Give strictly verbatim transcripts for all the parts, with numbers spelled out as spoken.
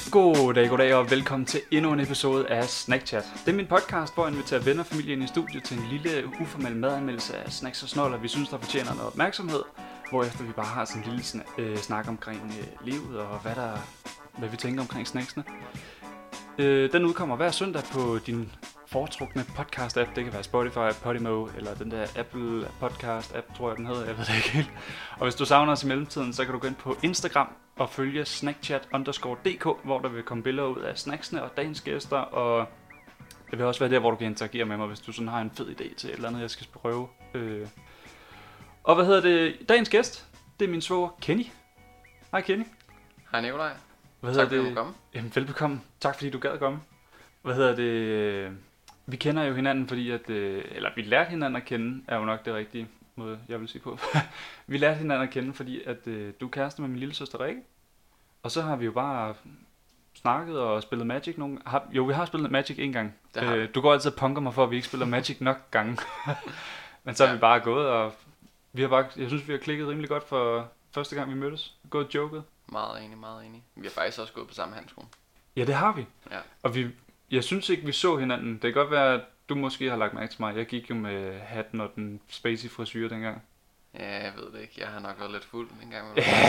Goddag, goddag og velkommen til endnu en episode af Snackchat. Det er min podcast, hvor jeg inviterer venner og familie ind i studiet til en lille uformel madanmeldelse af snacks og snoller, vi synes, der fortjener noget opmærksomhed. Hvorefter vi bare har sådan en lille sn- øh, snak omkring øh, livet og hvad, der, hvad vi tænker omkring snacksene. Øh, den udkommer hver søndag på din foretrukne podcast-app. Det kan være Spotify, Podimo eller den der Apple podcast-app, tror jeg den hedder. Jeg ved det ikke helt. Og hvis du savner os i mellemtiden, så kan du gå ind på Instagram og følge snackchat underscore dk, hvor der vil komme billeder ud af snacksene og dagens gæster. Og det vil også være der, hvor du kan interagere med mig, hvis du sådan har en fed idé til et eller andet, jeg skal prøve. Øh. Og hvad hedder det? Dagens gæst, det er min svoger Kenny. Hej Kenny. Hej Nikolaj. Hvad tak hedder fordi det? du kom. Jamen, velbekomme. Tak fordi du gad at komme. Hvad hedder det? Vi kender jo hinanden, fordi at... Eller vi lærte hinanden at kende, er jo nok det rigtige måde, jeg vil sige på. Vi lærte hinanden at kende, fordi at du er kæreste med min lille søster Rikke. Og så har vi jo bare snakket og spillet Magic nogle... Har, jo, vi har spillet Magic en gang. Øh, du går altid og punker mig for, at vi ikke spiller Magic nok gange. Men så har ja. vi bare gået, og vi har bare... Jeg synes, vi har klikket rimelig godt for første gang, vi mødtes. Gået og joket. Meget enig, meget enig. Vi har faktisk også gået på samme handskole. Ja, det har vi. Ja. Og vi... Jeg synes ikke, vi så hinanden. Det kan godt være, at du måske har lagt mærke til mig. Jeg gik jo med hatten og den spacey frisyr dengang. Ja, jeg ved det ikke. Jeg har nok været lidt fuld dengang.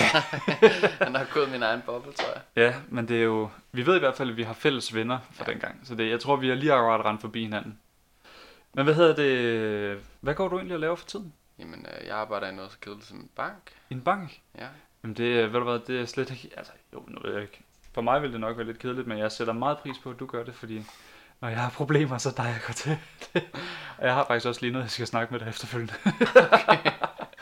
Jeg har nok gået min egen boble, tror jeg. Ja, men det er jo... Vi ved i hvert fald, at vi har fælles venner fra ja. dengang. Så det, jeg tror, vi har lige akkurat rendt forbi hinanden. Men hvad hedder det... Hvad går du egentlig at lave for tiden? Jamen, jeg arbejder i noget så kedeligt som en bank. En bank? Ja. Jamen det, ved du hvad, det er slet ikke... Altså, jo, nu ved jeg ikke. For mig vil det nok være lidt kedeligt, men jeg sætter meget pris på, at du gør det, fordi når jeg har problemer, så er dig, jeg går til det. Og jeg har faktisk også lige noget, jeg skal snakke med dig efterfølgende. Okay.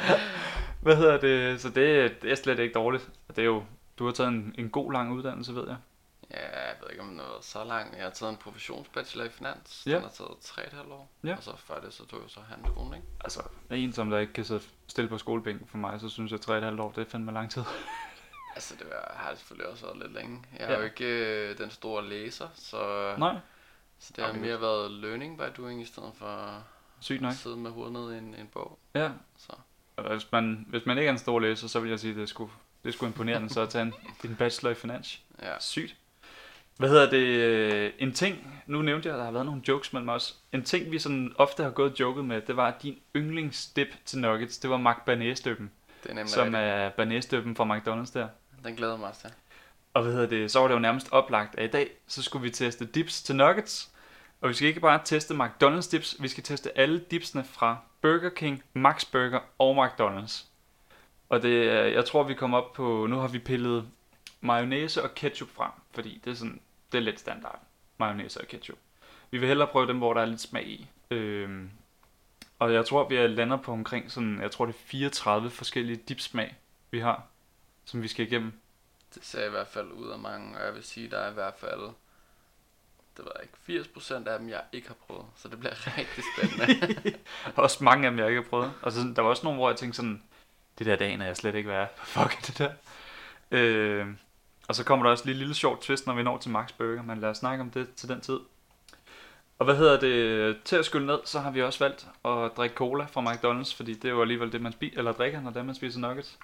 Hvad hedder det? Så det, det er slet ikke dårligt. Det er jo, du har taget en, en god lang uddannelse, ved jeg. Ja, jeg ved ikke om det har været så lang. Jeg har taget en professionsbachelor i finans. Ja. Den har taget tre komma fem år. Ja. Og så før det, så tog jeg så handskolen, ikke? Altså, en som der ikke kan sidde stille på skolebænken for mig, så synes jeg tre komma fem år, det er fandme lang tid. Altså, det har selvfølgelig også været lidt længe. Jeg ja. har jo ikke øh, den store læser, så... Nej. Så det har okay. mere været learning by doing, i stedet for Sygt nok. at sidde med hovedet ned i en, en bog. Ja. Så. Hvis man, hvis man ikke er en stor læser, så vil jeg sige, at det er sgu, det er sgu imponerende så at tage en, en bachelor i finans. Ja. Sygt. Hvad hedder det? En ting, nu nævnte jeg, at der har været nogle jokes mellem os. En ting, vi sådan ofte har gået og joket med, det var, at din yndlingsdip til nuggets, det var McBarnæsdøben. Det er nemlig som rigtigt. er banæsdøben fra McDonald's der. Den glæder mig også til. Og hvad hedder det? Så var det jo nærmest oplagt, at i dag, så skulle vi teste dips til nuggets. Og vi skal ikke bare teste McDonald's dips, vi skal teste alle dipsene fra Burger King, Max Burger og McDonald's. Og det, jeg tror, vi kommer op på, nu har vi pillet mayonnaise og ketchup frem, fordi det er sådan, det er lidt standard, mayonnaise og ketchup. Vi vil hellere prøve dem, hvor der er lidt smag i. Øhm, og jeg tror, vi lander på omkring sådan, jeg tror det er fireogtredive forskellige dipsmag, vi har, som vi skal igennem. Det ser i hvert fald ud af mange, og jeg vil sige, der er i hvert fald, det ved jeg ikke, firs procent af dem, jeg ikke har prøvet, så det bliver rigtig spændende. Også mange af dem, jeg ikke har prøvet. Og så, der var også nogle, hvor jeg tænkte sådan, det der dagen er jeg slet ikke være. Fuck det der. Øh, og så kommer der også lige en lille sjovt twist, når vi når til Max Burger, men lad os snakke om det til den tid. Og hvad hedder det, til at skylle ned, så har vi også valgt at drikke cola fra McDonald's, fordi det er jo alligevel det, man spiser, eller drikker, når det er, man spiser nuggets.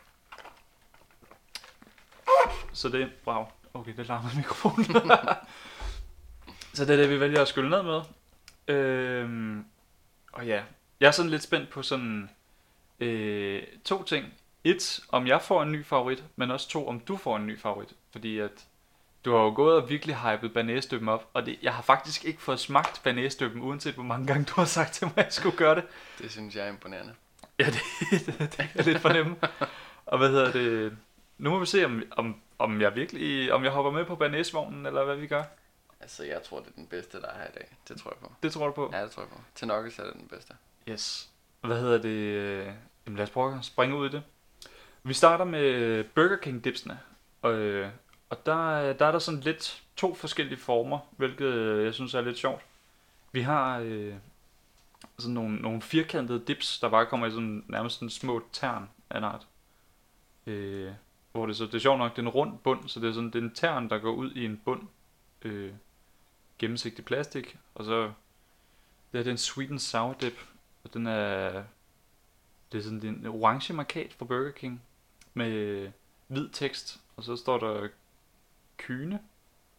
Så det, wow, okay, det larmer mikrofonen. Så det er det, vi vælger at skylle ned med. Øhm, og ja, jeg er sådan lidt spændt på sådan øh, to ting. Et, om jeg får en ny favorit, men også to, om du får en ny favorit. Fordi at du har jo gået og virkelig hypet banæsdøben op, og det, jeg har faktisk ikke fået smagt banæsdøben, uanset hvor mange gange du har sagt til mig, at jeg skulle gøre det. Det synes jeg er imponerende. Ja, det, det, det er lidt fornemme. Og hvad hedder det? Nu må vi se, om, om, om jeg virkelig, om jeg hopper med på banæsvognen, eller hvad vi gør. Altså, jeg tror, det er den bedste, der er her i dag. Det tror jeg på. Det tror du på? Ja, det tror jeg på. Til nuggets er det den bedste. Yes. Hvad hedder det? Jamen lad os prøve at springe ud i det. Vi starter med Burger King dipsene. Og, og der, der er der sådan lidt to forskellige former, hvilket jeg synes er lidt sjovt. Vi har øh, sådan nogle, nogle firkantede dips, der bare kommer i sådan nærmest sådan små tern af en art. Øh, hvor det så det er sjovt nok, det er en rund bund, så det er sådan det er en tern, der går ud i en bund. Øh, gennemsigtig plastik, og så det er den sweet and sour dip, og den er det er sådan det er en orange markat fra Burger King med hvid tekst, og så står der Kyne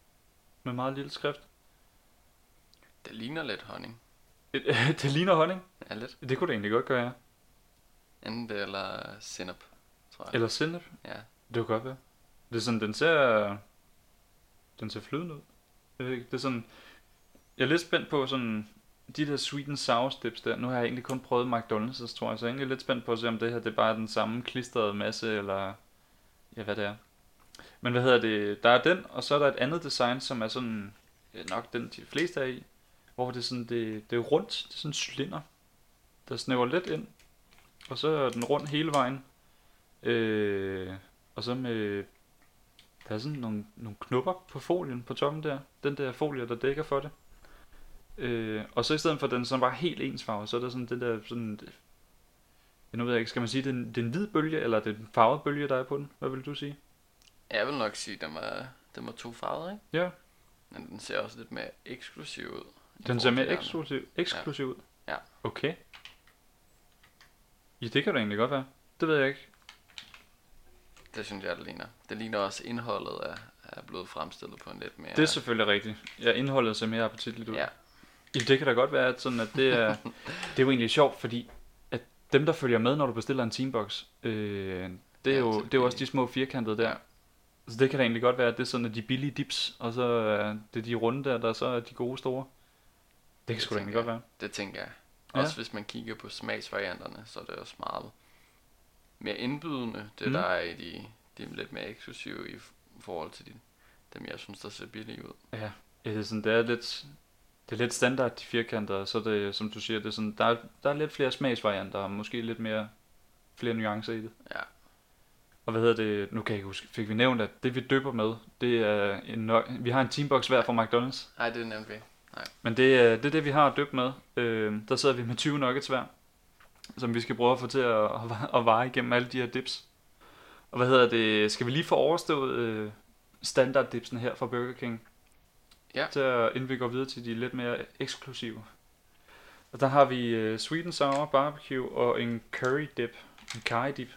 med meget lille skrift. Det ligner lidt honning. Det ligner honning. Ja, lidt. Det kunne det egentlig godt gøre, ja. Enten det eller sennep, tror jeg. Eller sennep. Ja. Det kunne godt være. Det er sådan, den ser... Den ser flydende ud. Jeg ved ikke, det er sådan... Jeg er lidt spændt på sådan... De der sweet and sour dips der. Nu har jeg egentlig kun prøvet McDonald's, tror jeg. Så jeg er egentlig lidt spændt på at se, om det her det er bare den samme klistrede masse, eller... Ja, hvad det er. Men hvad hedder det? Der er den, og så er der et andet design, som er sådan... Nok den, de fleste er i. Hvor det er sådan, det, det er rundt. Det er sådan en cylinder, der snæver lidt ind. Og så er den rund hele vejen. Øh, og så med... Der er sådan nogle, nogle knopper på folien på toppen der. Den der folie, der dækker for det. Øh, og så i stedet for den sådan bare helt ensfarvet, så er der sådan den der sådan... Jeg nu ved jeg ikke, skal man sige, det er en, det er en hvid bølge, eller det er en farvet bølge, der er på den? Hvad vil du sige? Jeg vil nok sige, at den var, den var to farver, ikke? Ja. Men den ser også lidt mere eksklusiv ud. Den ser mere eksklusiv, eksklusiv ja. ud? Ja. Okay. Ja, det kan det egentlig godt være. Det ved jeg ikke. Det synes jeg, det ligner. Det ligner også indholdet af, er blevet fremstillet på en lidt mere... Det er selvfølgelig rigtigt. Ja, indholdet ser mere appetitligt ud. Ja. Ja, det kan da godt være, at, sådan, at det er... det er jo egentlig sjovt, fordi at dem, der følger med, når du bestiller en Teambox, øh, det er ja, jo, det er jo også de små firkantede der. Ja. Så det kan da egentlig godt være, at det er sådan, at de billige dips, og så er det de runde der, der så er de gode store. Det kan sgu da egentlig godt være. Det tænker jeg. Ja. Også hvis man kigger på smagsvarianterne, så er det også meget mere indbydende, det Mm. der er i de, de lidt mere eksklusive i forhold til de, dem, jeg synes, der ser billige ud. Ja, det er sådan, det er lidt... Det er lidt standard, de firkantede, og så er det, som du siger, det er sådan, der er, der er lidt flere smagsvarianter, og måske lidt mere, flere nuancer i det. Ja. Og hvad hedder det, nu kan jeg ikke huske, fik vi nævnt, at det vi døber med, det er en, vi har en Teambox hver fra McDonald's. Nej, det nævnte vi. Nej. Men det er, det er det, vi har døbt med. Øh, der sidder vi med tyve nuggets hver, som vi skal prøve at få til at, at, at vare igennem alle de her dips. Og hvad hedder det, skal vi lige få overstået øh, standarddipsen her fra Burger King? Ja. Til at, inden vi går videre til de lidt mere eksklusive. Og der har vi uh, sweet and sour barbecue og en curry dip, en curry dip.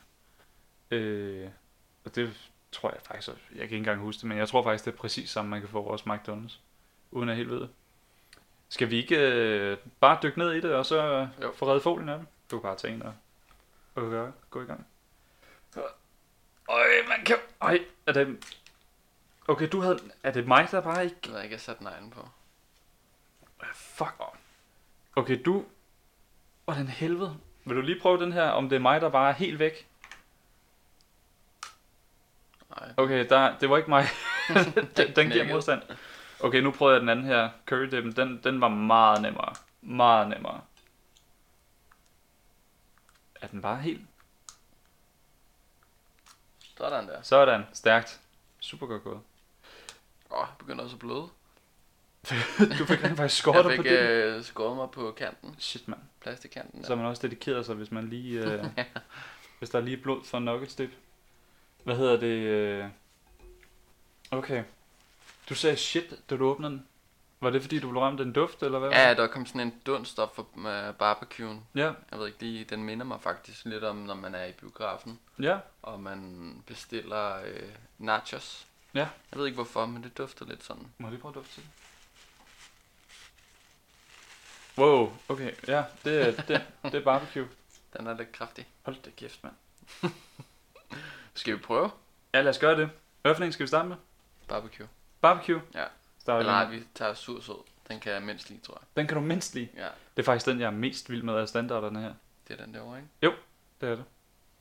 Øh, og det tror jeg faktisk, jeg kan ikke engang huske det, men jeg tror faktisk det er præcis samme man kan få hos McDonald's, uden at helt ved det. Skal vi ikke uh, bare dykke ned i det og så uh, få reddet folien af dem? Du kan bare tage en og, og gøre, gå i gang. Øj, man kan... Øj, er det... Okay, du havde... Er det mig, der bare ikke... Jeg ved ikke, jeg satte neglen på. Fuck off. Okay, du... Hvordan helvede? Vil du lige prøve den her, om det er mig, der bare er helt væk? Nej. Okay, der, det var ikke mig. den, den giver knækket. modstand. Okay, nu prøver jeg den anden her. Curry dippen, den, den var meget nemmere. Meget nemmere. Er den bare helt... Sådan der. Sådan, stærkt. Super godt gået. Åh, jeg begynder også at bløde. Du fik rent faktisk skåret dig Jeg på fik det. øh, skåret mig på kanten. Shit, mand. Plastikkanten der. Så er man også dedikeret sig, hvis man lige... Øh, hvis der er lige blod for en nuggets dip. Hvad hedder det? Øh... Okay. Du sagde shit, da du åbnede den. Var det fordi, du blev ramt af en duft, eller hvad? Ja, der kom sådan en dunst op for uh, barbecuen. Ja. Jeg ved ikke lige, den minder mig faktisk lidt om, når man er i biografen. Ja. Og man bestiller øh, nachos. Ja. Jeg ved ikke hvorfor, men det dufter lidt sådan. Må jeg lige prøve at dufte til det? Wow, okay. Ja, det er, det, det er barbecue. Den er lidt kraftig. Hold da kæft, mand. Skal vi prøve? Ja, lad os gøre det. Hvad for en skal vi starte med? Barbecue. Barbecue? Ja. Starter Eller vi nej, med. vi tager sur sød. Den kan jeg mindst lide, tror jeg. Den kan du mindst lide. Ja, Det er faktisk den, jeg er mest vild med af standarderne her. det er den derovre, ikke? Det er det.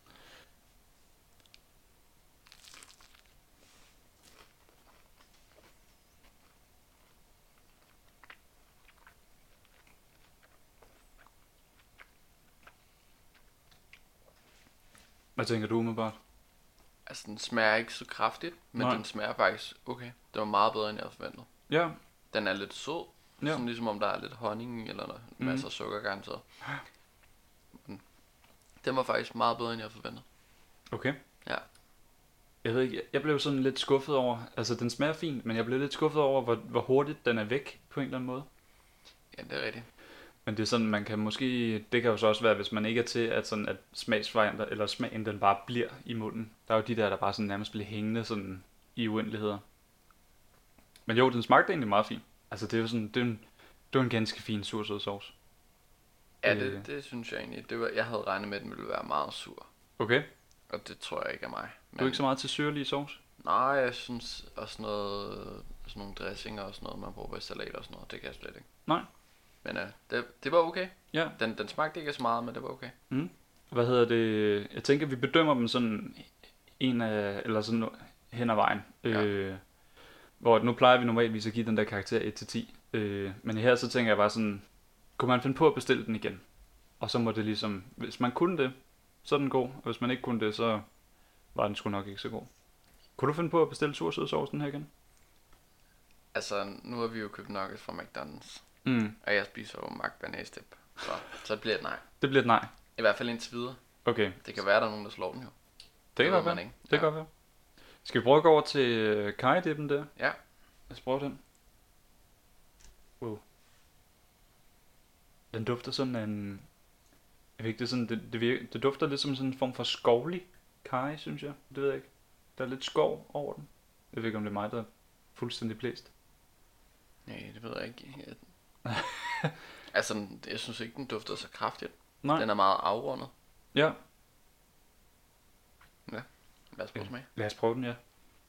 Hvad tænker du umiddelbart? Altså, den smager ikke så kraftigt, men Nej. den smager faktisk okay. Det var meget bedre, end jeg havde forventet. Ja, Den er lidt sød. Ja. Sådan ligesom om der er lidt honning eller noget. Mhm. Masser af sukker garanteret. Men den var faktisk meget bedre, end jeg havde forventet. okay. Ja. Jeg ved ikke, jeg blev sådan lidt skuffet over, altså den smager fint, men jeg blev lidt skuffet over, hvor, hvor hurtigt den er væk på en eller anden måde. Ja, det er rigtigt. Men det er sådan, man kan måske, det kan jo så også være, hvis man ikke er til, at, sådan, at smagsvarianter, eller smagen den bare bliver i munden. Der er jo de der, der bare sådan nærmest bliver hængende sådan i uendeligheder. Men jo, den smagte egentlig meget fint. Altså, det er jo sådan, det er en, det var en ganske fin sursød sovs. Ja, Øh. det, det synes jeg egentlig. Det var, jeg havde regnet med, at den ville være meget sur. Okay. Og det tror jeg ikke er mig. Men... Du er ikke så meget til syrlige sovs? Nej, jeg synes også noget, sådan nogle dressinger og sådan noget, man bruger i salat og sådan noget, det kan jeg slet ikke. Nej. Men uh, det, det var okay. Ja. Den, den smagte ikke så meget, men det var okay. Mm. Hvad hedder det? Jeg tænker, vi bedømmer dem sådan en af, eller sådan hen ad vejen. Ja. Øh, hvor nu plejer vi normalvis at give den der karakter et til ti. Øh, men her så tænker jeg bare sådan, kunne man finde på at bestille den igen? Og så må det ligesom, hvis man kunne det, så er den god. Og hvis man ikke kunne det, så var den sgu nok ikke så god. Kunne du finde på at bestille sursødsovsen her igen? Altså, nu har vi jo købt nuggets fra McDonald's. Mm. Og jeg spiser jo Mac Banæs dip. Så, så det bliver et nej. Det bliver et nej? I hvert fald indtil videre. Okay. Det kan være, der er nogen, der slår den jo. Det kan godt være. Det kan godt være. Skal vi prøve at gå over til karidippen der? Ja. Lad os prøve den. Wow. Den dufter sådan af en... Jeg ved ikke, det, er sådan, det, det, virker, det dufter lidt som sådan en form for skovlig karry, synes jeg. Det ved jeg ikke. Der er lidt skov over den. Jeg ved ikke, om det er mig, der er fuldstændig blæst. Nej, det ved jeg ikke. Jeg... altså, jeg synes ikke, den dufter så kraftigt. Nej. Den er meget afrundet. Ja. Ja, lad os prøve smag. Lad os prøve den, ja.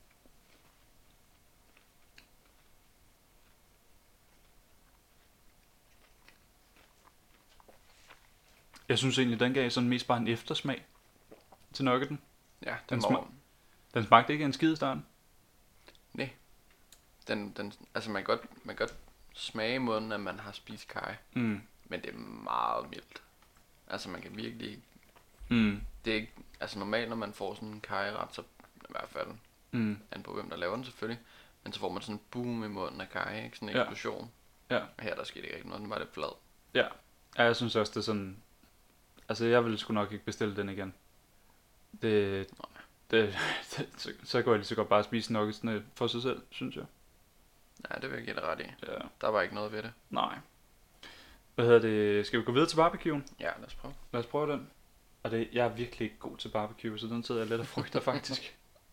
Jeg synes egentlig, den gav sådan mest bare en eftersmag til nuggeten. Ja, den, den, smag, den smagte ikke en skid i starten. Nej. Den, den, altså man kan godt, man kan godt smage i munden, at man har spist karry. Mm. Men det er meget mildt. Altså man kan virkelig... Mm. Det er ikke... Altså normalt, når man får sådan en karryret, så i hvert fald... Mm. An på hvem der laver den selvfølgelig. Men så får man sådan en boom i munden af karry, ikke? Sådan en ja. eksplosion. Ja. Og her der skete ikke rigtig noget, den var lidt flad. Ja. Ja, jeg synes også, det er sådan... Altså, jeg ville sgu nok ikke bestille den igen. Det... det, det så, så går jeg lige så godt bare spise nuggetsene for sig selv, synes jeg. Nej, det vil jeg give dig ret i. Ja. Der var ikke noget ved det. Nej. Hvad hedder det? Skal vi gå videre til barbecuen? Ja, lad os prøve. Lad os prøve den. Og det, jeg er virkelig ikke god til barbecue, så den sidder jeg lidt og frygter faktisk.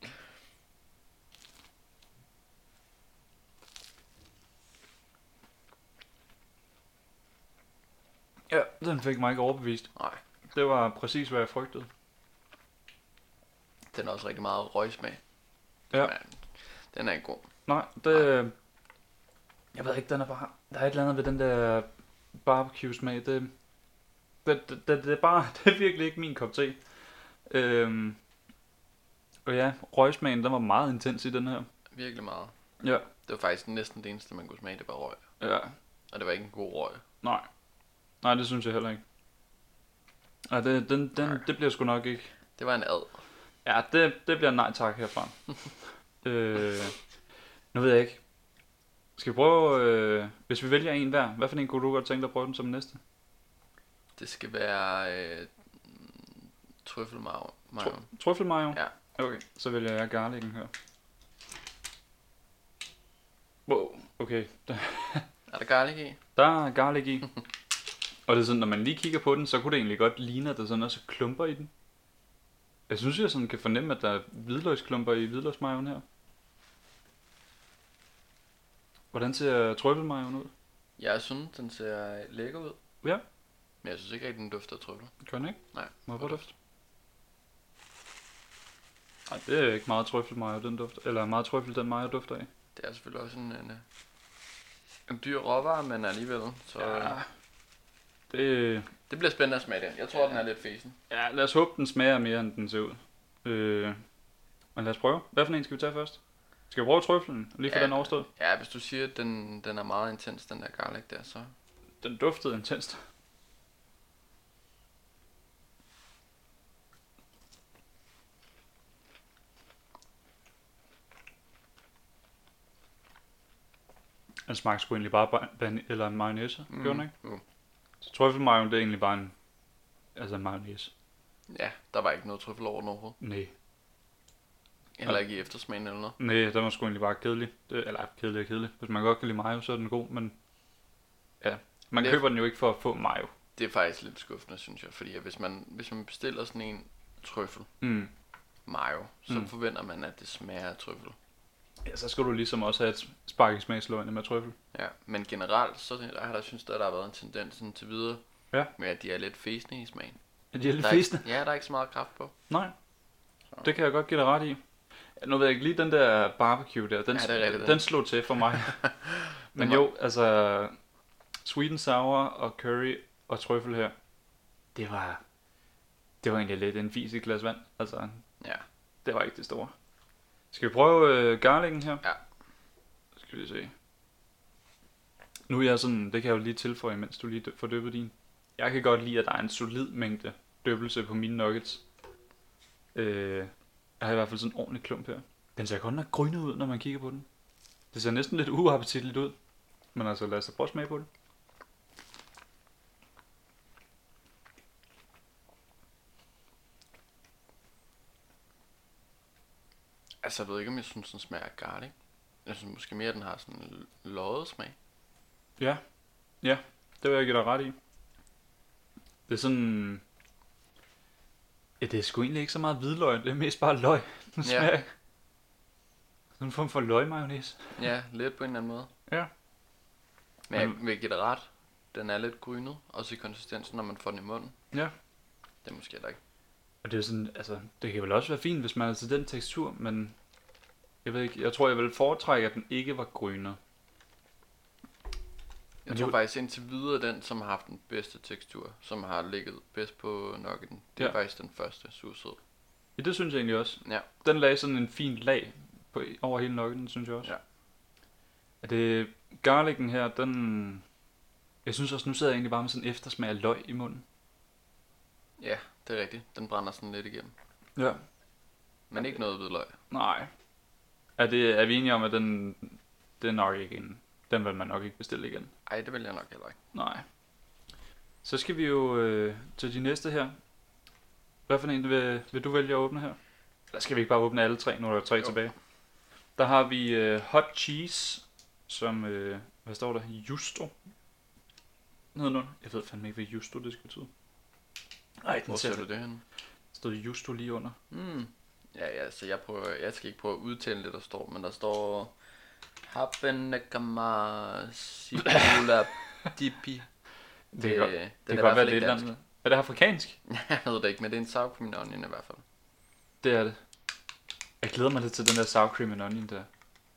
Ja, den fik mig ikke overbevist. Nej. Det var præcis, hvad jeg frygtede. Den er også rigtig meget røgsmag. Ja. Men den er ikke god. Nej, det... Nej. Jeg ved ikke, den er bare... Der er et eller andet ved den der barbecue-smag. Det, det, det, det, det er bare... Det er virkelig ikke min kop te. Øhm, og ja, røgsmagen, den var meget intens i den her. Virkelig meget. Ja. Det var faktisk næsten det eneste, man kunne smage, det var røg. Ja. Og det var ikke en god røg. Nej. Nej, det synes jeg heller ikke. Ej, det, den, den, det bliver sgu nok ikke. Det var en ad. Ja, det, det bliver en nej tak herfra. øh, nu ved jeg ikke. Skal vi prøve, øh, hvis vi vælger en hver, hvad for en kunne du godt tænke dig at prøve den som næste? Det skal være øh, trøffelmayo. Tr- trøffelmayo? Ja. Okay, så vælger jeg garlicen her. Wow, okay. Er der garlic i? Der er garlic i. Og det er sådan, når man lige kigger på den, så kunne det egentlig godt ligne, at der sådan også klumper i den. Jeg synes, jeg sådan kan fornemme, at der er hvidløgsklumper i hvidløgsmajoen her. Hvordan ser trøffelmajoen ud? Jeg synes, den ser lækker ud. Ja. Men jeg synes ikke rigtig, den dufter af trøffel. Gør den ikke? Nej. Må jeg prøve duft? Nej, det er ikke meget trøffelmajo, den dufter. Eller meget trøffel, den majo dufter af. Det er selvfølgelig også en, en, en dyr råvare, men alligevel. Så ja. Det... det bliver spændende at smage den. Jeg tror, ja. Den er lidt fesen. Ja, lad os håbe, den smager mere, end den ser ud. Øh... Men lad os prøve. Hvad for en skal vi tage først? Skal vi prøve trøflen? Lige for ja, den overstået? Ja, hvis du siger, at den, den er meget intens, den der garlic der, så... Den duftede intenst. Den smagte sgu egentlig bare ban- eller mayonnaise, mm. gjorde den ikke? Mm. Så trøffelmajoen, det er egentlig bare en, altså en mayonnaise. Ja, der var ikke noget trøffel over den overhovedet. Nej. Heller ikke i eftersmagen eller noget. Nej, den var sgu egentlig bare kedelig. Det, eller kedelig og kedelig. Hvis man godt kan lide mayo, så er den god, men ja, man det køber er, den jo ikke for at få mayo. Det er faktisk lidt skuffende, synes jeg, fordi hvis man, hvis man bestiller sådan en trøffel mm. mayo, så mm. forventer man, at det smager af trøffel. Ja, så skal du ligesom også have et spark i smagsløgene med trøffel. Ja, men generelt, så har der synes, at der har været en tendens sådan til videre, Ja. med at de er lidt fæsende i smagen. Er de lidt Der er ikke- fæsende? Ja, der er ikke så meget kraft på. Nej, Så. det kan jeg godt give dig ret i. Nu ved jeg ikke, lige den der barbecue der, den, Ja, det er rigtigt, den, den. slog til for mig. Men var- jo, altså, sweet and sour og curry og trøffel her, det var, det var egentlig lidt en fis i et glas vand. Altså, Ja, det var ikke det store. Skal vi prøve øh, garlicen her? Ja. Skal vi se. Nu er jeg sådan, det kan jeg jo lige tilføje, mens du lige dø- får dyppet din. Jeg kan godt lide, at der er en solid mængde dyppelse på mine nuggets. Øh, jeg har i hvert fald sådan en ordentlig klump her. Den ser godt nok grynet ud, når man kigger på den. Det ser næsten lidt uappetitligt ud. Men altså, lad os da prøve at smage på det. altså jeg ved ikke, om jeg synes, den smager af garlic. Jeg synes måske mere, at den har sådan en løjet smag. Ja, ja, det vil jeg give dig ret i. Det er sådan... Ja, det er sgu egentlig ikke så meget hvidløg, det er mest bare løg. Den Ja. smager sådan en form for løgmayonnaise. Ja, lidt på en eller anden måde. Ja. Men jeg Men- vil give dig ret. Den er lidt grynet, også i konsistensen, når man får den i munden. Ja. Det er måske heller ikke. Og det er sådan, altså, det kan vel også være fint, hvis man er til den tekstur, men jeg ved ikke, jeg tror, jeg vil foretrække, at den ikke var grønner. Jeg Men tror jo- faktisk indtil videre den, som har haft den bedste tekstur, som har ligget bedst på nuggeten, det er Ja. faktisk den første sursød. Ja, det synes jeg egentlig også. Ja. Den lagde sådan en fin lag på, over hele nuggeten, synes jeg også. Ja. Er det garlicen her, den... Jeg synes også, nu sidder jeg egentlig bare med sådan en eftersmag af løg i munden. Ja, det er rigtigt. Den brænder sådan lidt igennem. Ja. Men ikke noget hvidløg. Nej. Er, det, er vi enige om, at den, det er nok ikke en... Den vil man nok ikke bestille igen. Ej, det vil jeg nok heller ikke. Nej. Så skal vi jo øh, til de næste her. Hvad for en vil, vil du vælge at åbne her? Eller skal vi ikke bare åbne alle tre? Nu er der tre Jo. tilbage. Der har vi øh, hot cheese, som... Øh, hvad står der? Justo. Nedenunder. Jeg ved fandme ikke, hvad justo det skal betyde. Nej, den Hvor ser ser du det henne? stod justo lige under. Mm. Ja, ja, så jeg prøver, jeg skal ikke prøve at udtale det, der står, men der står Habenekama Sibula Dipi. Det kan godt, den det er kan i godt hvert være fald lidt ikke dansk. andet. Er det afrikansk? Jeg ved det ikke, men det er en sour cream and onion i hvert fald. Det er det. Jeg glæder mig lidt til den der sour cream and onion der.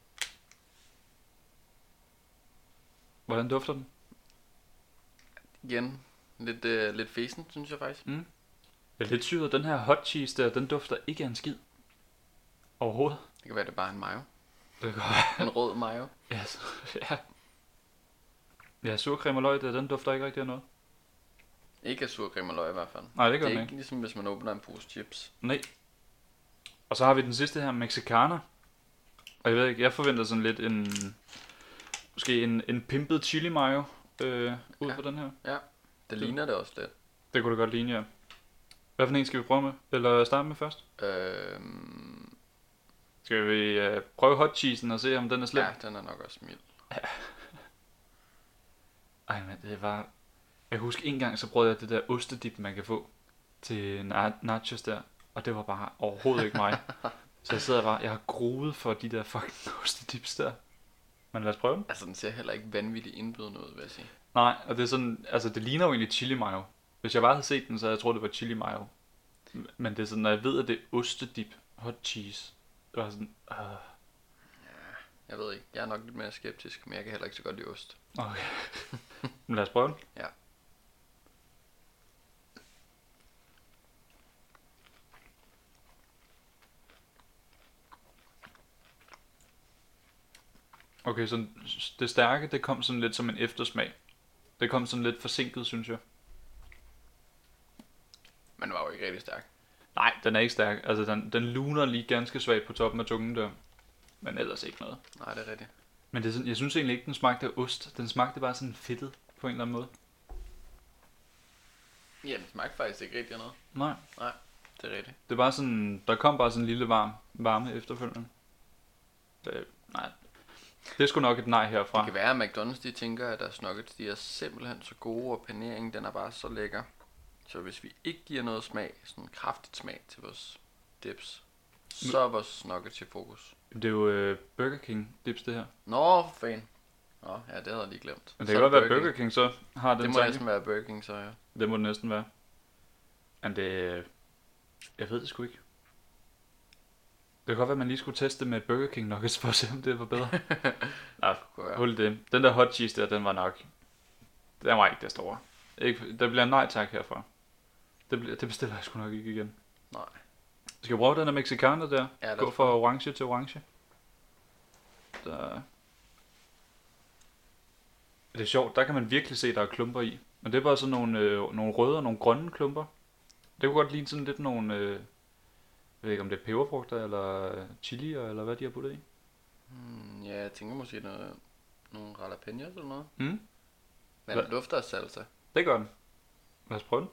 Hvordan dufter den? Igen, lidt, øh, lidt fesen, synes jeg faktisk. Jeg er lidt syret, den her hot cheese der, den dufter ikke af en skid. Overhovedet. Det kan være, det er bare en mayo. Det kan godt. En rød mayo. Ja, så, ja. Ja, surcreme og løg der, den dufter ikke rigtig af noget. Ikke af surcreme og løg i hvert fald. Nej, det gør Det er den ikke ikke. ligesom, hvis man åbner en pose chips. Nej. Og så har vi den sidste her, Mexicana. Og jeg ved ikke, jeg forventer sådan lidt en... Måske en, en pimpet chili mayo øh, ud Ja. på den her. Det Det- ligner det også lidt. Det kunne det godt ligne, ja. Hvad for en skal vi prøve med? Eller starte med først? Øhm, Skal vi øh, prøve hot cheesen og se, om den er slem? ja, den er nok også mild. Ej, men det var... Jeg husker en gang, så prøvede jeg det der ostedip, man kan få til na- nachos der. Og det var bare overhovedet ikke mig. Så jeg sidder bare... Jeg har groet for de der fucking ostedips der. Men lad os prøve den. Altså, den ser heller ikke vanvittigt indbydende ud, vil jeg sige. Nej, og det er sådan... Altså, det ligner jo egentlig chili mayo. Hvis jeg bare havde set den, så havde jeg troet, det var chili mayo. Men det er sådan, når jeg ved, at det er ostedip hot cheese. Det var sådan... Uh, Jeg ved ikke, jeg er nok lidt mere skeptisk, men jeg kan heller ikke så godt lide ost. okay. Men lad os prøve den. Ja. Okay, så det stærke, det kom sådan lidt som en eftersmag. Det kom sådan lidt forsinket, synes jeg. Men den var jo ikke rigtig stærk. Nej, den er ikke stærk. Altså, den, den luner lige ganske svagt på toppen af tungen der. Men ellers ikke noget. Nej, det er rigtigt. Men det er sådan, jeg synes egentlig ikke, den smagte af ost. Den smagte bare sådan fedtet på en eller anden måde. Ja, den smagte faktisk ikke rigtig af noget. Nej, Det er rigtigt. det var sådan, der kom bare sådan en lille varm, varme efterfølgende. Det, nej, det er sgu nok et nej Det herfra. kan være, at McDonald's de tænker, at deres nuggets de er simpelthen så gode, og paneringen den er bare så lækker. Så hvis vi ikke giver noget smag, sådan en kraftigt smag til vores dips, Så er vores nuggets i fokus. Det er jo øh, Burger King dips, det her. Nå, for fan. Nå, ja, det havde jeg lige glemt. Men det kan godt være, at Burger King så har den Det må tanke. næsten være Burger King, så ja. Det må det næsten være. Men det... Jeg ved det sgu ikke. Det kan godt være, at man lige skulle teste med Burger King nuggets, for at se, om det var bedre. Nej, hul det. Den der hot cheese der, den var nok... Den var ikke det store. Ikke, der bliver en nej tak herfra. Det, bliver, det bestiller jeg sgu nok ikke igen. Nej. Skal vi prøve den der mexikaner der? Ja, gå fra orange til orange. Der... Det er sjovt, der kan man virkelig se, der er klumper i. Men det er bare sådan nogle, øh, nogle røde og nogle grønne klumper. Det kunne godt ligne sådan lidt nogle... Øh, jeg ved ikke, om det er peberfrugter eller chilier, eller hvad de har puttet i. Hmm, ja, jeg tænker måske noget, nogle jalapenos eller noget. Mm. Men Hva? det dufter af salsa. Det gør den. Lad os prøve den.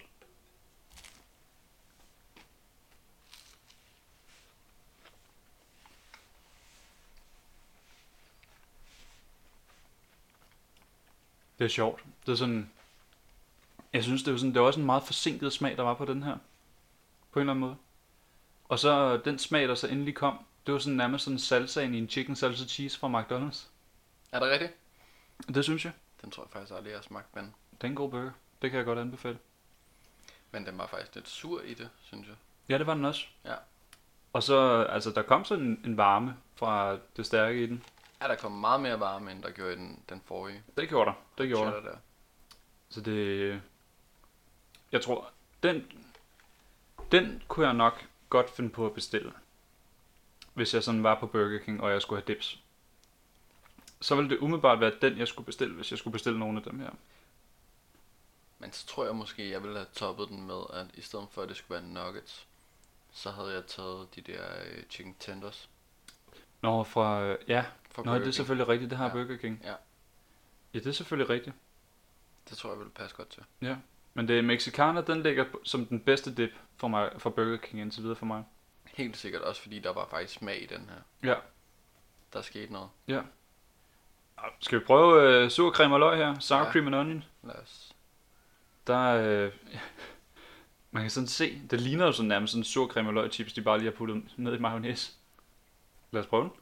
Det er sjovt. Det er sådan... Jeg synes, det er, sådan, det er også en meget forsinket smag, der var på den her. På en eller anden måde. Og så den smag, der så endelig kom, det var sådan nærmest sådan salsaen i en chicken salsa cheese fra McDonald's. Er det rigtigt? Det synes jeg. Den tror jeg faktisk aldrig, jeg har smagt, men... Det er en god burger. Det kan jeg godt anbefale. Men den var faktisk lidt sur i det, synes jeg. Ja, det var den også. Ja. Og så, altså, der kom sådan en, en varme fra det stærke i den. Ja, der kom meget mere varme, end der gjorde i den, den forrige. Det gjorde der. Det gjorde der. der. Så det... Jeg tror, den... Den kunne jeg nok godt finde på at bestille. Hvis jeg sådan var på Burger King, og jeg skulle have dips. Så ville det umiddelbart være den, jeg skulle bestille, hvis jeg skulle bestille nogle af dem her. Men så tror jeg måske, jeg ville have toppet den med, at i stedet for, at det skulle være nuggets, så havde jeg taget de der øh, chicken tenders. Nå, fra... Øh, ja, fra Nå, det er selvfølgelig rigtigt, det har ja. Burger King. Ja. Ja, det er selvfølgelig rigtigt. Det tror jeg ville passe godt til. Ja, men det mexikaner, den ligger som den bedste dip for mig, for Burger King indtil videre for mig. Helt sikkert også, fordi der var faktisk smag i den her. Ja. Der skete noget. Ja. Skal vi prøve øh, sur creme og løg her? Sour Ja. cream and onion. Lad os... Der øh, man kan sådan se, det ligner jo sådan nærmest sådan sur creme og løg chips, de bare lige har puttet ned i mayonnaise. Lad os prøve den.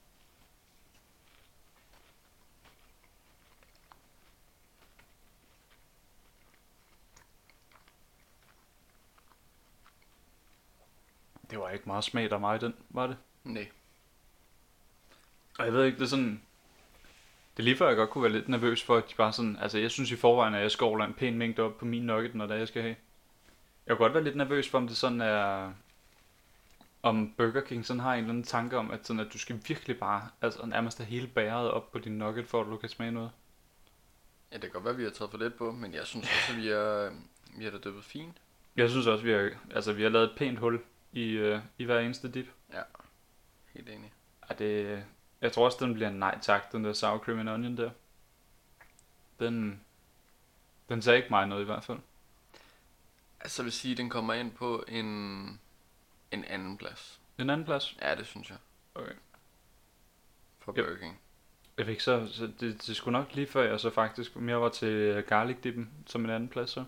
Det var ikke meget smag, der var i den, var det? Nej. Og jeg ved ikke, det er sådan... Det er lige før, jeg godt kunne være lidt nervøs for, at de bare sådan... Altså, jeg synes i forvejen, at jeg skovler en pæn mængde op på min nugget, når det er, jeg skal have. Jeg kunne godt være lidt nervøs for, om det sådan er... Om Burger King sådan har en eller anden tanke om, at, sådan, at du skal virkelig bare... Altså, nærmest have hele bæret op på din nugget, for at du kan smage noget. Ja, det kan godt være, at vi har taget for lidt på, men jeg synes også, at vi har, vi har da dyppet fint. Jeg synes også, vi har, altså, vi har lavet et pænt hul i, øh, i hver eneste dip. Ja, helt enig. Ja, det... Jeg tror også, den bliver en nej tak, den der sour cream and onion der. Den... Den sagde ikke mig noget i hvert fald. Altså, jeg vil sige, at den kommer ind på en, en anden plads. En anden plads? Ja, det synes jeg. Okay. For Jo. Burger King. Jeg ved ikke, så, så det, det skulle nok lige før jeg så faktisk mere var til garlic dippen som en anden plads så.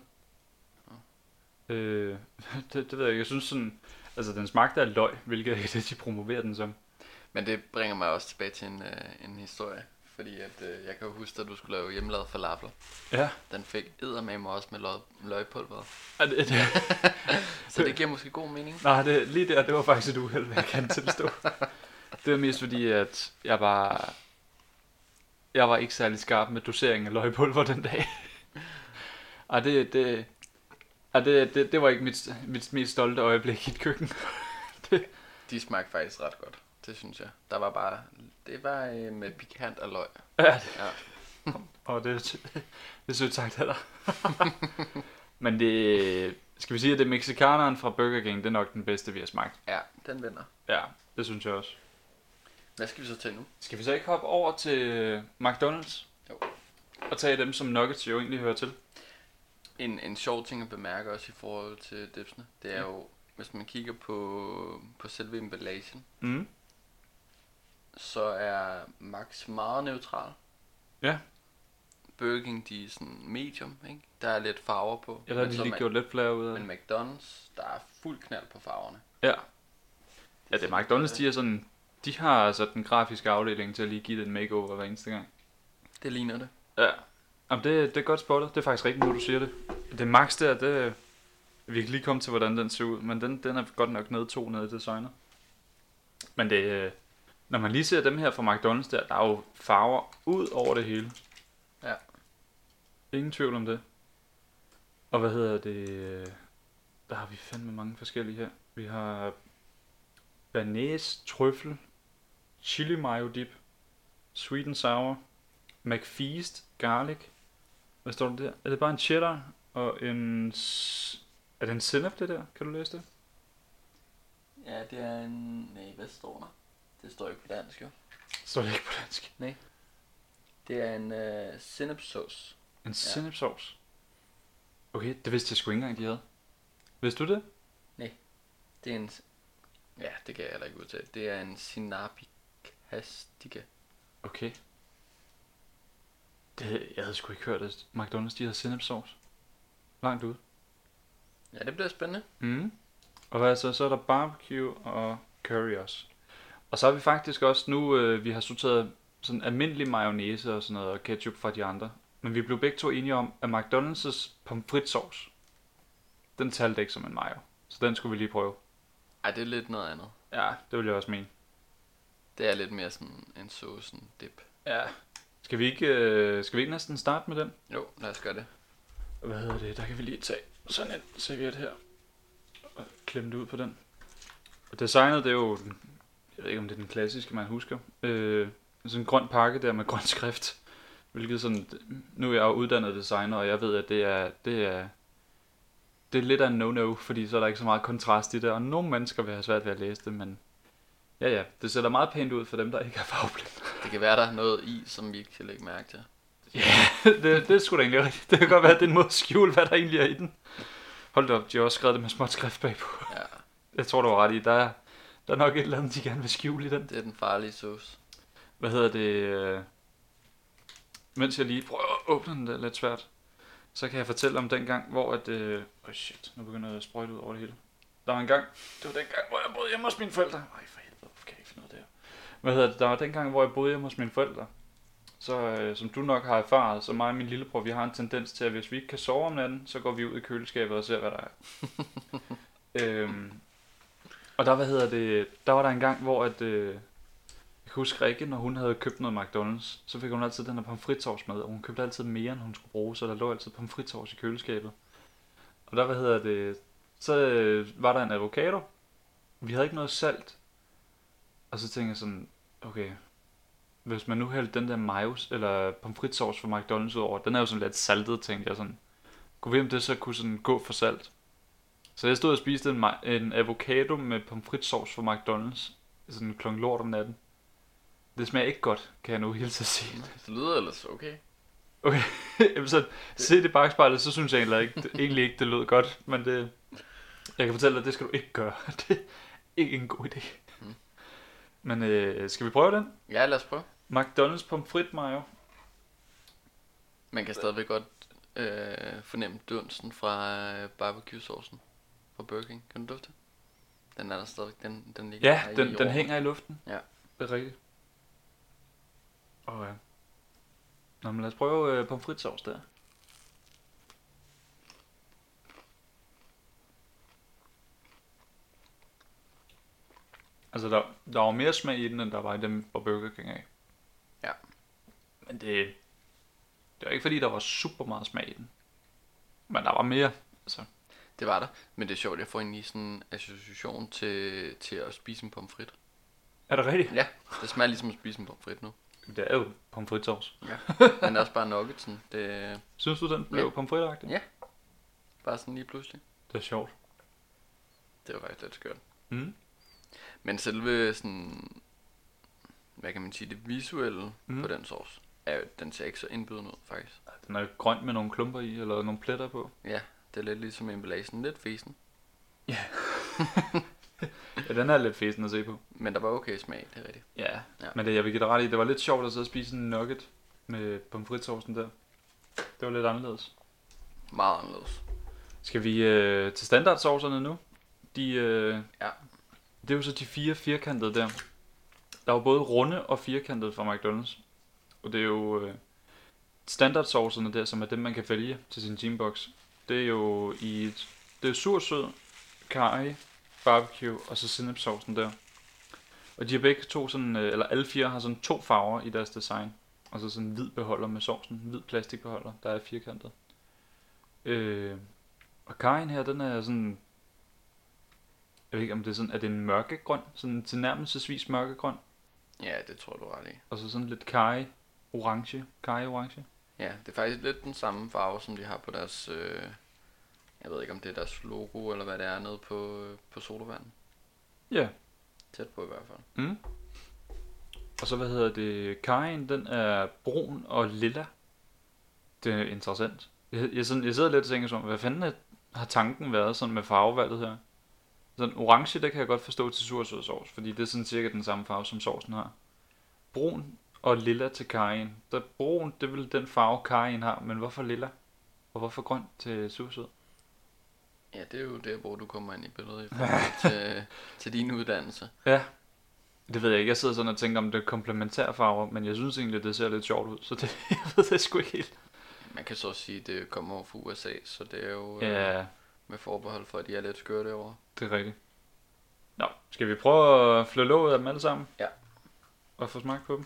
Ja. Øh, det, det ved jeg ikke, jeg synes sådan, altså den smagte af løg, hvilket er det, de promoverer den som. Men det bringer mig også tilbage til en, øh, en historie. Fordi at, øh, jeg kan jo huske, at du skulle lave hjemmelavet falafler. Ja. Den fik eddermame også med løg, løgpulveret. Ja, det, det. Så det giver måske god mening. Nej, det, lige der, det var faktisk et uheld, hvad jeg kan tilstå. Det var mest fordi, at jeg bare... Jeg var ikke særlig skarp med doseringen af løgpulver den dag. Ej, det, det, ej, det, det, det var ikke mit, mit mest stolte øjeblik i et køkken. det. De smagte faktisk ret godt. Det synes jeg. Der var bare... Det var øh, med pikant og løg. Ja, det, Ja. og det, det er sødt sagt af dig. Men det... Skal vi sige, at det mexikaneren fra Burger King, det er nok den bedste, vi har smagt. Ja, den vinder. Ja, det synes jeg også. Hvad skal vi så til nu? Skal vi så ikke hoppe over til McDonald's? Jo. Og tage dem, som nuggets jo egentlig hører til? En, en sjov ting at bemærke også i forhold til dipsene, det er Ja. jo, hvis man kigger på, på selve emballagen, Mm. så er Max meget neutral. Ja. Burger King, de er sådan medium, ikke? Der er lidt farver på. Ja, der har Men de så lige Ma- gjort lidt flere ud af. Men McDonald's, der er fuld knald på farverne. Ja. Ja, det er McDonald's, de er sådan... De har så den grafiske afdeling til at lige give det en makeover hver eneste gang. Det ligner det. Ja. Jamen, det, det er godt spottet. Det er faktisk rigtigt, når du siger det. Det Max der, det... Vi kan lige komme til, hvordan den ser ud. Men den, den er godt nok nedtonet i designet. Men det... Når man lige ser dem her fra McDonald's der, der er jo farver ud over det hele. Ja. Ingen tvivl om det. Og hvad hedder det? Der har vi fandme mange forskellige her. Vi har Banæs, trøffel, chili mayo dip, sweet and sour, McFeast, garlic. Hvad står der der? Er det bare en cheddar og en... s- Er det en sennep, det der? Kan du læse det? Ja, det er en... Nej, hvad står der? Det står ikke på dansk, jo. Står det ikke på dansk? Det er en uh, sennepsauce. En sennepsauce. Okay, det vidste jeg sgu ikke engang, de havde. Vidste du det? Det er en... Ja, det kan jeg heller ikke udtale. Det er en sinapicastica. Okay. Det, jeg havde sgu ikke hørt, at McDonald's de havde sennepsauce. Langt ude. Ja, det bliver spændende. Mm. Og hvad så? Så er der barbecue og curry også. Og så har vi faktisk også nu, øh, vi har sorteret sådan almindelig mayonnaise og sådan noget, og ketchup fra de andre. Men vi blev begge to enige om, at McDonald's' pomfritsauce, den talte ikke som en mayo. Så den skulle vi lige prøve. Ej, det er lidt noget andet. Ja, det vil jeg også mene. Det er lidt mere sådan en sauce, en dip. Ja. Skal vi ikke, øh, skal vi ikke næsten starte med den? Jo, lad os gøre det. Hvad hedder det? Der kan vi lige tage sådan en serviet her. Og klemme det ud på den. Og designet, det er jo, den- jeg ved ikke om det er den klassiske, man husker. Øh, sådan en grøn pakke der med grøn skrift. Hvilket sådan, nu er jeg jo uddannet designer, og jeg ved, at det er, det er, det er lidt af en no-no, fordi så er der ikke så meget kontrast i det, og nogle mennesker vil have svært ved at læse det, men ja ja, det ser da meget pænt ud for dem, der ikke er farveblinde. Det kan være, der er noget i, som vi ikke kan lægge mærke til. Ja, det, det er sgu da egentlig rigtigt. Det kan godt være, at det er en måde at skjule, hvad der egentlig er i den. Hold da op, de har også skrevet det med småt skrift bagpå. Ja, Jeg tror, du var ret i. Der er, der er nok et eller andet, de gerne vil skjule i den. det er den farlige sauce. Hvad hedder det? øh, Mens jeg lige prøver at åbne den, der er lidt svært, så kan jeg fortælle om den gang, hvor at... Øh, oh shit, nu begynder jeg at sprøjte ud over det hele. Der var en gang, det var den gang, hvor jeg boede hjemme hos mine forældre. Ej, for helvede, hvorfor kan jeg ikke finde noget der? Hvad hedder det? Der var den gang, hvor jeg boede hjemme hos mine forældre. Så øh, som du nok har erfaret, så mig og min lillebror, vi har en tendens til, at hvis vi ikke kan sove om natten, så går vi ud i køleskabet og ser, hvad der er. øhm, og der, hvad hedder det, der var der en gang, hvor at, øh, jeg kan huske Rikke, når hun havde købt noget McDonald's, så fik hun altid den her pomfritsauce med, og hun købte altid mere, end hun skulle bruge, så der lå altid pomfritsauce i køleskabet. Og der, hvad hedder det, så øh, var der en avocado, vi havde ikke noget salt, og så tænkte jeg sådan, okay, hvis man nu hældte den der mayo eller pomfritsauce fra McDonald's ud over, den er jo sådan lidt saltet, tænkte jeg sådan. Kunne vi om det så kunne sådan gå for salt? Så jeg stod og spiste en, ma- en avocado med pomfritsauce fra McDonald's, sådan klokken lort om natten. Det smager ikke godt, kan jeg nu hilse at sige. Det lyder ellers okay. Okay, jamen så se det i bagspejlet, så synes jeg egentlig ikke, det, egentlig ikke, det lød godt, men det, jeg kan fortælle dig, at det skal du ikke gøre. Det er ikke en god idé. Mm. Men øh, skal vi prøve den? Ja, lad os prøve. McDonald's pomfrit mayo. Man kan stadigvæk godt øh, fornemme dunsten fra øh, barbecue-saucen fra Burger King. Kan du dufte? Den er der stadigvæk. Den, den ligger Ja, her i den, den jorden. hænger i luften. Ja. Det er rigtigt. Og ja. Nå, men lad os prøve øh, pomfritsauce der. Altså, der, der var mere smag i den, end der var i dem fra Burger King af. Ja. Men det, det var ikke fordi, der var super meget smag i den. Men der var mere. Altså, Det var der. Men det er sjovt, jeg får egentlig sådan en association til, til at spise en pomfrit. er det rigtigt? Ja, det smager ligesom at spise en pomfrit nu. Det er jo pomfritsauce. Ja. Men også bare nuggetsen. Det er Synes du, den blev Ja. pomfritagtig? Ja. bare sådan lige pludselig. Det er sjovt. Det var faktisk lidt skørt. Mm. Men selve sådan, hvad kan man sige, det visuelle Mm. mm. på den sauce, er, jo- den ser ikke så indbydende ud faktisk. Den er grøn med nogle klumper i, eller nogle pletter på. Ja, det er lidt ligesom emballagen, lidt fesen. Ja, den er lidt fesen at se på. Men der var okay smag, det er rigtigt. Ja, Ja. ja. Men det, jeg vil give dig ret i, det var lidt sjovt at sidde og spise en nugget med pomfritsaucen der. Det var lidt anderledes. Meget anderledes. Skal vi øh, til standardsaucerne nu? De, øh, Ja. Det er jo så de fire firkantede der. Der er jo både runde og firkantede fra McDonald's. Og det er jo øh, standardsaucerne der, som er dem, man kan vælge til sin teambox. Det er jo i et, det er sur sød, curry, barbecue og så sennepsaucen der. Og de har begge to sådan, øh, eller alle fire har sådan to farver i deres design. Og så sådan en hvid beholder med sovsen, en hvid plastikbeholder, der er firkantet. Øh, og curryen her, den er sådan, jeg ved ikke om det er sådan, er det en mørkegrøn, sådan tilnærmelsesvis mørkegrøn. Ja, det tror du ret i. Og så sådan lidt curry orange, curry orange. Ja, det er faktisk lidt den samme farve, som de har på deres, øh, jeg ved ikke om det er deres logo, eller hvad det er, nede på, øh, på sodavanden. Ja. Tæt på i hvert fald. Mm. Og så hvad hedder det, curryen, den er brun og lilla. Det er interessant. Jeg, jeg, sådan, jeg sidder lidt og tænker sådan, hvad fanden er, har tanken været sådan med farvevalget her? Sådan orange, det kan jeg godt forstå til sursød sovs, fordi det er sådan cirka den samme farve, som sovsen har. Brun og lilla til curryen. Der brun, det er vel den farve, curryen har, men hvorfor lilla? Og hvorfor grøn til sursød? Ja, det er jo der, hvor du kommer ind i billedet i forhold til, til din uddannelse. Ja, det ved jeg ikke. Jeg sidder sådan og tænker, om det er komplementære farver, men jeg synes egentlig, det ser lidt sjovt ud, så det, jeg ved det sgu ikke helt. Man kan så sige, at det kommer over fra U S A, så det er jo Ja, øh, med forbehold for, at de er lidt skøre derovre. det er rigtigt. Nå, skal vi prøve at flå låget af dem alle sammen? Ja. Og få smagt på dem?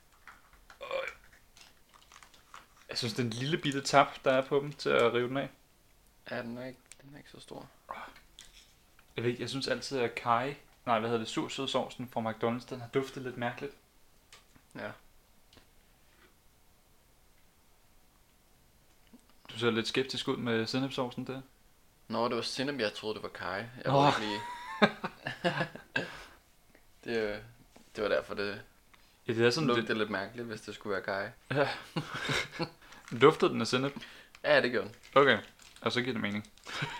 Jeg synes, den lille bitte tap, der er på dem, til at rive den af. Ja, den er ikke, den er ikke så stor. Jeg ved ikke, jeg synes altid, at curry, nej, hvad hedder det, sursødsovsen fra McDonald's, den har duftet lidt mærkeligt. Ja. Du ser lidt skeptisk ud med sennepsovsen der. Nå, det var sennep, jeg troede, det var kaj. Jeg Åh. ved ikke lige. det, øh, det var derfor, det Ja, det er sådan lugtede lidt... lidt mærkeligt, hvis det skulle være kaj. Ja. Duftede den af sennep? Ja, det gjorde den. Okay, og så giver det mening.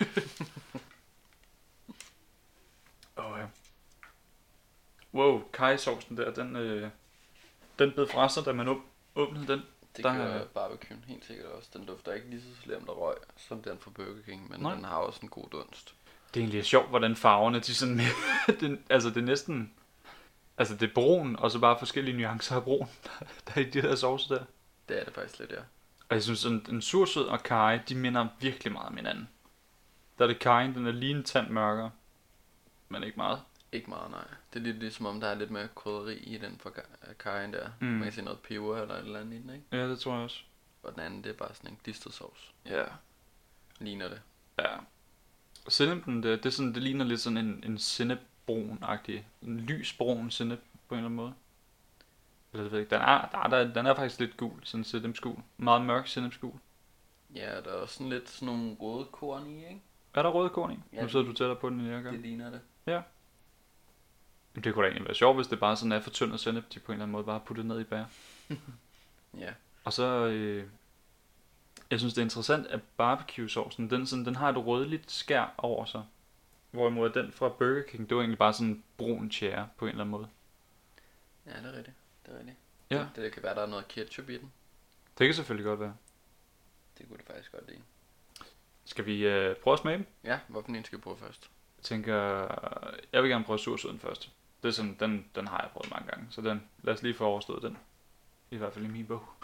Åh, ja. Wow, currysovsen der, den, øh, den bed fra sig, da man åb- åbnede den. Det Der- gør barbecuen helt sikkert også. Den dufter ikke lige så slemt af røg, som den fra Burger King, men Nej. den har også en god dunst. Det er egentlig sjovt, hvordan farverne, de sådan... det, altså, det er næsten... Altså, det er brun, og så bare forskellige nuancer af brun, der er i de der sovse der. Det er det faktisk lidt, ja. Og jeg synes, sådan, en sursød og curry, de minder virkelig meget om hinanden. Der er det curryen, den er lige en tand mørkere, men ikke meget. Ikke meget, nej. Det er lidt ligesom om, der er lidt mere krydderi i den fra kajen der. Mm. Man kan se noget peber eller et eller andet i den, ikke? Ja, det tror jeg også. Og den anden, det er bare sådan en klistret sovs. Ja. Ligner det. Ja. Sennepen, det, det, er sådan, det ligner lidt sådan en, en sennepbrun-agtig, en lysbrun sennep på en eller anden måde. Eller det ved jeg ikke, den er, der, der, den er faktisk lidt gul, sådan sennepsgul. Meget mørk sennepsgul. Ja, der er også sådan lidt sådan nogle røde korn i, ikke? Er der røde korn i? Ja, Nu sidder du tættere på den, end jeg gør. Det ligner det. Det kunne da egentlig være sjovt, hvis det bare sådan er for tyndet sennep, de på en eller anden måde bare har puttet ned i bær. Ja. Og så, øh, jeg synes det er interessant, at barbecue-sovsen, den, sådan, den har et rødligt skær over sig. Hvorimod den fra Burger King, det var egentlig bare sådan en brun tjære på en eller anden måde. Ja, det er rigtigt. Det er rigtigt. Ja. Det, det kan være, der er noget ketchup i den. Det kan selvfølgelig godt være. Det kunne det faktisk godt lide. Skal vi øh, prøve at smage dem? Ja, hvorfor en skal vi bruge først? Jeg tænker, jeg vil gerne prøve sursøden først. Det er sådan, den, den har jeg prøvet mange gange, så den, lad os lige få overstået den. I hvert fald i min bog.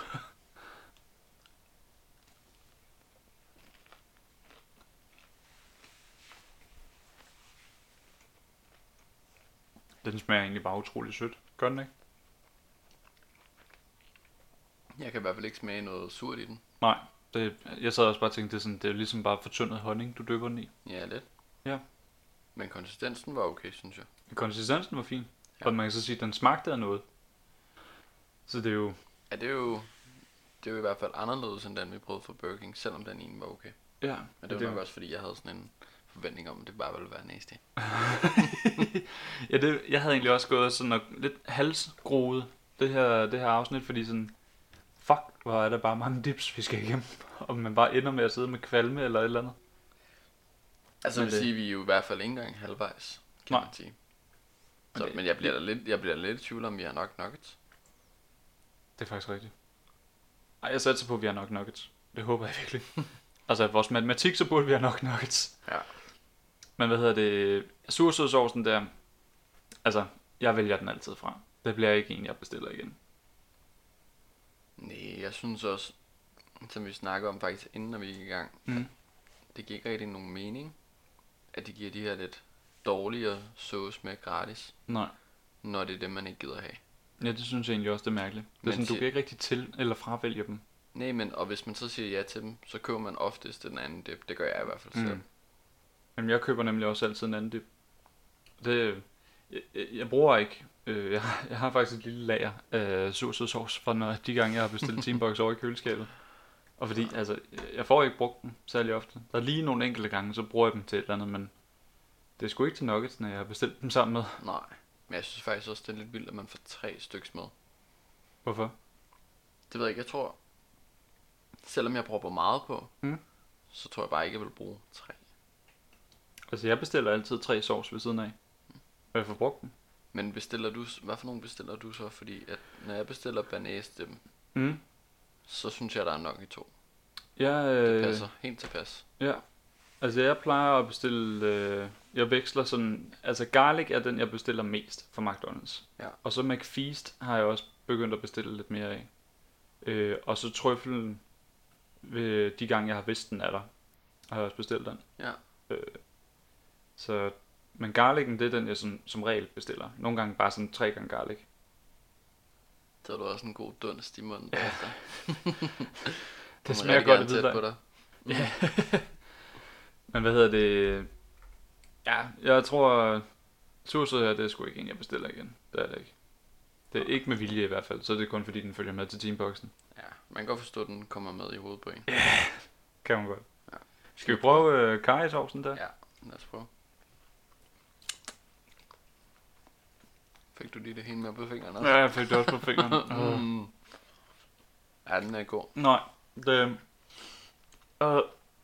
Den smager egentlig bare utrolig sødt. Gør den ikke? Jeg kan i hvert fald ikke smage noget surt i den. Nej. Det, jeg sad også bare og tænkte, det er, sådan, det er ligesom bare fortyndet honning, du dypper den i. Ja, lidt. Ja. Men konsistensen var okay, synes jeg. Konsistensen var fin. Ja. Og man kan så sige, at den smagte af noget. Så det er jo... Ja, det er jo, det er jo i hvert fald anderledes end den, vi prøvede fra Burger King, selvom den egentlig var okay. Ja. Men det var nok også, fordi jeg havde sådan en forventning om, at det bare ville være nasty. Ja, det, jeg havde egentlig også gået sådan og lidt halsgroet det her, det her afsnit, fordi sådan, fuck, hvor er der bare mange dips, vi skal igennem. Og man bare ender med at sidde med kvalme eller et eller andet. Altså, Men vil det- sige, vi er jo i hvert fald ikke engang halvvejs, kan Nej. man sige. Så, Men det- men jeg bliver da lidt, jeg bliver da lidt i tvivl om, vi har nok nuggets. Det er faktisk rigtigt. Ej, jeg satser på, at vi har nok nuggets. Det håber jeg virkelig. Altså, i vores matematik, så burde vi have nok nuggets. Ja. Men hvad hedder det? Sursødsovsen der, altså, jeg vælger den altid fra. Det bliver ikke en, jeg bestiller igen. Nej, jeg synes også, som vi snakker om faktisk inden vi gik i gang, Mm. det giver ikke rigtig nogen mening, at de giver de her lidt dårligere sauce med gratis, Nej. når det er det, man ikke gider have. Ja, det synes jeg egentlig også, det er mærkeligt. Det er Men sådan, du til- kan ikke rigtig til eller fravælge dem. Nej, men og hvis man så siger ja til dem, så køber man oftest den anden dip. Det gør jeg i hvert fald selv. Mm. Jamen, jeg køber nemlig også altid en anden dip. Det, jeg, jeg, jeg bruger ikke. Øh, jeg, har- jeg har faktisk et lille lager af sursødsauce fra når, de gange, jeg har bestilt Teambox over i køleskabet. Og fordi, altså, jeg får ikke brugt dem særlig ofte. Der er lige nogle enkelte gange, så bruger jeg dem til et eller andet, men det er sgu ikke til nuggets, når jeg har bestilt dem sammen med. Nej, men jeg synes faktisk også, det er lidt vildt, at man får tre stykker med. Hvorfor? Det ved jeg ikke, jeg tror, selvom jeg bruger meget på, Mm. så tror jeg bare ikke, jeg vil bruge tre. Altså, jeg bestiller altid tre sovs ved siden af. Og jeg får brugt dem. Men bestiller du, hvad for nogle bestiller du så? Fordi at når jeg bestiller banæs dem, Mm. så synes jeg, der er nok i to. Jeg, Det øh, passer helt tilpas. Ja, altså jeg plejer at bestille, øh, jeg veksler sådan, altså garlic er den jeg bestiller mest fra McDonald's. Ja. Og så McFeast har jeg også begyndt at bestille lidt mere af. Øh, og så trøffelen, ved de gange jeg har vidst den er der, har jeg også bestilt den. Ja. Øh, så, men garlicen det er den jeg som, som regel bestiller. Nogle gange bare sådan tre gange garlic. Så har du også en god dunst i munden. Ja. Det smager godt i hvidløg. på dig. Ja. Men hvad hedder det? Ja, jeg tror sursød her, det er sgu ikke en, jeg bestiller igen. Det er det ikke. Det er ikke med vilje i hvert fald, så er det kun fordi, den følger med til teamboxen. Ja, man kan godt forstå, at den kommer med i hovedet på en. Kan man godt. Ja. Skal vi prøve øh, karrysovsen der? Ja, lad os prøve. Fik du lige det hele med på fingrene også? Ja, jeg fik det også på fingrene. uh. Mm. Ja, den er god. Nej, det... Uh,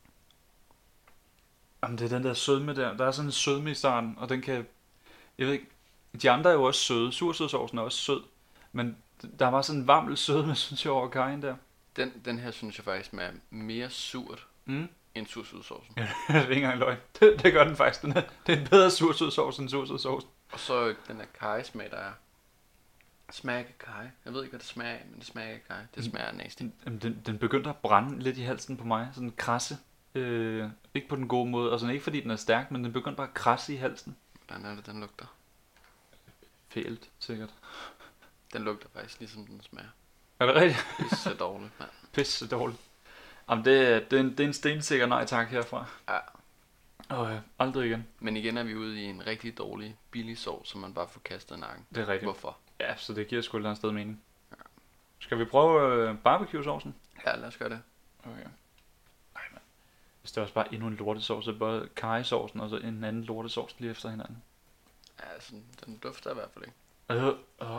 jamen, det er den der sødme der. Der er sådan en sødme i starten, og den kan... Jeg ved ikke... De andre er jo også søde. Sursødsovsen er også sød. Men der var sådan en varmel sødme, synes jeg, over karryen der. Den, den her synes jeg faktisk smager mere surt Mm. end sursødsovsen. Ja, det er ikke engang løgn. Det, det gør den faktisk. Den er, det er en bedre sursødsovs end sursødsovsen. Og så den der karrysmag, der er. Smager ikke af karry. Jeg ved ikke, hvad det smager af, men det smager ikke af karry. Det smager nasty. Jamen, den, den begyndte at brænde lidt i halsen på mig. Sådan krasse. Øh, ikke på den gode måde. Og sådan ikke fordi den er stærk, men den begyndte bare at krasse i halsen. Hvordan er det, den lugter? Fælt, sikkert. Den lugter faktisk ligesom den smager. Er det rigtigt? Det er så dårligt, mand. Pisse dårligt. Jamen, det, det, er en, det er en stensikker nej tak herfra. Ja. Og øh, aldrig igen. Men igen er vi ude i en rigtig dårlig, billig sovs, som man bare får kastet i nakken. Det er rigtigt. Hvorfor? Ja, så det giver sgu et eller andet sted mening. Ja. Skal vi prøve øh, barbecue-sovsen? Ja, lad os gøre det. Okay. Ej, man. Hvis det er også bare endnu en lortesovs, så er det både karrysovsen og så en anden lortesovs lige efter hinanden. Ja, altså, den dufter i hvert fald ikke. Øh, øh.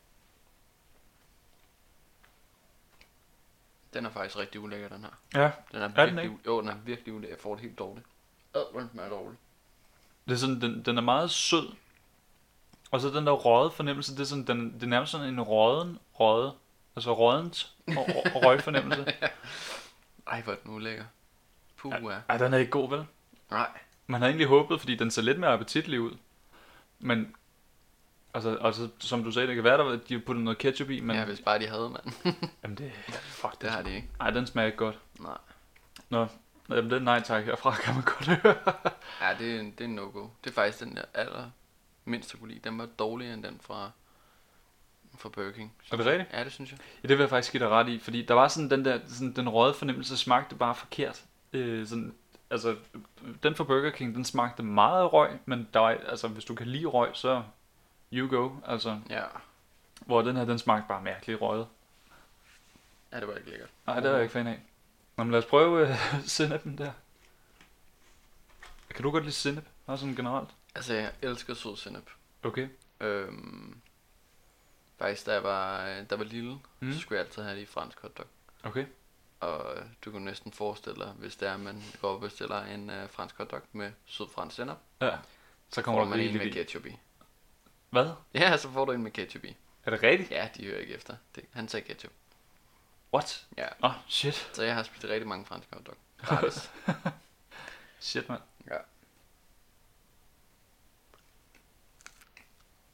Den er faktisk rigtig ulækker, den her. Ja, Den er, Er den virkelig, ikke? u- jo, den er virkelig ulækker. Jeg får det helt dårligt. Øh, hvor den smager dårligt. det er sådan, den, den er meget sød. Og så den der røde fornemmelse, det er sådan, den, det er nærmest sådan en røden, røde, altså rødent og, og røgfornemmelse. Ej, hvor er den ulækker. Puh, ja. Ej, den er ikke god, vel? Nej. Man havde egentlig håbet, fordi den ser lidt mere appetitlig ud. Men, altså, altså som du sagde, det kan være, der de har puttet noget ketchup i, men... Ja, hvis bare de havde, mand. Jamen det... Fuck, Det har de ikke. Ej, den smager ikke godt. Nej. Nå, jamen det er nej tak herfra, kan man godt høre. Ja, det er, en- det er en no-go. Det er faktisk den der aller mindst jeg kunne lide. Den var dårligere end den fra, fra Burger King. Er det rigtigt? Ja, det synes jeg. Ja, det vil jeg faktisk give dig ret i, fordi der var sådan den der, sådan den røde fornemmelse smagte bare forkert. Øh, sådan, altså, den fra Burger King, den smagte meget af røg, men der var, altså, hvis du kan lide røg, så you go, altså, Ja. hvor den her, den smagte bare mærkeligt røget. Ja, det var ikke lækkert. Nej, det er jeg ikke fan af. Nå, men lad os prøve uh, sinnepen der. Kan du godt lide sennep? Bare sådan generelt? Altså, jeg elsker sød sennep. Okay. Øhm, faktisk, da jeg var, da jeg var lille, Mm. så skulle jeg altid have det i fransk hotdog. Okay. Og øh, du kan næsten forestille dig, hvis det er, at man går og bestiller en øh, fransk hotdog med sød fransk sennep, Ja. Så kommer får der man en rigeligt med i. ketchup i. Hvad? Ja, så får du en med ketchup i. Er det rigtigt? Ja, de hører ikke efter. Det, han sagde ketchup. What? Ja, Åh, oh, shit. så jeg har spist rigtig mange franske hotdog. Gratis. Shit, mand. Ja.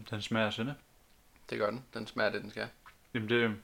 Den smager af sennep. Det gør den. Den smager det, den skal. Jamen det...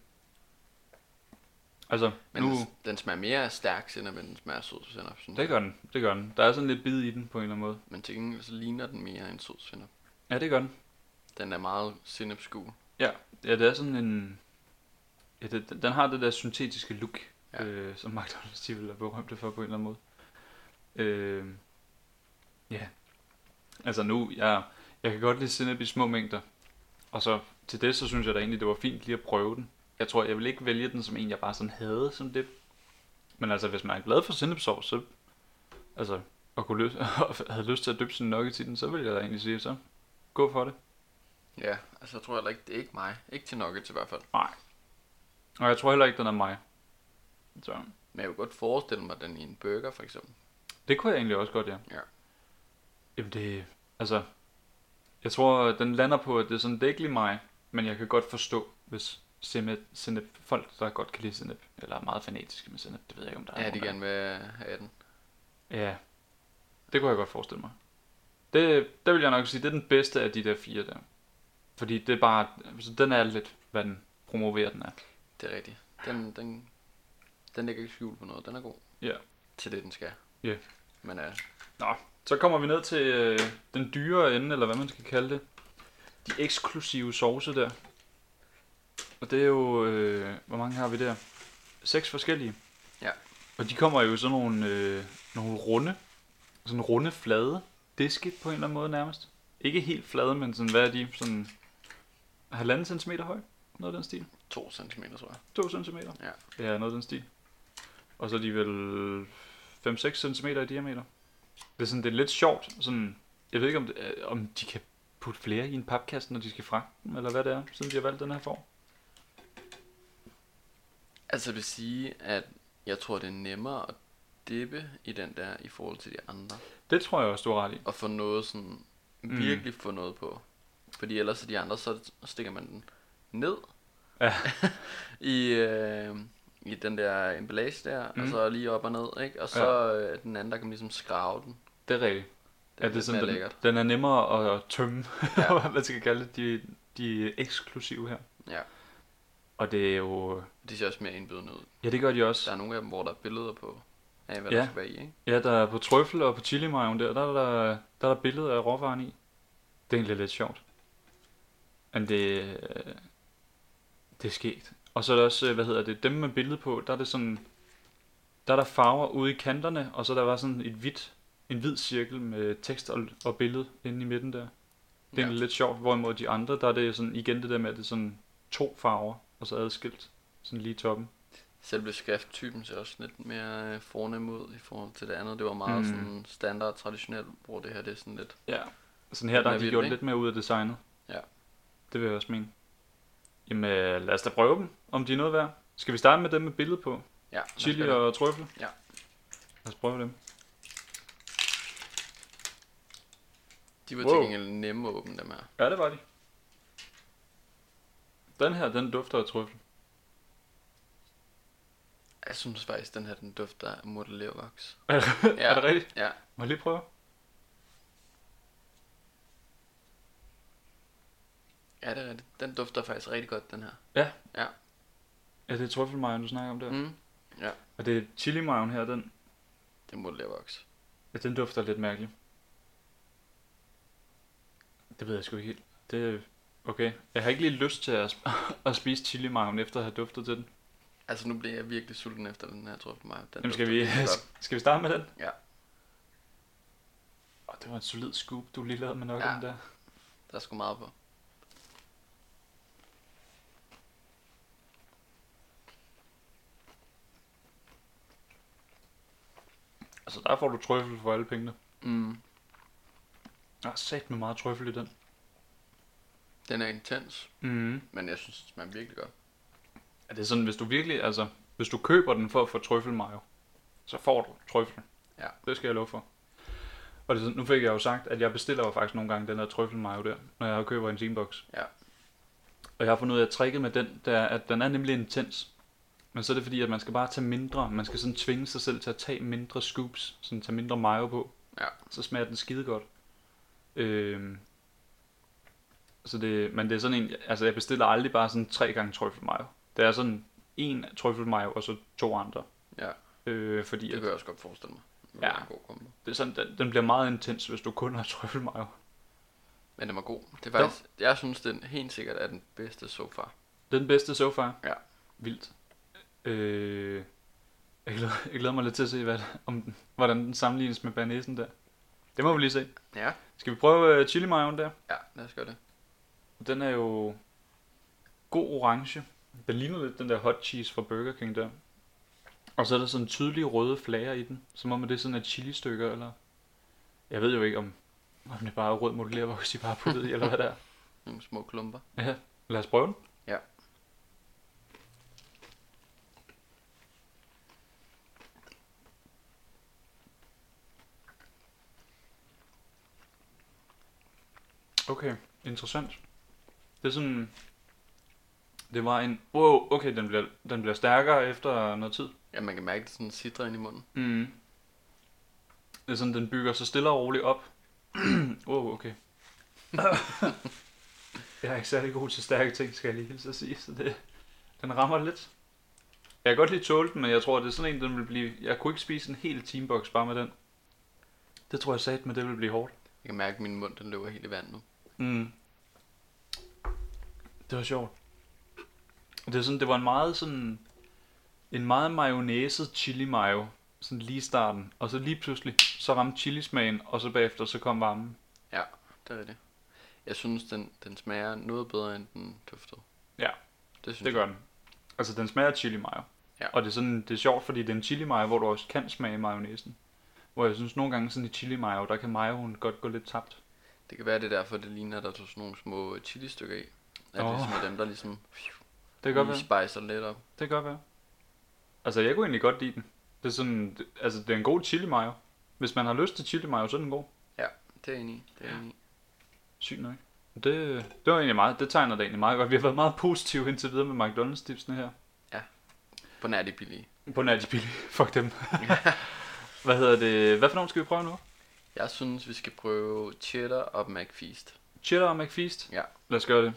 Altså, Men nu... den, den smager mere stærk sennep, end den smager sød sennep. Synes Det jeg. gør den, det gør den. Der er sådan lidt bid i den på en eller anden måde. Men til gengæld så ligner den mere en sød sennep. Ja, det gør den. Den er meget sennepsgul. Ja, ja, det er sådan en... Ja, det, den- den har det der syntetiske look, Ja. ja. øh, som McDonald's de vil have berømte for på en eller anden måde. Øh, ja. Altså nu, jeg, jeg kan godt lide sennep i små mængder. Og så til det, så synes jeg da egentlig, det var fint lige at prøve den. Jeg tror, jeg vil ikke vælge den som en, jeg bare sådan havde som dip. Men altså, hvis man er glad for sennepsovs, så... Altså, og kunne løs, havde lyst til at dyppe sin nuggets i den, så vil jeg da egentlig sige, så gå for det. Ja, altså jeg tror heller ikke, det er ikke mig. Ikke til nuggets i hvert fald. Nej. Og jeg tror heller ikke, den er mig. Så Men jeg vil godt forestille mig den i en burger for eksempel. det kunne jeg egentlig også godt, ja. Ja. Jamen det, altså, jeg tror, den lander på, at det er sådan, det er ikke lige mig, men jeg kan godt forstå, hvis sennep, sennep, folk, der godt kan lide sennep, eller er meget fanatiske med sennep, det ved jeg ikke, om der er Ja, de nogen, gerne vil have den. der- Ja, det kunne jeg godt forestille mig. Det, der vil jeg nok sige, det er den bedste af de der fire der. Fordi det er bare, altså, den er lidt, hvad den promoverer, den er. Det er rigtigt. Den, den, den lægger ikke skjul på noget. Den er god. Ja. Til det, den skal. Ja. Men uh, Nå, så kommer vi ned til øh, den dyre ende, eller hvad man skal kalde det. De eksklusive sauce der. Og det er jo, øh, hvor mange har vi der? Seks forskellige. Ja. Og de kommer jo i sådan nogle, øh, nogle runde, sådan runde, flade diske på en eller anden måde nærmest. Ikke helt flade, men sådan, hvad er de? Sådan halvanden centimeter høj? Noget af den stil. to centimeter, tror jeg. To centimeter? Ja. Ja, noget af den stil. Og så er de vel fem seks centimeter i diameter. Det er sådan, det er lidt sjovt. Sådan, jeg ved ikke, om, det, er- om de kan putte flere i en papkasse, når de skal fragte dem, eller hvad det er, siden de har valgt den her form. Altså jeg vil sige, at jeg tror, det er nemmere at dippe i den der, i forhold til de andre. Det tror jeg også, du har ret i. Og få noget sådan, Mm. virkelig få noget på. Fordi ellers er de andre, så stikker man den ned. Ja. I, øh, i den der emballage der, mm. og Mm. så lige op og ned, ikke? Og så øh, den anden, der kan ligesom skrave den. Det er rigtigt. Det er, Ja, det er lidt sådan, mere den, lækkert. den er nemmere at tømme, Ja. hvad man skal kalde det, de, de eksklusive her. Ja, Og det er jo... de ser også mere indbydende ud. Ja, det gør de også. Der er nogle af dem, hvor der er billeder på, af hvad Ja. der skal være i, ikke? Ja, der er på trøffel og på chili mayo der, der er der, der er der billeder af råvaren i. Det er egentlig lidt sjovt. Men det, øh, det er skægt. Og så er der også, øh, hvad hedder det, dem med billede på, der er det sådan, der er der farver ude i kanterne, og så er der var sådan et hvidt, en hvid cirkel med tekst og, og billede inde i midten der. Det er Ja. egentlig lidt sjovt, hvorimod de andre, der er det sådan igen det der med, at det er sådan to farver, og så adskilt, sådan lige i toppen. Selve skrifttypen ser også lidt mere øh, fornem ud i forhold til det andet. Det var meget Mm. sådan standard traditionelt, hvor det her det er sådan lidt... Ja. Sådan her, der Den er har de vild, gjort ikke? lidt mere ud af designet. Ja. Det vil jeg også mene. Jamen, øh, lad os da prøve dem, om de er noget værd. Skal vi starte med dem med billede på? Ja, lad os Chili gøre det. og trøffel? Ja. Lad os prøve dem. De var Wow. til gengæld nemme at åbne dem her. Ja, det var de. Den her, den dufter af trøffel. Jeg synes faktisk, den her den dufter af modellervoks. Er det, Ja. er det rigtigt? Ja. Må jeg lige prøve? Ja, det er rigtigt. Den dufter faktisk rigtig godt, den her. Ja. Ja. Ja, det er trøffelmajoen, du snakker om der. Mm. Mm. Ja, Og det er chili majoen her, den, det er modellervoks. ja, den dufter lidt mærkeligt. Det ved jeg sgu ikke helt. Det er okay. Jeg har ikke lige lyst til at, sp- at spise chili majoen efter at have duftet til den. Altså nu bliver jeg virkelig sulten efter den her, tror jeg, mig. Den Jamen, skal dufter vi, virkelig godt. skal vi starte med den? Ja. Åh, det var en solid scoop, du lige lavede med nok ja. Ja. der. Der er sgu meget på. Altså, der får du trøffel for alle pengene. Mm. Der er sat med meget trøffel i den. Den er intens, Mm. men jeg synes, det smager virkelig godt. Er det sådan, hvis du virkelig, altså, hvis du køber den for at få trøffelmayo, så får du trøffel. Ja. Det skal jeg love for. Og det, er sådan- nu fik jeg jo sagt, at jeg bestiller jo faktisk nogle gange den der trøffelmayo der, når jeg køber en teambox. Ja. Og jeg har fundet ud af, at tricket med den, det er, at den er nemlig intens. Men så er det fordi, at man skal bare tage mindre. Man skal sådan tvinge sig selv til at tage mindre scoops. Sådan tage mindre mayo på. Ja. Så smager den skide godt. Øhm. Så det, men det er sådan en, altså jeg bestiller aldrig bare sådan tre gange trøffel mayo. Det er sådan en trøffel mayo og så to andre. Ja, Øh, fordi det at, kan jeg også godt forestille mig. Det Ja. er en god kombo. det er sådan, den, den bliver meget intens, hvis du kun har trøffel mayo. Men den var god. Det er faktisk, jeg synes, den helt sikkert er den bedste so far. Det er den bedste so far. Ja. Vildt. Øh, jeg, glæder, jeg glæder mig lidt til at se, hvad, om den, hvordan den sammenlignes med banæsen der. Det må vi lige se. Ja. Skal vi prøve uh, chili mayoen der? Ja, lad os gøre det. Den er jo god orange. Den ligner lidt den der hot cheese fra Burger King der. Og så er der sådan tydelige røde flager i den. Som om det er sådan et chili stykker eller... Jeg ved jo ikke om, om det bare er rød modellervoks, de bare har puttet i, eller hvad der er. Nogle små klumper. Ja, lad os prøve den. Ja. Okay, interessant. Det er sådan... Det var en... Wow, okay, den bliver, den bliver stærkere efter noget tid. Ja, man kan mærke det sådan sidder ind i munden. Mm. Det er sådan, den bygger så stille og roligt op. Wow, okay. Jeg er ikke særlig god til stærke ting, skal jeg lige hilse at sige. Så det, den rammer lidt. Jeg kan godt lide tåle den, men jeg tror, det er sådan en, den vil blive... Jeg kunne ikke spise en hel teambox bare med den. Det tror jeg sagt, men det vil blive hårdt. Jeg kan mærke, at min mund den løber helt i vand nu. Mm. Det var sjovt. Det er sådan, det var en meget sådan en meget mayonnaise chili mayo, sådan lige i starten, og så lige pludselig så ramte chilismagen, og så bagefter så kom varmen. Ja, det er rigtigt. Jeg synes den den smager noget bedre end den duftede. Ja, Det synes det gør den. Altså den smager chili mayo. Ja. Og det er sådan, det er sjovt, fordi det er en chili mayo, hvor du også kan smage mayonnaisen. Hvor jeg synes nogle gange sådan i chili mayo, der kan mayoen godt gå lidt tabt. Det kan være det er derfor det ligner at der er sådan nogle små chili stykker i. At Åh. det ligesom er dem der ligesom Det kan godt lige være. spicer lidt op. Det kan godt være. Altså jeg kunne egentlig godt lide den. Det er sådan, det, altså det er en god chili mayo. Hvis man har lyst til chili mayo, så er den god. Ja, det er enig i. Det er enig i. Sygt nok. Det, det var egentlig meget, det tegner det egentlig meget godt. Vi har været meget positive indtil videre med McDonald's tipsene her. På nær de billige. På nær de billige. Fuck dem. Hvad hedder det? Hvad for nogen skal vi prøve nu? Jeg synes vi skal prøve cheddar og McFeast. Cheddar og McFeast? Ja. Lad os gøre det.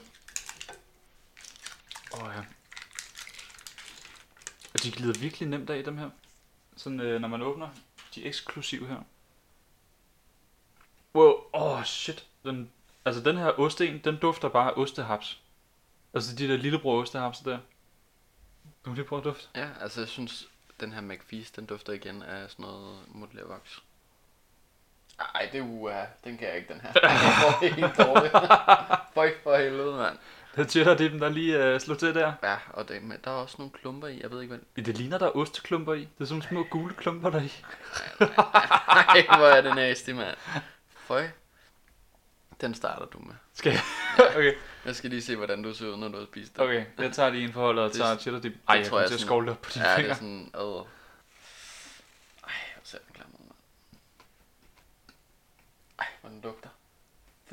Åh oh, ja. Og de glider virkelig nemt af dem her. Sådan øh, når man åbner. De er eksklusive her. Wow. Åh oh, shit. Den, altså den her osten, den dufter bare af ostehaps. Altså de der lillebror ostehaps der. Du må lige prøve at dufte. Ja, altså jeg synes den her McFeast den dufter igen af sådan noget modellervoks. Ej, det er uha. Den kan jeg ikke, den her. Det er helt dårligt. Føj for helvede, mand. Det cheddar dippen, der lige øh, slog til der. Ja, og det, men der er også nogle klumper i. Jeg ved ikke, hvad... Det ligner, der er osteklumper i. Det er sådan nogle små gule klumper der i. Ej, hvor er det nasty, mand. Føj. Den starter du med. Skal jeg? Okay. Jeg skal lige se, hvordan du ser ud, når du har spist det. Okay, jeg tager lige en forhold og Det- tager cheddar dip. Ej, jeg tror kommer jeg til at sådan- skovle op på dine Ja, det fingre. er sådan... Ad. Ej, hvor ser den klam ud, mand. Ej, hvor den lugter. Fy.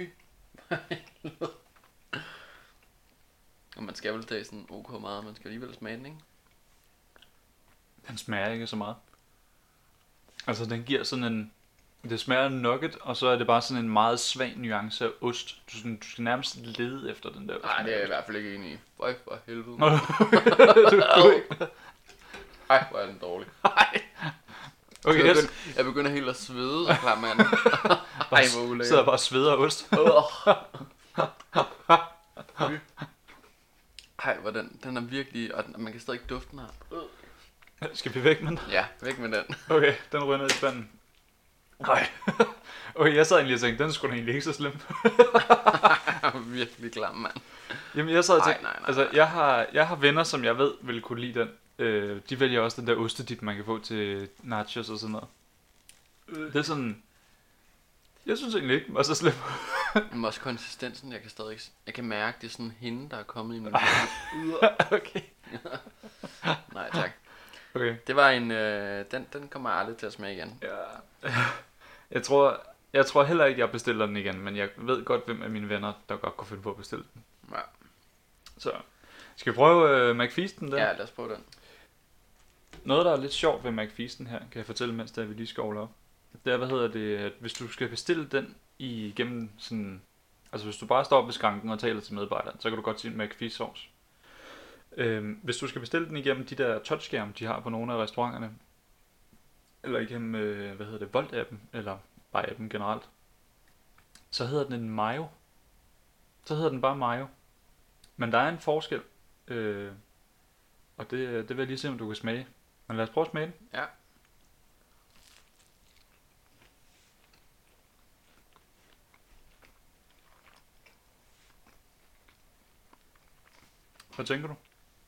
Og man skal vel tage sådan ok meget, man skal alligevel smage den, ikke? Den smager ikke så meget. Altså, den giver sådan en... Det smager af nugget, og så er det bare sådan en meget svag nuance af ost. Du, sådan, du skal nærmest lede efter den der. Nej, det er jeg i hvert fald ikke enig i. Føj for helvede. Nå, du, du, ikke. Ej, hvor er den dårlig. Okay, jeg, jeg begynder, jeg begynder helt at svede, så klar mand. Ej, hvor sidder ulækkert. bare og sveder af ost. Fy. Ej, hvor den, den er virkelig, og den, man kan stadig ikke dufte den her. Skal vi væk med den? Ja, væk med den. Okay, den ryger ned i spanden. Nej. Okay, jeg sad egentlig og tænkte, den er sgu da egentlig ikke så slem. Virkelig klam, mand. Jamen, jeg sad og Nej, tænkte, nej, nej, altså, jeg har, jeg har venner, som jeg ved vil kunne lide den. Øh, de vælger også den der ostedip, man kan få til nachos og sådan noget. Det er sådan... Jeg synes egentlig ikke, den var så slem. Men også konsistensen, jeg kan stadig ikke, jeg kan mærke, det er sådan hende, der er kommet i min Okay. Nej, tak. Okay. Det var en, øh, den, den kommer aldrig til at smage igen. Ja. Jeg tror, jeg tror heller ikke, jeg bestiller den igen, men jeg ved godt, hvem af mine venner, der godt kunne finde på at bestille den. Ja, Så, skal vi prøve uh, McFeasten der? ja lad os prøve den. Noget, der er lidt sjovt ved McFeasten her, kan jeg fortælle, mens der vi lige skovler op. Det er, hvad hedder det, at hvis du skal bestille den igennem sådan Altså hvis du bare står op ved skranken og taler til medarbejderen, så kan du godt sige en McFeast sauce. Øhm, hvis du skal bestille den igennem de der touchskærme, de har på nogle af restauranterne, eller igennem, øh, hvad hedder det, Volt-appen, eller bare appen generelt, så hedder den en mayo. Så hedder den bare mayo. Men der er en forskel, øh, og det, det vil jeg lige se, om du kan smage. Men lad os prøve at smage den. Ja. Hvad tænker du?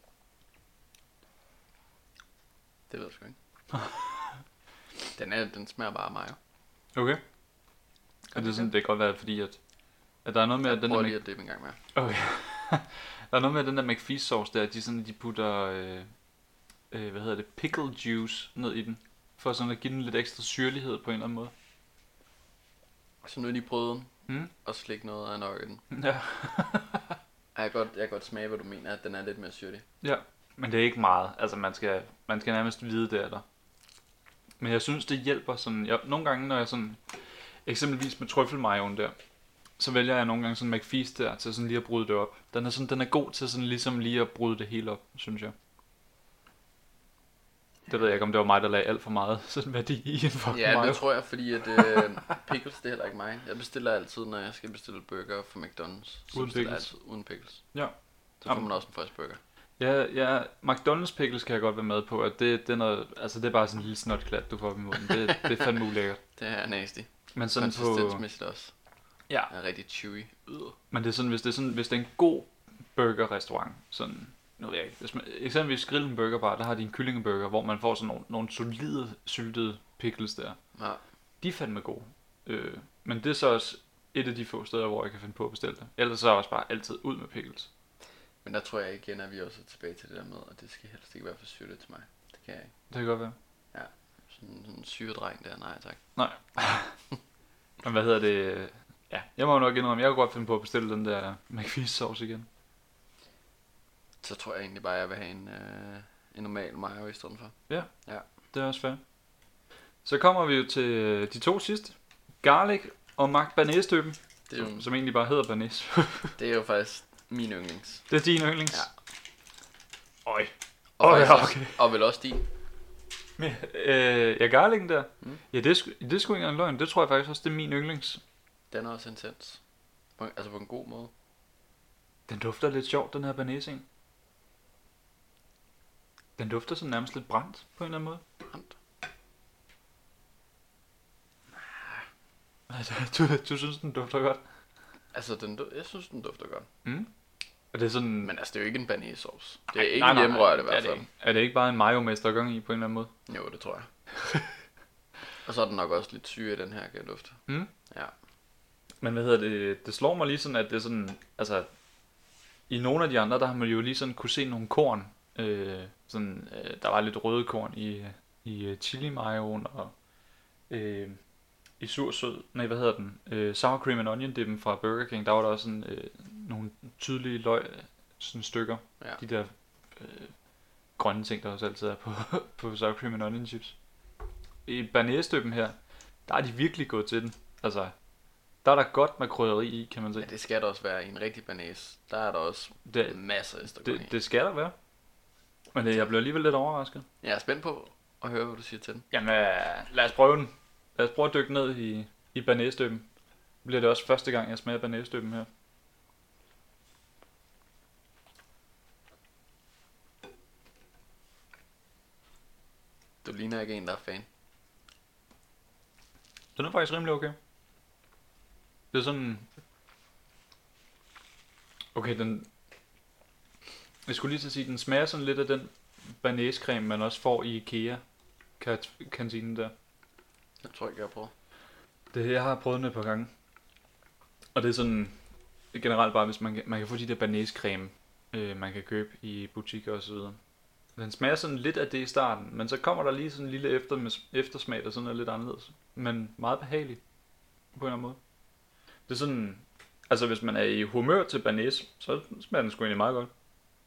Det ved jeg sgu ikke. den, er, den smager bare af mayo. Okay. Er det sådan, det kan godt være, fordi at, at der er noget med, jeg at den prøver der... lige at dippe en gang mere. Okay. Der er noget med, at den der McFeast sauce der, de, sådan, de putter, øh, øh, hvad hedder det, pickle juice ned i den. For sådan at give den lidt ekstra syrlighed på en eller anden måde. Så nu er de prøvet den, Mm? og slik noget af nugget. Ja. Jeg kan godt, jeg kan godt smage, hvad du mener, at den er lidt mere syrlig. Ja, men det er ikke meget. Altså man skal, man skal nærmest vide det er der. Men jeg synes det hjælper sådan, jeg, nogle gange når jeg sådan, eksempelvis med trøffelmajoen der, så vælger jeg nogle gange sådan McFeast der, til sådan lige at bryde det op. Den er sådan, den er god til sådan ligesom lige at bryde det hele op, synes jeg. Det ved jeg ikke, om det var mig, der lagde alt for meget sådan værdi i en fucking Ja, mayo. det tror jeg, fordi at øh, pickles, det er heller ikke mig. Jeg bestiller altid, når jeg skal bestille burger fra McDonald's. Så Uden bestiller jeg pickles. altid uden pickles. Ja. Så får man også en frisk burger. Ja, ja, McDonald's pickles kan jeg godt være med på, at det, det er noget, altså det er bare sådan en lille snotklat, du får op i munden. Det, det er fandme ulækkert. Det er nasty. Men sådan på, Konsistensmæssigt også. ja, Er rigtig chewy. Øh. men det er sådan, hvis det er sådan, hvis det er en god burgerrestaurant, sådan, nu ved jeg ikke, hvis man, eksempelvis Grillen Burger Bar, der har de en kyllingeburger, hvor man får sådan nogle, nogle solide, syltede pickles der. Ja. De er fandme gode. Øh, men det er så også et af de få steder, hvor jeg kan finde på at bestille det. Ellers så er jeg også bare altid ud med pickles. Men der tror jeg igen, at vi også er tilbage til det der med, at det skal helst ikke være for syrligt til mig. Det kan jeg ikke. Det kan godt være. Sådan, sådan en syredreng der, nej tak. Nej. Men hvad hedder det? Ja, jeg må jo nok indrømme, jeg kunne godt finde på at bestille den der McFeast sauce igen. Så tror jeg egentlig bare, at jeg vil have en, øh, en normal mayo i stedet for. Det er også fair. Så kommer vi jo til øh, de to sidste. Garlic og Mac Banæs-støben, Det er, jo, som, som egentlig bare hedder Banæs. det er jo faktisk min yndlings. Det er din yndlings? Ja. Øj. Og, Åh, faktisk ja, også, okay. og vel også din. Men, øh, ja, garlicen der. Mm. Ja, det er, sgu- det er sgu ikke engang løgn. Det tror jeg faktisk også, det er min yndlings. Den er også intens. På, altså på en god måde. Den dufter lidt sjovt, den her Banæs en. Den dufter sådan nærmest lidt brændt, på en eller anden måde. Brændt. Du, du synes, den dufter godt? Altså, den, du- jeg synes, den dufter godt. Mm. Er det sådan... Men altså, det er jo ikke en banæssauce. Det er Ej, ikke nej, en nej, hjemmerørt i er hvert det fald. ikke. Er det ikke bare en mayo med gang i på en eller anden måde? Jo, det tror jeg. Og så er den nok også lidt syg i den her, kan jeg dufte. Mm. Ja. Men hvad hedder det? Det slår mig lige sådan, at det er sådan... Altså, i nogle af de andre, der har man jo lige sådan kunne se nogle korn. Øh, sådan, øh, der var lidt røde korn i, i uh, chili mayoen og øh, i sursød. Nej, hvad hedder den? Øh, sour cream and onion dippen fra Burger King. Der var der også sådan, øh, nogle tydelige løg, sådan stykker. Ja. De der øh, grønne ting, der også altid er på, på sour cream and onion chips. I banæsstøben her, der er de virkelig gået til den. Altså, der er der godt med krydderi i, kan man se. Ja, det skal der også være i en rigtig banæs. Der er der også Det, masser af stykker i. det, det skal der være. Men det, jeg blev alligevel lidt overrasket. Jeg er spændt på at høre, hvad du siger til den. Jamen, øh, lad os prøve den. Lad os prøve at dykke ned i, i banæsstøben. Det bliver det også første gang, jeg smager banæsstøben her. Du ligner ikke en, der er fan. Den er faktisk rimelig okay. Det er sådan... Okay, den... Jeg skulle lige til at sige, den smager sådan lidt af den banæscreme, man også får i IKEA kantinen der. Jeg tror ikke, jeg har prøvet. Det jeg har prøvet den et par gange. Og det er sådan generelt bare, hvis man kan, man kan få de der banæscreme, øh, man kan købe i butikker og så videre. Den smager sådan lidt af det i starten, men så kommer der lige sådan en lille efter, eftersmag, der sådan er lidt anderledes. Men meget behagelig, på en eller anden måde. Det er sådan, altså hvis man er i humør til banæs, så smager den sgu egentlig meget godt.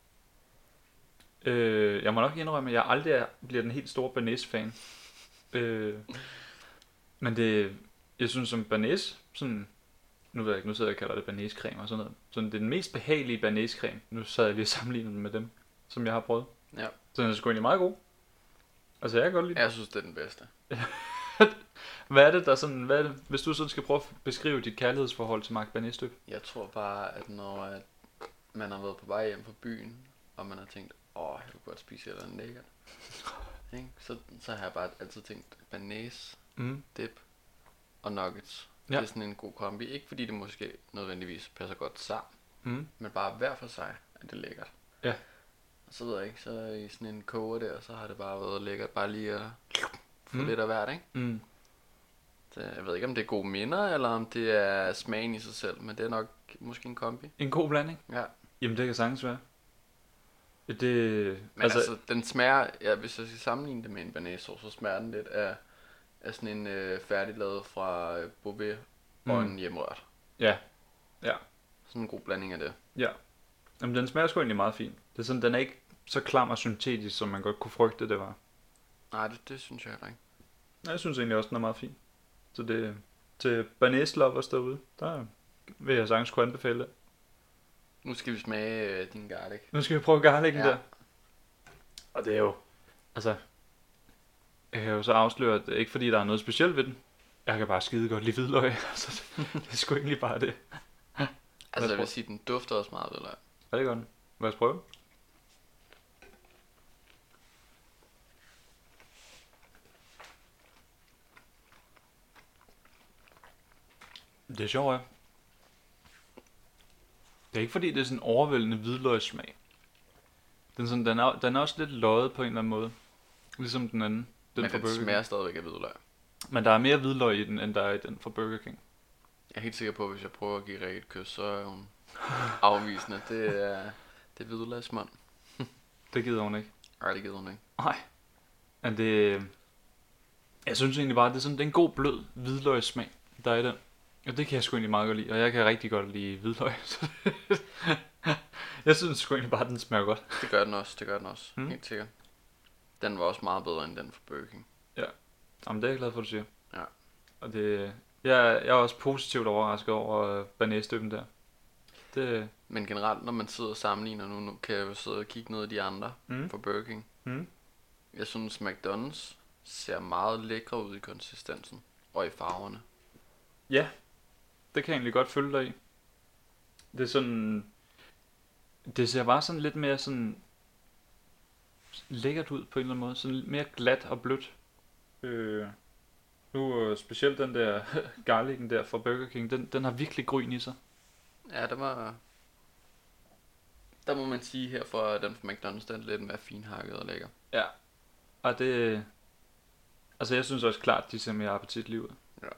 Øh, jeg må nok indrømme, at jeg aldrig er, bliver den helt store banæs-fan. Øh, men det, jeg synes som banæs, sådan nu ved jeg ikke, nu sidder jeg og kalder det banæscreme og sådan noget. Så det er den mest behagelige banæscreme. Nu sad jeg lige og sammenlignet den med dem, som jeg har prøvet. Ja. Så den er sgu egentlig meget god. Altså jeg kan godt lide den. Jeg synes, det er den bedste. Hvad er det der sådan, hvad er det, hvis du sådan skal prøve at beskrive dit kærlighedsforhold til Mark Banæsdyb? Jeg tror bare, at når at man har været på vej hjem fra byen, og man har tænkt, åh, jeg kunne godt spise et eller andet lækkert. Ikke? Så, så har jeg bare altid tænkt, banæs, Mm. dip og nuggets. Ja. Det er sådan en god kombi. Ikke fordi det måske nødvendigvis passer godt sammen, Mm. men bare hver for sig er det lækkert. Ja. Og så ved jeg ikke, så i sådan en koger der, så har det bare været lækkert bare lige at få Mm. lidt af hvert, ikke? Mm. Så jeg ved ikke, om det er gode minder, eller om det er smagen i sig selv, men det er nok måske en kombi. En god blanding? Ja. Jamen det kan sagtens være. Det, Men altså, altså den smager, ja, hvis jeg skal sammenligne det med en banæssauce, så smager den lidt af, af sådan en øh, færdiglavet fra øh, Beauvais mm. og en hjemmerørt. Ja. Ja. Sådan en god blanding af det. Ja. Jamen den smager sgu egentlig meget fint. Det er sådan, den er ikke så klam og syntetisk, som man godt kunne frygte, det var. Nej, det, det synes jeg heller ikke. Ja, jeg synes egentlig også, den er meget fin. Så det til banæslovers derude, der vil jeg sagtens kunne anbefale det. Nu skal vi smage øh, din garlic. Nu skal vi prøve garlicen Ja. der. Og det er jo, altså, jeg kan jo så afsløre, at det er ikke fordi, der er noget specielt ved den. Jeg kan bare skide godt lide hvidløg, så det, det er sgu egentlig bare det. Altså jeg vil sige, den dufter også meget hvidløg. Er det godt? Lad os prøve. Det er sjovt, ja. Det er ikke fordi, det er sådan en overvældende hvidløgssmag. Den er, sådan, den, er, den er også lidt løjet på en eller anden måde. Ligesom den anden. Den Men fra den Burger smager King. stadigvæk af hvidløg. Men der er mere hvidløg i den, end der er i den fra Burger King. Jeg er helt sikker på, at hvis jeg prøver at give Rikke et kys, så er hun afvisende. Det er, det er hvidløgsmand. Det gider hun ikke. Ej, det gider hun ikke. Nej. Men det... Jeg synes egentlig bare, at det er, sådan, det er en god blød hvidløgssmag, der er i den. Og det kan jeg sgu egentlig meget godt lide. Og jeg kan rigtig godt lide hvidløg. Så jeg synes sgu egentlig bare, at den smager godt. Det gør den også, det gør den også. Mm. Mm. Helt sikkert. Den var også meget bedre end den fra Burger King. Jamen det er jeg glad for, at du siger. Ja. Og det... Jeg, jeg er også positivt overrasket over banæsdyppen der. Det... Men generelt, når man sidder og sammenligner nu, nu kan jeg jo sidde og kigge ned i de andre Mm. fra Burger King. Mm. Jeg synes, McDonald's ser meget lækre ud i konsistensen og i farverne. Ja, det kan jeg egentlig godt følge dig i. Det er sådan... Det ser bare sådan lidt mere sådan... lækkert ud på en eller anden måde. Sådan lidt mere glat og blødt. Øh, nu øh, specielt den der garlicen der fra Burger King, den, den har virkelig gryn i sig. Ja, det var... Der må man sige herfra, at den fra McDonald's, den er lidt mere finhakket og lækker. Ja. Og det... Altså jeg synes også klart, de ser mere appetitlige ud. Ja.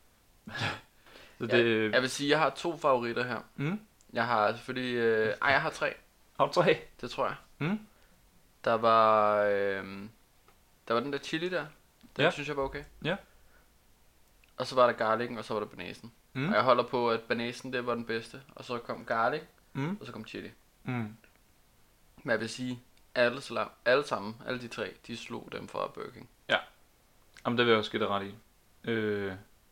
Så det... Jeg, jeg vil sige, jeg har to favoritter her. Mm? Jeg har selvfølgelig... Øh, ej, jeg har tre. Har du tre? Det tror jeg. Mm? Der var... Øh, der var den der chili der. Den Ja. synes jeg var okay. Ja. Og så var der garlicen, og så var der banæsen. Mm? Og jeg holder på, at banæsen, det var den bedste. Og så kom garlic, Mm? og så kom chili. Mm. Men jeg vil sige, alle, slam, alle sammen, alle de tre, de slog dem fra Burger King. Jamen det vil jeg også give dig ret i. Øh,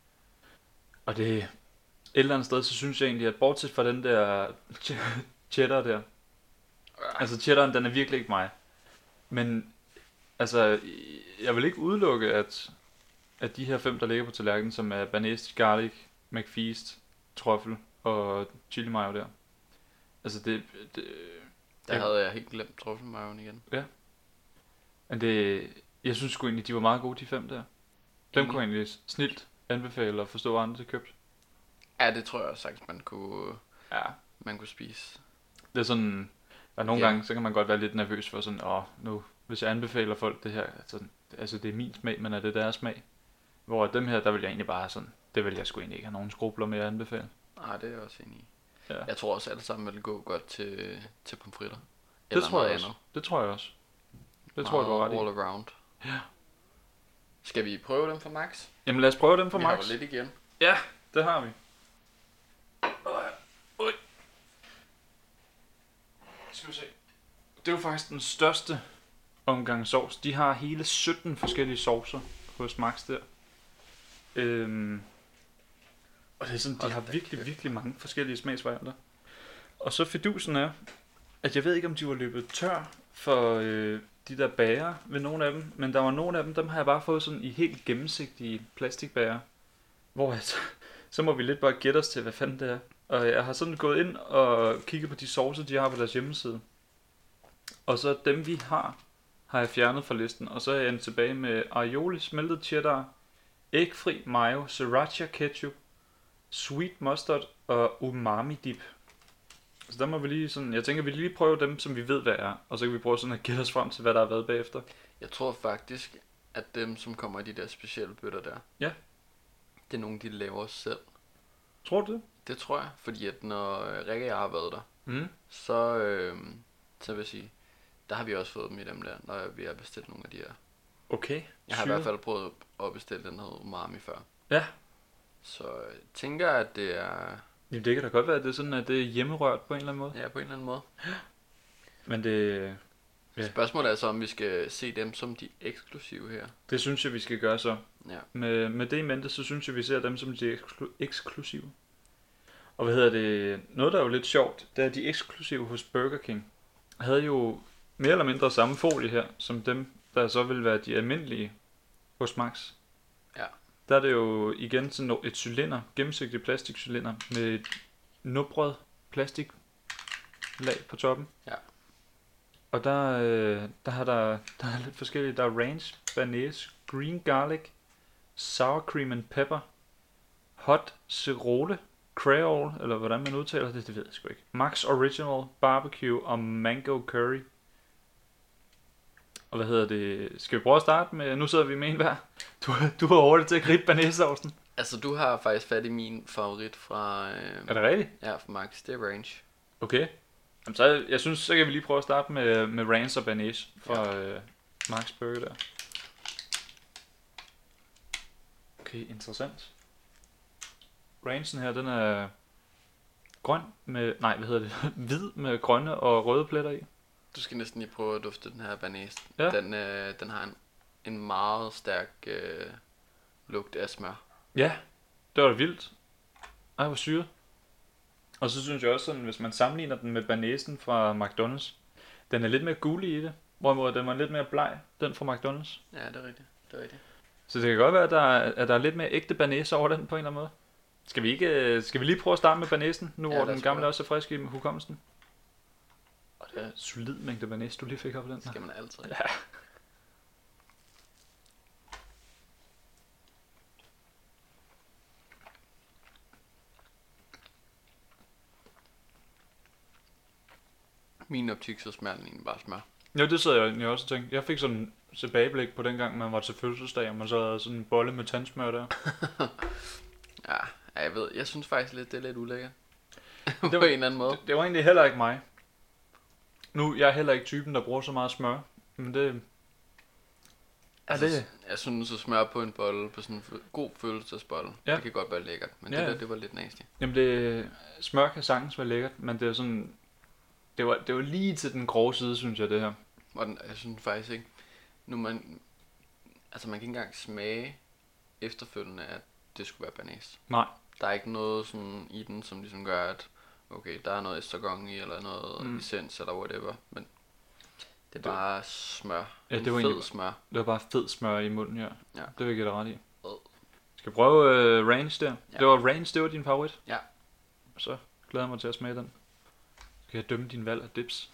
og det... Et eller andet sted, så synes jeg egentlig, at bortset fra den der ch- cheddar der. Altså cheddaren, den er virkelig ikke mig. Men altså, jeg vil ikke udelukke, at, at de her fem, der ligger på tallerkenen, som er banæs, garlic, McFeast, trøffel og chili mayo der. Altså det... det Der Ja. havde jeg helt glemt truffelmajoen igen. men det... Jeg synes sgu egentlig, de var meget gode, de fem der. Dem Enig. kunne jeg egentlig snilt anbefale at forstå, andre til købt. Ja, det tror jeg også sagtens, man kunne, Ja. man kunne spise. Det er sådan, der er nogle Ja. gange, så kan man godt være lidt nervøs for sådan, åh, nu, hvis jeg anbefaler folk det her, altså, altså det er min smag, men er det deres smag? Hvor dem her, der vil jeg egentlig bare sådan, det vil jeg sgu egentlig ikke have nogen skrubler med at anbefale. Nej, det er jeg også enig i. Ja. Jeg tror også, alle sammen vil gå godt til, til pomfritter. Det tror jeg også. Det tror jeg også. Det tror jeg, du har ret i. All around. Ja. Skal vi prøve dem for Max? Jamen lad os prøve dem for vi Max. har jo lidt igen. Ja, det har vi. Ui. Skal vi se. Det er jo faktisk den største omgang sovs. De har hele sytten forskellige saucer hos Max der. Øhm, Og Og det er sådan, de Hold har da virkelig, kæft, virkelig mange forskellige smagsvarianter. Og så fidusen er, at jeg ved ikke, om de var løbet tør for øh, de der bager ved nogle af dem, men der var nogle af dem, dem har jeg bare fået sådan i helt gennemsigtige plastikbager, hvor jeg, så må vi lidt bare gætte os til, hvad fanden det er. Og jeg har sådan gået ind og kigget på de saucer, de har på deres hjemmeside. Og så dem, vi har, har jeg fjernet fra listen. Og så er jeg endt tilbage med aioli, smeltet cheddar, ægfri mayo, sriracha ketchup, sweet mustard og umami dip. Så der må vi lige sådan, jeg tænker, vi lige prøve dem, som vi ved, hvad er. Og så kan vi prøve sådan at gætte os frem til, hvad der har været bagefter. Jeg tror faktisk, at dem, som kommer i de der specielle bøtter der, Ja. det er nogle, de laver selv. Tror du det? Det tror jeg, fordi at når øh, Rikke og jeg har været der, Mm. så, øh, så vil jeg sige, der har vi også fået dem i dem der, når vi har bestilt nogle af de her. Okay. Jeg har i syret. hvert fald prøvet at bestille den her umami før. Ja. Så jeg tænker, at det er, Jamen, det kan da godt være, at det er sådan, at det er hjemmerørt på en eller anden måde. ja, på en eller anden måde. Men det, Ja. Spørgsmålet er så, om vi skal se dem som de eksklusive her. det synes jeg, vi skal gøre så. Ja. Med, med det i mente, så synes jeg, vi ser dem som de eksklu- eksklusive. Og hvad hedder det? Noget, der er jo lidt sjovt, det er, at de eksklusive hos Burger King havde jo mere eller mindre samme folie her, som dem, der så vil være de almindelige hos Max. Ja. Der er det jo igen sådan et cylinder, gennemsigtig plastikcylinder med et nubret plastiklag på toppen. Ja. Og der, øh, der, har der, der er lidt forskellige. Der er ranch, banæs, green garlic, sour cream and pepper, hot cerole, creole, eller hvordan man udtaler det, det ved jeg sgu ikke. Max Original, barbecue og mango curry. Og hvad hedder det? Skal vi prøve at starte med, nu sidder vi med en hver. Du, du har hurtigt til at gribe banæssaucen. Altså, du har faktisk fat i min favorit fra, øh, Er det rigtigt? ja, fra Max, det er Range. Okay. Jamen, så jeg synes, så kan vi lige prøve at starte med, med ranch og banæs fra ja. øh, Max Burger der. Okay, interessant. Ranchen her, den er grøn med, nej, hvad hedder det, hvid med grønne og røde pletter i. Du skal næsten lige prøve at dufte den her banæs. Ja. Den, øh, den har en, en meget stærk øh, lugt af smør. Ja, det var da vildt. Ej, hvor syret. Og så synes jeg også sådan, hvis man sammenligner den med banæsen fra McDonald's, den er lidt mere gullig i det, hvorimod den var lidt mere bleg, den fra McDonald's. Ja, det er rigtigt. Det er rigtigt. Så det kan godt være, at der er, at der er lidt mere ægte banæse over den på en eller anden måde. Skal vi ikke, skal vi lige prøve at starte med banæsen, nu Ja, hvor lad den os gamle prøve. også er frisk i hukommelsen? Og det er en solid mængde banæse, du lige fik op på den. Det skal man altid. Ja. Min optik, så smager den egentlig bare smør. Ja, det sidder jeg egentlig også og tænkte. Jeg fik sådan tilbageblik på den gang, man var til fødselsdag, og man så havde sådan en bolle med tandsmør der. Ja, ja, jeg ved, jeg synes faktisk lidt, det er lidt ulækkert. Det på var- en eller anden måde. Det, det var egentlig heller ikke mig. Nu, jeg er heller ikke typen, der bruger så meget smør. Men det... Altså, det- jeg synes, at smør på en bolle, på sådan en fø- god følelsesbolle, Ja. det kan godt være lækkert. Men Ja, det ja. der, det var lidt nasty. Jamen det... Smør kan sagtens være lækkert, men det er sådan... Det var, det var lige til den grove side, synes jeg, det her. Og den, jeg synes faktisk ikke, nu man, altså man kan ikke engang smage efterfølgende, at det skulle være banæs. Nej. Der er ikke noget sådan i den, som ligesom gør, at okay, der er noget estragon i, eller noget Mm. mm. essens, eller whatever, men det er Det- bare smør. Ja, En det var fed egentlig- smør. Det var bare fed smør i munden her. Ja. Det vil jeg give dig ret i. Øh. Skal vi prøve uh, ranch der? Ja. Det var ranch, det var din favorit? Ja. Så glæder jeg mig til at smage den. Skal jeg dømme din valg af dips?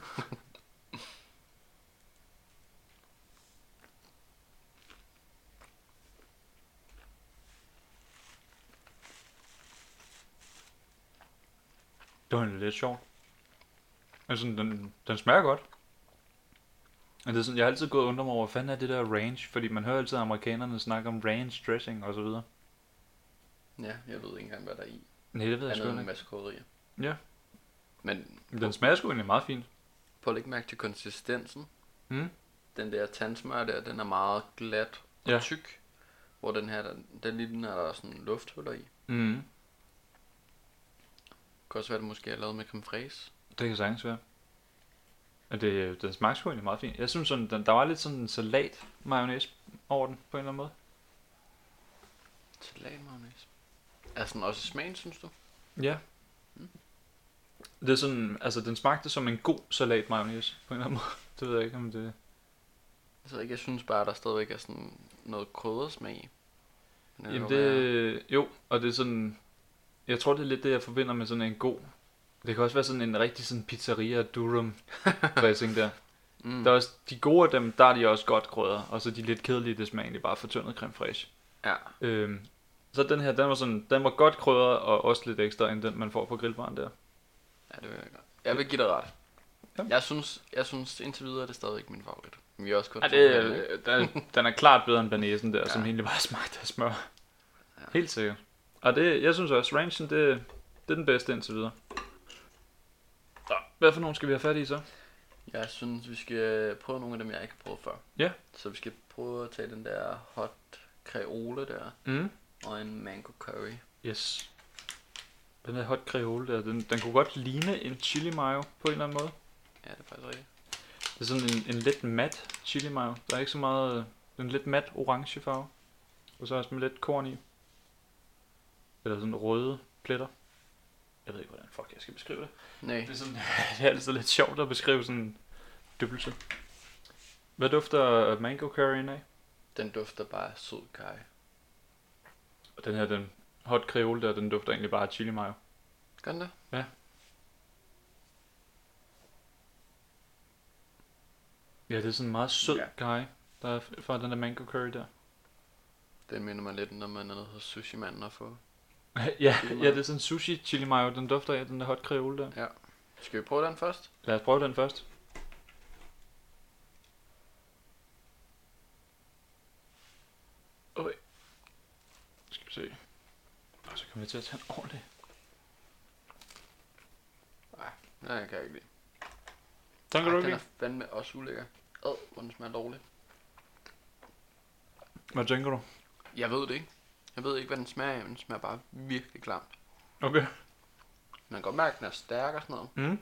Det var egentlig lidt sjovt. Altså, den, den smager godt. Og det er sådan, jeg har altid gået og undret mig over, hvad fanden er det der ranch? Fordi man hører altid amerikanerne snakke om ranch dressing og så videre. Ja, jeg ved ikke engang, hvad der er i. Nej, det ved jeg Andet sgu end en ikke. masse krydderier. Ja. Men Men den smager sgu egentlig meget fint. prøv at lægge mærke til konsistensen. Mm. Den der tandsmør der, den er meget glat og Ja. tyk. Hvor den her, den, den lige den er der sådan lufthuller i. Mm. Det kan også være, at det måske er lavet med creme fraise. Det kan sagtens være. Og det, den smagte sgu egentlig meget fint. Jeg synes sådan, den, der var lidt sådan en salat mayonnaise over den, på en eller anden måde. Salatmayonnaise. Er sådan også smagen, synes du? Ja. Det er sådan, altså den smagte som en god salat mayonnaise på en eller anden måde. Det ved jeg ikke, om det... Altså ikke, jeg synes bare, der stadigvæk er sådan noget kryddersmag i. Men det Jamen kan godt være- det... Jo, og det er sådan... Jeg tror, det er lidt det, jeg forbinder med sådan en god... Det kan også være sådan en rigtig sådan pizzeria durum dressing der. Mm. Der er også, de gode af dem, der er de også godt krydder. Og så de lidt kedelige, det smager egentlig bare fortyndet creme fraiche. Ja. Øhm, så den her, den var sådan, den var godt krydret og også lidt ekstra end den, man får på grillbaren der. Ja, det vil jeg godt. Jeg vil give dig ret. Ja. Jeg synes, jeg synes indtil videre er det stadigvæk min favorit. Men vi er også kun Ja, to det, af dem, ikke? er- den, den er klart bedre end banæsen der, ja. Ja. som egentlig bare smagte af smør. Ja. Helt sikkert. Og det, jeg synes også, ranchen, det, det er den bedste indtil videre. Så, hvad for nogen skal vi have fat i så? Jeg synes, vi skal prøve nogle af dem, jeg ikke har prøvet før. Ja. Så vi skal prøve at tage den der hot creole der, Mm. og en mango curry. Yes. Den der hot creole der, den, den kunne godt ligne en chili mayo på en eller anden måde. Ja, det er faktisk rigtigt. Det er sådan en, en lidt mat chili mayo. Der er ikke så meget, øh, den er lidt mat orange farve. Og så også med lidt korn i. Eller sådan røde pletter. Jeg ved ikke, hvordan fuck jeg skal beskrive det. Nej, Det er, sådan, det er altid lidt sjovt at beskrive sådan en dybelse. Hvad dufter mango curryen af? den dufter bare af sød kaj. Og den her, den hot creole der, den dufter egentlig bare af chili mayo. Gør den det? Ja, det er sådan en meget sød Ja. guy, der er fra den der mango curry der. Den minder mig lidt, når man er nede hos sushi-manden og få. ja, Chili ja, mayo. det er sådan sushi chili mayo, den dufter af den der hot creole der. Ja. Skal vi prøve den først? Lad os prøve den først. Okay. Skal vi se. Og så kommer jeg til at tage en ordentlig. Nej, jeg kan ikke lide. Den kan Ej, du den ikke er fandme også ulækker. Ad, hvor den smager dårligt. Hvad tænker du? Jeg ved det ikke. Jeg ved ikke, hvad den smager af, men den smager bare virkelig klamt. Okay. Man kan godt mærke, at den er stærk og sådan noget. Mm.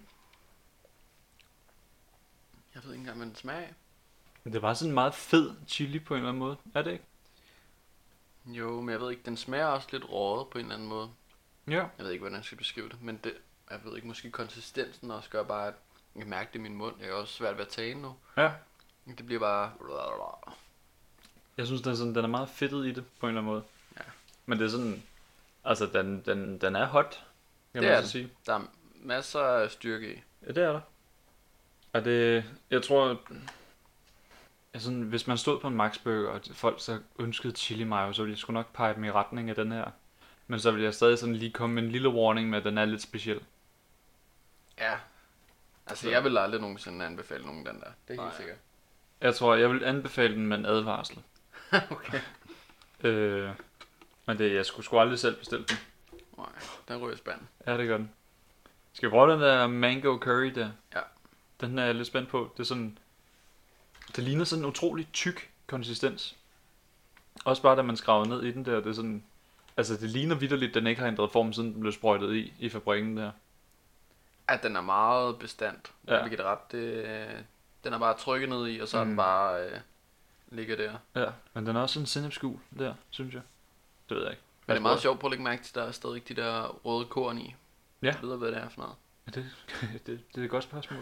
Jeg ved ikke engang, hvad den smager af. Det var sådan en meget fed chili på en eller anden måde. Er det ikke? Jo, men jeg ved ikke, den smager også lidt røget på en eller anden måde. Ja. Jeg ved ikke, hvordan jeg skal beskrive det, men det, jeg ved ikke, måske konsistensen også gør bare, at jeg kan mærke det i min mund. Jeg er også svært ved at tale nu. Ja. Det bliver bare... Jeg synes, den er, sådan, den er meget fedtet i det på en eller anden måde. Ja. Men det er sådan... Altså, den, den, den er hot, kan Det man er så sige. Der er masser af styrke i. Ja, det er der. Og det... Jeg tror... Ja, sådan, hvis man stod på en Max Burger, og folk så ønskede chili mayo, så ville jeg sgu nok pege dem i retning af den her. Men så vil jeg stadig sådan lige komme med en lille warning med, at den er lidt speciel. Ja. Altså, Så- jeg vil aldrig nogensinde anbefale nogen den der. Det er helt Nej. sikkert. Jeg tror, jeg vil anbefale den med en advarsel. Okay. Øh, men det, jeg skulle sgu aldrig selv bestille den. Nej, den ryger i spanden. Ja, det gør den. Skal vi prøve den der mango curry der? Ja. Den er jeg lidt spændt på. Det er sådan... Det ligner sådan en utrolig tyk konsistens. Også bare da man skravede ned i den der, det er sådan... Altså det ligner vitterligt, den ikke har ændret form, siden den blev sprøjtet i, i fabrikken der. At den er meget bestandt. Ja. Ja. Jeg giver det ret. Det, den er bare trykket ned i, og så er Mm. den bare øh, ligger der. Ja, men den er også sådan sennepsgul der, synes jeg. Det ved jeg ikke. Men det er meget sjovt på at lægge mærke til, der er stadig de der røde korn i. Ja. Jeg ved, hvad det er for noget. Ja, det, det, det er et godt spørgsmål.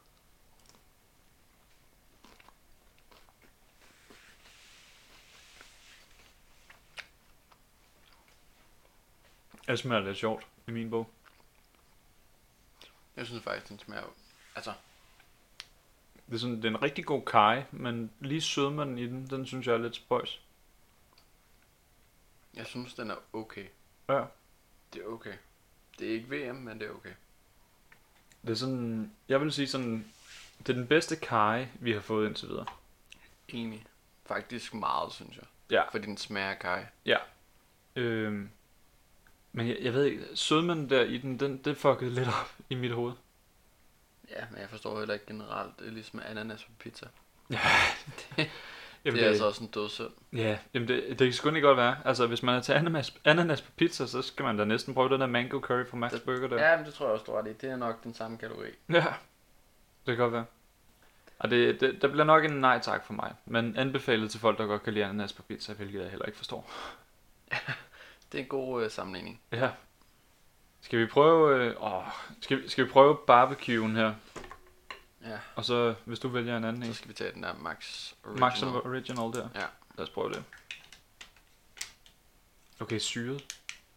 Det smager lidt sjovt i min bog. Jeg synes faktisk, den smager... Altså, Det er, sådan, det er en rigtig god kaj, men lige sødmen i den, den synes jeg er lidt spøjs. jeg synes, den er okay. Ja. Det er okay. Det er ikke V M, men det er okay. Det er sådan, jeg vil sige sådan, det er den bedste kaj, vi har fået indtil videre. Enig. Faktisk meget, synes jeg. Ja. Fordi den smager af kaj. Øhm, men jeg, jeg ved ikke, sødmen der i den, den, det fuckede lidt op i mit hoved. Ja, men jeg forstår heller ikke generelt, det er ligesom ananas på pizza. Jamen, Det er altså også en dødssynd. Ja, jamen det, det kan sgu ikke godt være. Altså, hvis man er til ananas, ananas på pizza, så skal man da næsten prøve den der mango curry fra Max Det- Burger der. Ja, men det tror jeg også, du har ret i. Det er nok den samme kategori. Ja, det kan godt være. Og det, det, der bliver nok en nej tak for mig. Men anbefalet til folk, der godt kan lide ananas på pizza, hvilket jeg heller ikke forstår. Det er en god øh, sammenligning. Ja. Skal vi prøve... Øh, åh, skal, vi, skal vi prøve barbecuen her? Ja. Og så, hvis du vælger en anden Så en. skal vi tage den der Max Original. Max Original der. Ja. Lad os prøve det. Okay, syret.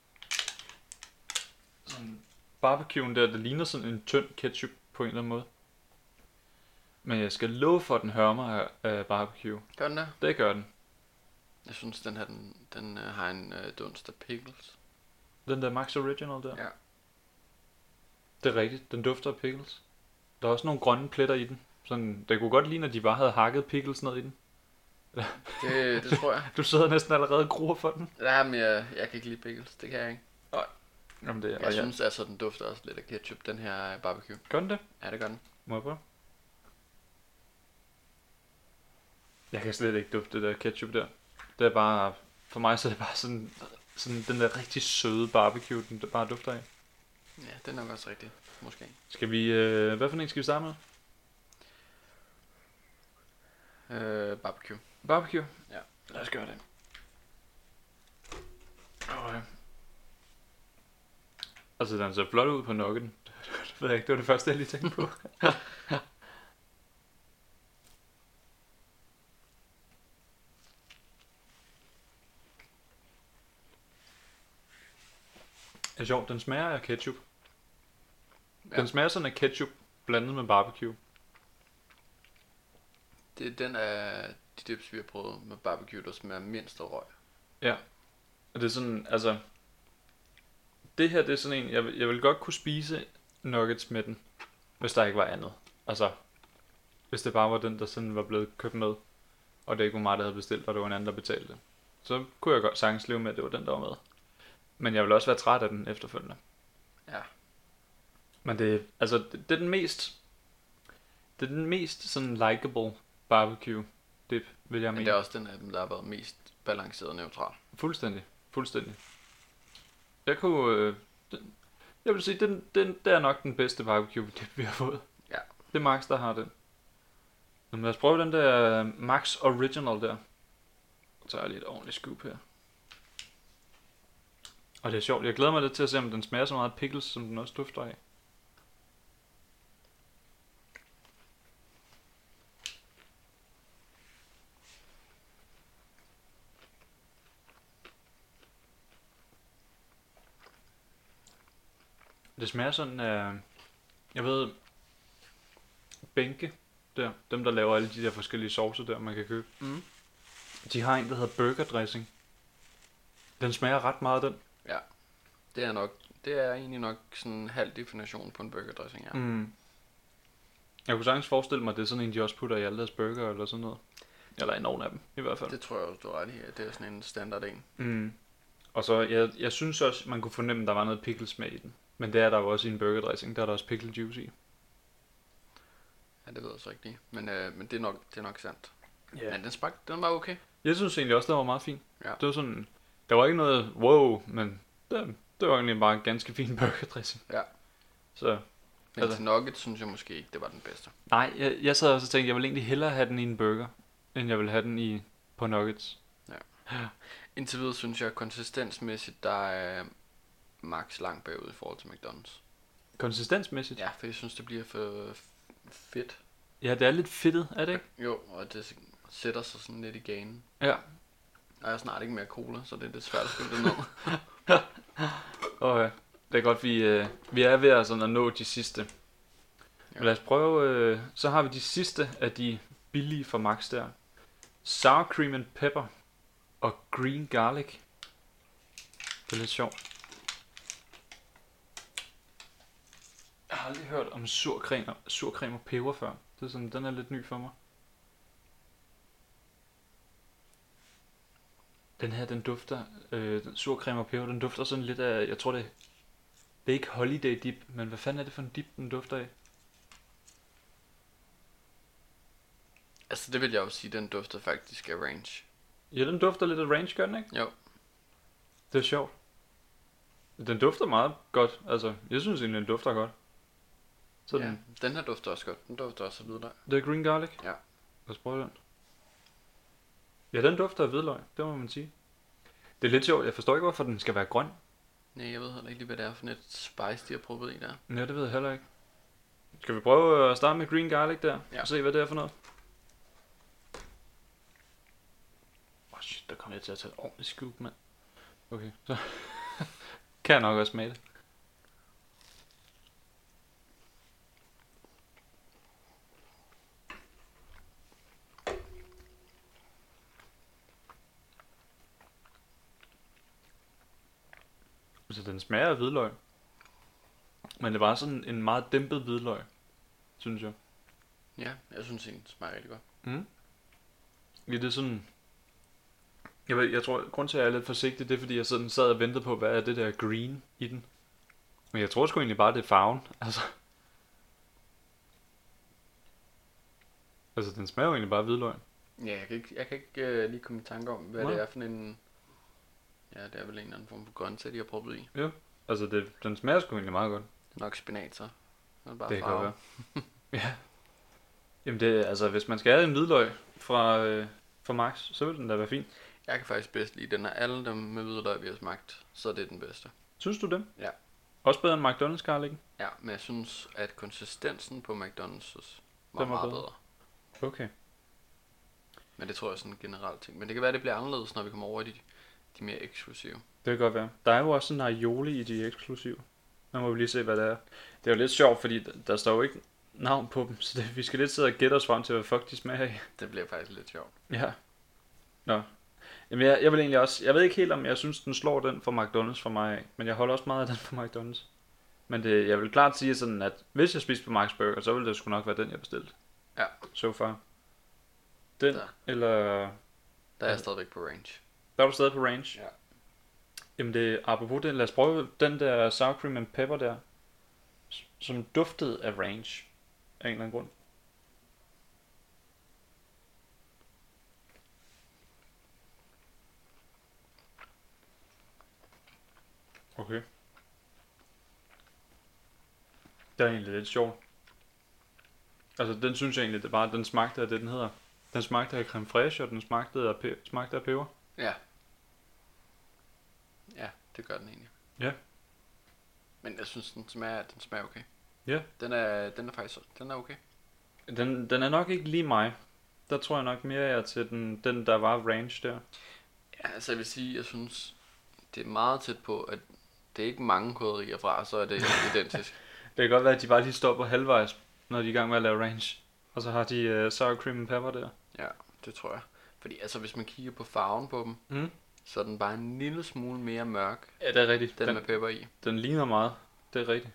Sådan barbecuen der, det ligner sådan en tynd ketchup på en eller anden måde. Men jeg skal love for, at den hører mig af, af barbecue. Gør den der? Det gør den. Jeg synes, den her, den, den øh, har en øh, dunst af pickles. Den der Max Original der. Ja. Det er rigtigt, den dufter af pickles. Der er også nogle grønne pletter i den. Sådan, det kunne godt ligne, at de bare havde hakket pickles ned i den. Det, det tror jeg. Du sidder næsten allerede og gruer for den. Nej, men jeg, jeg kan ikke lide pickles. Det kan jeg ikke. Jamen det er, Jeg synes altså, den dufter også lidt af ketchup, den her barbecue. Gør den det? Ja, det gør den. Må jeg prøve? Jeg kan slet ikke dufte det der ketchup der. Det er bare, for mig så er det bare sådan, sådan den der rigtig søde barbecue, den der bare dufter af. Ja, det er nok også rigtigt. Måske. Skal vi, øh, hvad for en skal vi starte med? Øh, barbecue. Barbecue? Ja. Lad os gøre det. Okay. Altså den ser flot ud på nuggeten. Det ved jeg ikke, det var det første jeg lige tænkte på. Det er sjovt, den smager af ketchup. Ja. Den smager sådan af ketchup blandet med barbecue. Det er den af de dips, vi har prøvet med barbecue, der smager mindst af røg. Ja. Og det er sådan, altså... Det her, det er sådan en, jeg vil, jeg vil godt kunne spise nuggets med den, hvis der ikke var andet. Altså, hvis det bare var den, der sådan var blevet købt med, og det ikke var mig, der havde bestilt, og det var en anden, der betalte. Så kunne jeg godt sagtens leve med, at det var den, der var med. Men jeg vil også være træt af den efterfølgende. Ja. Men det, altså, det, det er den mest, det er den mest sådan likable barbecue dip, vil jeg Men mene. det er også den af dem, der har været mest balanceret og neutral. Fuldstændig, fuldstændig. Jeg kunne, øh, den, jeg vil sige, den, den, det er nok den bedste barbecue dip, vi har fået. Ja. Det er Max, der har den. Men lad os prøve den der Max Original der. Så tager jeg lige et ordentligt scoop her. Og det er sjovt, jeg glæder mig lidt til at se, om den smager så meget af pickles, som den også dufter af. Det smager sådan af, jeg ved, bænke der, dem der laver alle de der forskellige saucer der, man kan købe. Mm. De har en, der hedder burger dressing. Den smager ret meget af den. Ja. Det er nok, det er egentlig nok sådan en halv definition på en burgerdressing, ja. Mm. Jeg kunne sagtens forestille mig, at det er sådan en, de også putter i alle deres burger eller sådan noget. Eller i nogen af dem, i hvert fald. Det tror jeg også, du er ret i, at det er sådan en standard en. Mm. Og så, jeg, jeg synes også, man kunne fornemme, at der var noget pickles med i den. Men det er der jo også i en burgerdressing, der er der også pickle juice i. Ja, det ved jeg så ikke lige. Men, øh, men det, er nok, det er nok sandt. Yeah. Men den smagte, den var okay. Jeg synes egentlig også, det var meget fint. Ja. Det var sådan, der var ikke noget wow, men det, det var egentlig bare en ganske fin burgerdressing. Ja. Så, Men altså, til nugget synes jeg måske ikke, det var den bedste. nej, jeg, jeg sad også og tænkte, jeg ville egentlig hellere have den i en burger, end jeg ville have den i på nuggets. Indtil videre synes jeg konsistensmæssigt, der er max langt bagud i forhold til McDonald's. Konsistensmæssigt? Ja, for jeg synes, det bliver for f- fedt. Ja, det er lidt fedtet, er det ikke? Jo, og det sætter sig sådan lidt i ganen. Ja. Og jeg er snart ikke mere cola, så det er lidt svært at spille det ned. Okay. Det er godt, vi, øh, vi er ved at, sådan at nå de sidste. Men lad os prøve, øh, så har vi de sidste af de billige fra Max der. Sour cream and pepper og green garlic. Det er lidt sjovt. Jeg har aldrig hørt om surcreme, surcreme og peber før. Det er sådan, den er lidt ny for mig. Den her, den dufter, øh, den surcreme og peber, den dufter sådan lidt af, jeg tror det, det er ikke holiday dip, men hvad fanden er det for en dip, den dufter af? Altså, det vil jeg jo sige, den dufter faktisk af ranch. Ja, den dufter lidt af ranch, gør den ikke? Jo. Det er sjovt. Den dufter meget godt, altså, jeg synes egentlig, den dufter godt. Så Ja, den, den her dufter også godt. Den dufter også af hvidløg. det er green garlic? Ja. Lad os prøve den. Ja, den dufter af hvidløg, det må man sige. Det er lidt sjovt, jeg forstår ikke, hvorfor den skal være grøn. Nej, jeg ved heller ikke lige, hvad det er for et spice, de har proppet i der. Ja, det ved jeg heller ikke. Skal vi prøve at starte med green garlic der? Ja. Og se, hvad det er for noget? Åh oh, shit, der kommer jeg til at tage et ordentligt scoop, mand. Okay, så kan jeg nok også smage det. Altså, den smager af hvidløg. Men det var sådan en meget dæmpet hvidløg, synes jeg. Ja, jeg synes egentlig, det smager rigtig godt. Mm. Ja, det er sådan... Jeg, ved, jeg tror, grund til at jeg er lidt forsigtig, det er fordi jeg sådan sad og ventede på, hvad er det der green i den. Men jeg tror sgu egentlig bare, det er farven. Altså, altså den smager jo egentlig bare af hvidløg. Ja, jeg kan ikke, jeg kan ikke uh, lige komme i tanke om, hvad Nej. det er for en... Ja, det er vel en eller anden form for grøntsag, de har proppet i. Ja, altså det, den smager sgu egentlig meget godt. Det er nok spinat, så. Det er bare Det kan farve. godt være. Ja. Jamen det, altså hvis man skal have en hvidløg fra, øh, fra Max, så vil den da være fin. Jeg kan faktisk bedst lide den af alle dem med hvidløg, vi har smagt, så er det den bedste. Synes du det? Ja. Også bedre end McDonald's garlic? Ja, men jeg synes, at konsistensen på McDonald's var var meget bedre. bedre. Okay. Men det tror jeg er sådan en generel ting. Men det kan være, at det bliver anderledes, når vi kommer over i de, de mere eksklusive. Det kan godt være. Der er jo også en aioli i de eksklusive. Nu må vi lige se, hvad det er. Det er jo lidt sjovt, fordi der, der står jo ikke navn på dem, så det, vi skal lidt sidde og gætte os frem til, hvad fuck de smager af. Det bliver faktisk lidt sjovt. Ja. Nå. Jamen jeg, jeg vil egentlig også, jeg ved ikke helt om jeg synes den slår den fra McDonald's for mig af, men jeg holder også meget af den fra McDonald's. Men det, jeg vil klart sige sådan, at hvis jeg spiste på Max Burger, så ville det sgu nok være den jeg bestilte. Ja. So far. Den, Der. eller... Der er jeg stadigvæk på range. Der er du stadig på range? Ja. Jamen det, apropos det, lad os prøve den der sour cream and pepper der, som duftede af range, af en eller anden grund. Okay. Det er egentlig lidt sjovt. Altså den synes jeg egentlig, det bare, den smagte af det, den hedder. Den smagte af creme fraiche, og den smagte af, pe- smagte af peber. Ja. Ja, det gør den egentlig. Ja. Men jeg synes, den smager, den smager okay. Ja. Den er, den er faktisk, den er okay. Den, den er nok ikke lige mig. Der tror jeg nok mere, jeg er til den, den der var range der. Ja, altså jeg vil sige, jeg synes, det er meget tæt på, at det er ikke mange krydderier fra, så er det identisk. Det kan godt være, at de bare lige stopper halvvejs, når de er i gang med at lave range. Og så har de uh, sour cream and pepper der. Ja, det tror jeg. Fordi altså, hvis man kigger på farven på dem, Mm. så er den bare en lille smule mere mørk, Ja, det er rigtigt. den, Den, med pepper i. den ligner meget. Det er rigtigt.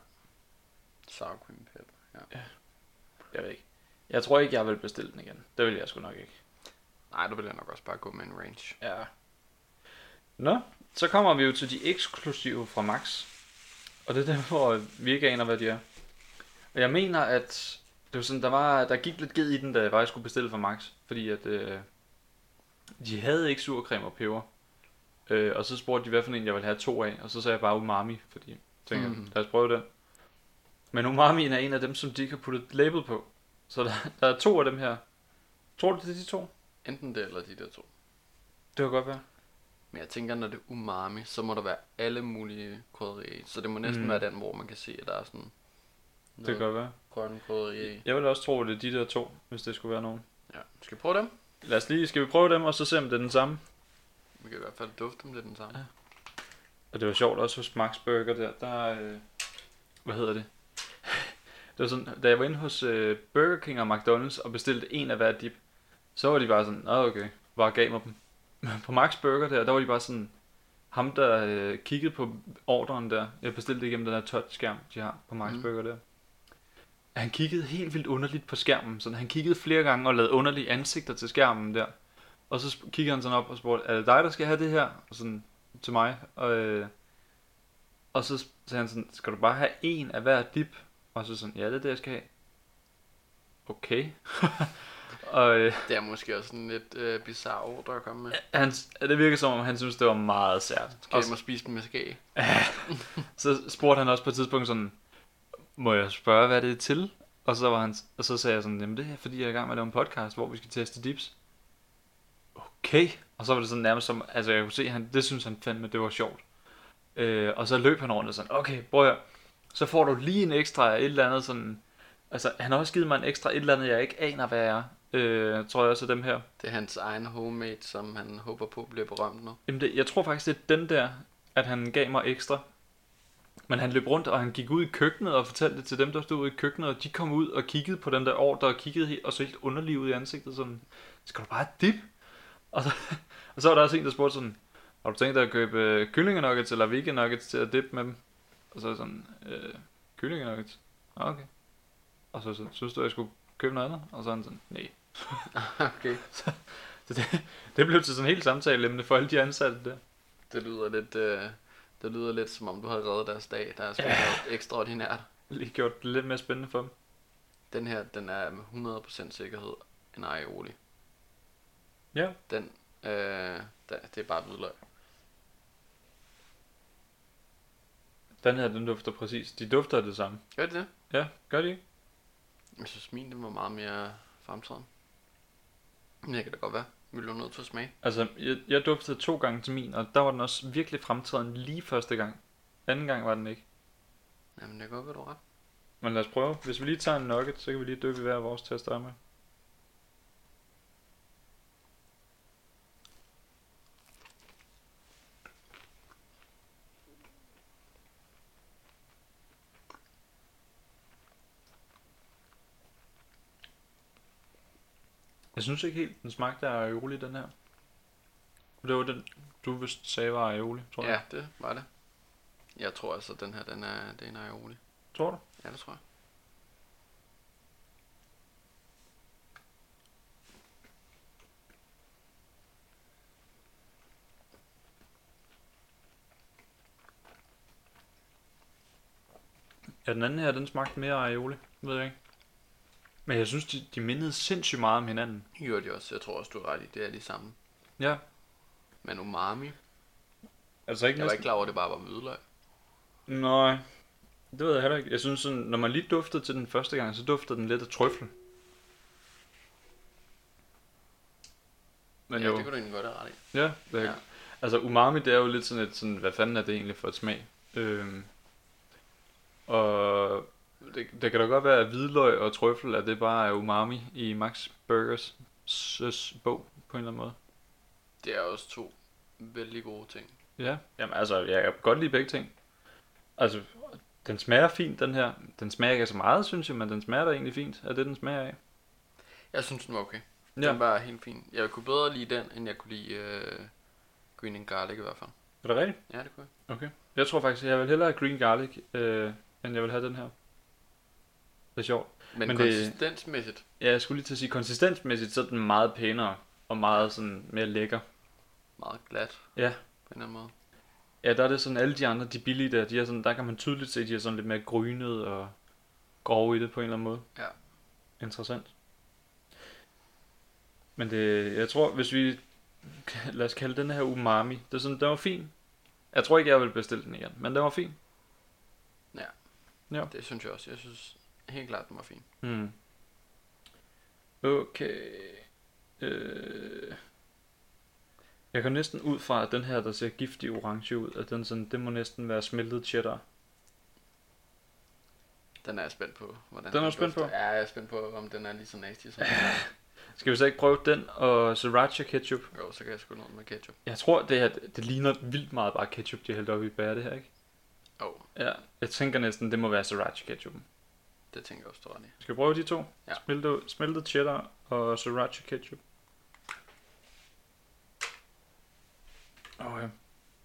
Sour cream pepper, ja. Jeg ved ikke. Jeg tror ikke, jeg vil bestille den igen. Det vil jeg sgu nok ikke. Nej, du vil jeg nok også bare gå med en range. Ja. Nå, så kommer vi jo til de eksklusive fra Max. Og det er der, hvor vi ikke aner, hvad de er. Og jeg mener, at det var sådan, der, var, der gik lidt ged i den, da jeg faktisk skulle bestille fra Max. Fordi at øh, de havde ikke surcreme og peber. Øh, og så spurgte de, hvad for en jeg ville have to af. Og så sagde jeg bare umami, fordi jeg tænkte, Mhm. lad os prøve den. Men umami'en er en af dem, som de ikke har puttet label på. Så der, der er to af dem her. Tror du, det er de to? Enten det eller de der to. Det kan godt være. Men jeg tænker, når det er umami, så må der være alle mulige krydderier i. Så det må næsten Mm. mm. være den, hvor man kan se, at der er sådan Det kan godt være. grønne krydderier i. Jeg vil også tro, at det er de der to, hvis det skulle være nogen. Ja, skal vi prøve dem? Lad os lige, skal vi prøve dem, og så se, om det er den samme? Vi kan i hvert fald dufte, om det er den samme. Ja. Og det var sjovt også hos Max Burger der, der øh, hvad hedder det? Det var sådan, da jeg var inde hos øh, Burger King og McDonald's og bestilte en af hver dip, så var de bare sådan, åh okay, bare gav mig dem. Men på Max Burger der, der var de bare sådan, ham der øh, kiggede på ordren der, jeg bestilte igennem den der touchskærm, de har på Max Mm. Burger der. Han kiggede helt vildt underligt på skærmen, så han kiggede flere gange og lavede underlige ansigter til skærmen der. Og så sp- kiggede han sådan op og spurgte, er det dig, der skal have det her? Og sådan til mig. Og, øh, og så sagde han sådan, skal du bare have en af hver dip? Og så sådan, ja, det er det, jeg skal have. Okay. og øh, Det er måske også en lidt øh, bizarre ordre at komme med. han, det virker som om, han synes det var meget sært. Skal Og jeg må spise dem med skæg? så spurgte han også på et tidspunkt sådan, må jeg spørge, hvad det er til? Og så, var han, og så sagde jeg sådan, jamen det er fordi, jeg er i gang med at lave en podcast, hvor vi skal teste dips. okay. Og så var det sådan nærmest som, altså jeg kunne se, han, det synes han fandme, det var sjovt. Øh, og så løb han rundt og sådan, okay, prøv at høre, så får du lige en ekstra et eller andet sådan, altså han har også givet mig en ekstra et eller andet, jeg ikke aner, hvad er, øh, tror jeg også af dem her. Det er hans egen homemade, som han håber på bliver berømt nu. Jamen det, jeg tror faktisk, det er den der, at han gav mig ekstra. Men han løb rundt, og han gik ud i køkkenet og fortalte det til dem, der stod ude i køkkenet, og de kom ud og kiggede på den der ordre, og kiggede helt, og så helt underlig ud i ansigtet, sådan, skal du bare have dip? Og så, og så var der også en, der spurgte sådan, har du tænkt dig at købe øh, kyllingenuggets eller veganuggets til at dippe med dem? Og så sådan, øh, kyllingenuggets? Ah, okay. Og så sådan, synes du, jeg skulle købe noget andet? Og så han sådan, nej. Okay. så, så det, det blev til sådan en helt samtaleemne for alle de ansatte der. Det lyder lidt, øh, det lyder lidt som om du har reddet deres dag. Der er sgu Ja. noget ekstraordinært. Lige gjort det lidt mere spændende for dem. Den her, den er med hundrede procent sikkerhed en aioli. Ja. Den, øh, der, det er bare hvidløg. Den her, den dufter præcis. De dufter af det samme. Gør det det? Ja, gør de ikke? Jeg synes min, den var meget mere fremtræden. Men det kan da godt være. Vi bliver nødt til at smage. Altså, jeg, jeg duftede to gange til min, og der var den også virkelig fremtræden lige første gang. Anden gang var den ikke. Jamen det kan godt være, du har ret. Men lad os prøve. Hvis vi lige tager en nugget, så kan vi lige dyppe i hver vores til at starte med. Jeg synes ikke helt, den smagte af aioli, den her. Det var den, du vist sagde var aioli, tror jeg. Ja, det var det. Jeg tror altså, den her, den er, det er en aioli. Tror du? Ja, det tror jeg. Ja, den anden her, den smagte mere aioli, ved jeg ikke. Men jeg synes, de, de mindede sindssygt meget om hinanden. Det gjorde de også. Jeg tror også, du er ret i. Det er de samme. Ja. Men umami. Altså ikke Jeg var næsten... ikke klar over, at det bare var hvidløg. Nej, det ved jeg heller ikke. Jeg synes sådan, når man lige duftede til den første gang, så duftede den lidt af trøffel. Men Ja, jo, det kunne du egentlig godt have ret i. ja, det er, Ja. altså umami, det er jo lidt sådan et, sådan, hvad fanden er det egentlig for et smag? Øhm, og det, det kan da godt være, at hvidløg og trøffel, at det bare er umami i Max Burgers søs bog, på en eller anden måde. Det er også to vældig gode ting. Ja, jamen altså, jeg kan godt lide begge ting. Altså, den smager fint, den her. Den smager ikke så meget, synes jeg, men den smager da egentlig fint, er det, den smager af. Jeg synes, den var okay. Ja. Den var helt fin. Jeg kunne bedre lide den, end jeg kunne lide øh, green and garlic i hvert fald. Er det rigtigt? Ja, det kunne jeg. Okay. Jeg tror faktisk, at jeg vil hellere have green garlic, øh, end jeg vil have den her. Det er sjovt. Men, Men Men det- konsistensmæssigt, Ja, jeg skulle lige til at sige, konsistensmæssigt, så er den meget pænere, og meget sådan mere lækker. meget glat Ja. på en eller anden måde. Ja, der er det sådan, alle de andre, de billige der, de er sådan, der kan man tydeligt se, at de er sådan lidt mere grynet og grove i det på en eller anden måde. Ja. Interessant. Men det, jeg tror, hvis vi, lad os kalde den her umami, det er sådan, den var fin. Jeg tror ikke, jeg vil bestille den igen, men den var fin. Ja. Det synes jeg også. Jeg synes helt klart, den var fin. Hmm. Okay. Øh. Jeg kan næsten ud fra, at den her, der ser giftig orange ud, at den sådan, det må næsten være smeltet cheddar. Den er jeg spændt på. Hvordan Den er du spændt dufter. på? Ja, jeg er spændt på, om den er lige så nasty som den. Skal vi så ikke prøve den og sriracha ketchup? Jo, så kan jeg sgu noget med ketchup. Jeg tror, det her, det ligner vildt meget bare ketchup, de har hældt op i bære, det her, ikke? Åh, oh, Ja, jeg tænker næsten, det må være sriracha ketchup. det tænker jeg også, du har ret i. Skal vi prøve de to? Ja. Smeltet, smeltet cheddar og sriracha ketchup. Okay.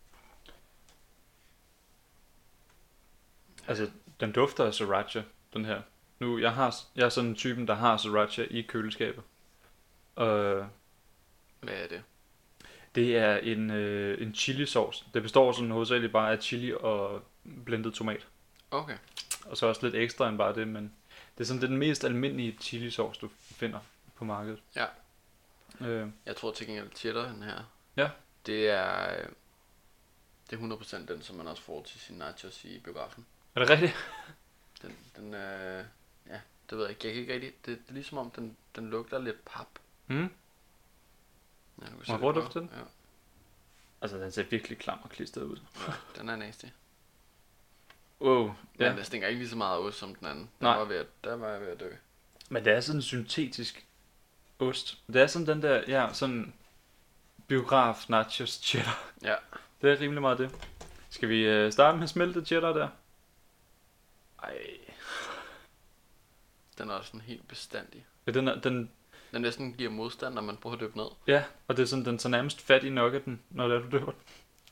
Altså, den dufter af sriracha, den her. Nu, jeg, har, jeg er sådan en typen, der har sriracha i køleskabet. Og Hvad er det? det er en, øh, en chili sauce. Det består sådan hovedsageligt bare af chili og blendet tomat. Okay. Og så også lidt ekstra end bare det, men det er sådan det er den mest almindelige chili sauce, du finder på markedet. Ja. Øh, Jeg tror til gengæld cheddar, den her. Ja. Det er, øh, det er hundrede procent den, som man også får til sin nachos i biografen. er det rigtigt? Den, den øh, ja, det ved jeg ikke. Jeg kan ikke rigtig, det, det er ligesom om, den, den lugter lidt pap. Mm. Ja, du kan Må se jeg det prøve at på. dufte den? Ja. Altså, den ser virkelig klam og klistret ud. Ja, den er nasty. Wow, Ja. ja. Men det stinker ikke lige så meget ost som den anden. Den Nej. var ved at, der var jeg ved at dø. Men det er sådan en syntetisk ost. Det er sådan den der, ja, sådan biograf nachos cheddar. Ja. Det er rimelig meget det. Skal vi øh, starte med smeltet cheddar der? Ej. Den er også sådan helt bestandig. Ja, den, er, den, Den næsten giver modstand, når man prøver at dyppe ned. ja, og det er sådan, den tager nærmest fat i nuggeten, når det er, du døber den.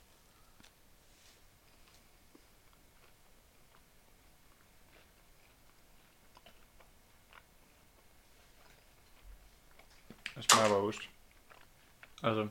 Det smager bare ost. Altså,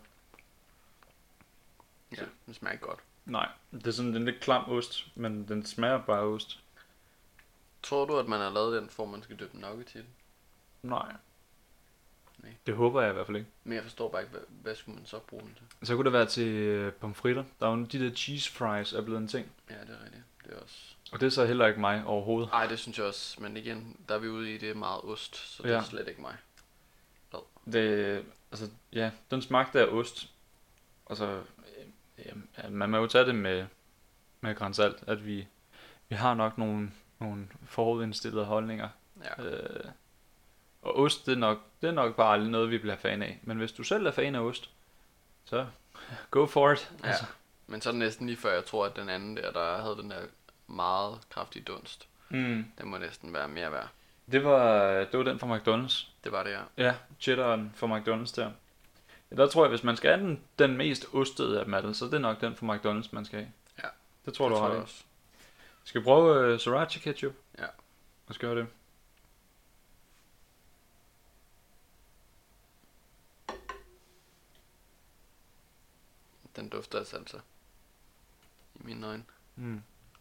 Ja, den smager ikke godt. nej. Det er sådan en lidt klam ost, men den smager bare af ost. Tror du, at man har lavet den, for man skal dyppe nugget i den? Nej. Nej. Det håber jeg i hvert fald ikke. Men jeg forstår bare ikke, hvad, hvad skulle man så bruge den til? Så kunne det være til øh, pomfritter. Der er jo de der cheese fries er blevet en ting. Ja, det er rigtigt. Det er også... Og det er så heller ikke mig overhovedet. Ej, det synes jeg også. Men igen, der er vi ude i, det er meget ost, så det Ja. er slet ikke mig. Det, altså, ja, den smagte af ost. Og så, øh, ja, man må jo tage det med, med grænsalt, at vi, vi har nok nogle, nogle forudindstillede holdninger. Ja. Øh, og ost, det er, nok, det er nok bare aldrig noget, vi bliver fan af. Men hvis du selv er fan af ost, så go for it. Ja. Altså. Men så er det næsten lige før, jeg tror, at den anden der, der havde den der meget kraftige dunst, Mm. den må næsten være mere værd. Det var, det var den fra McDonald's. Det var det, ja. Ja, cheddaren fra McDonald's der. Ja, der tror jeg, hvis man skal have den, den mest ostede af dem alle, så er det nok den fra McDonald's, man skal have. Ja. Det tror det du tror har jeg det. også. Skal vi prøve uh, sriracha ketchup? Ja. Lad os gøre det. Den dufter af salsa. I mine øjne. Mm.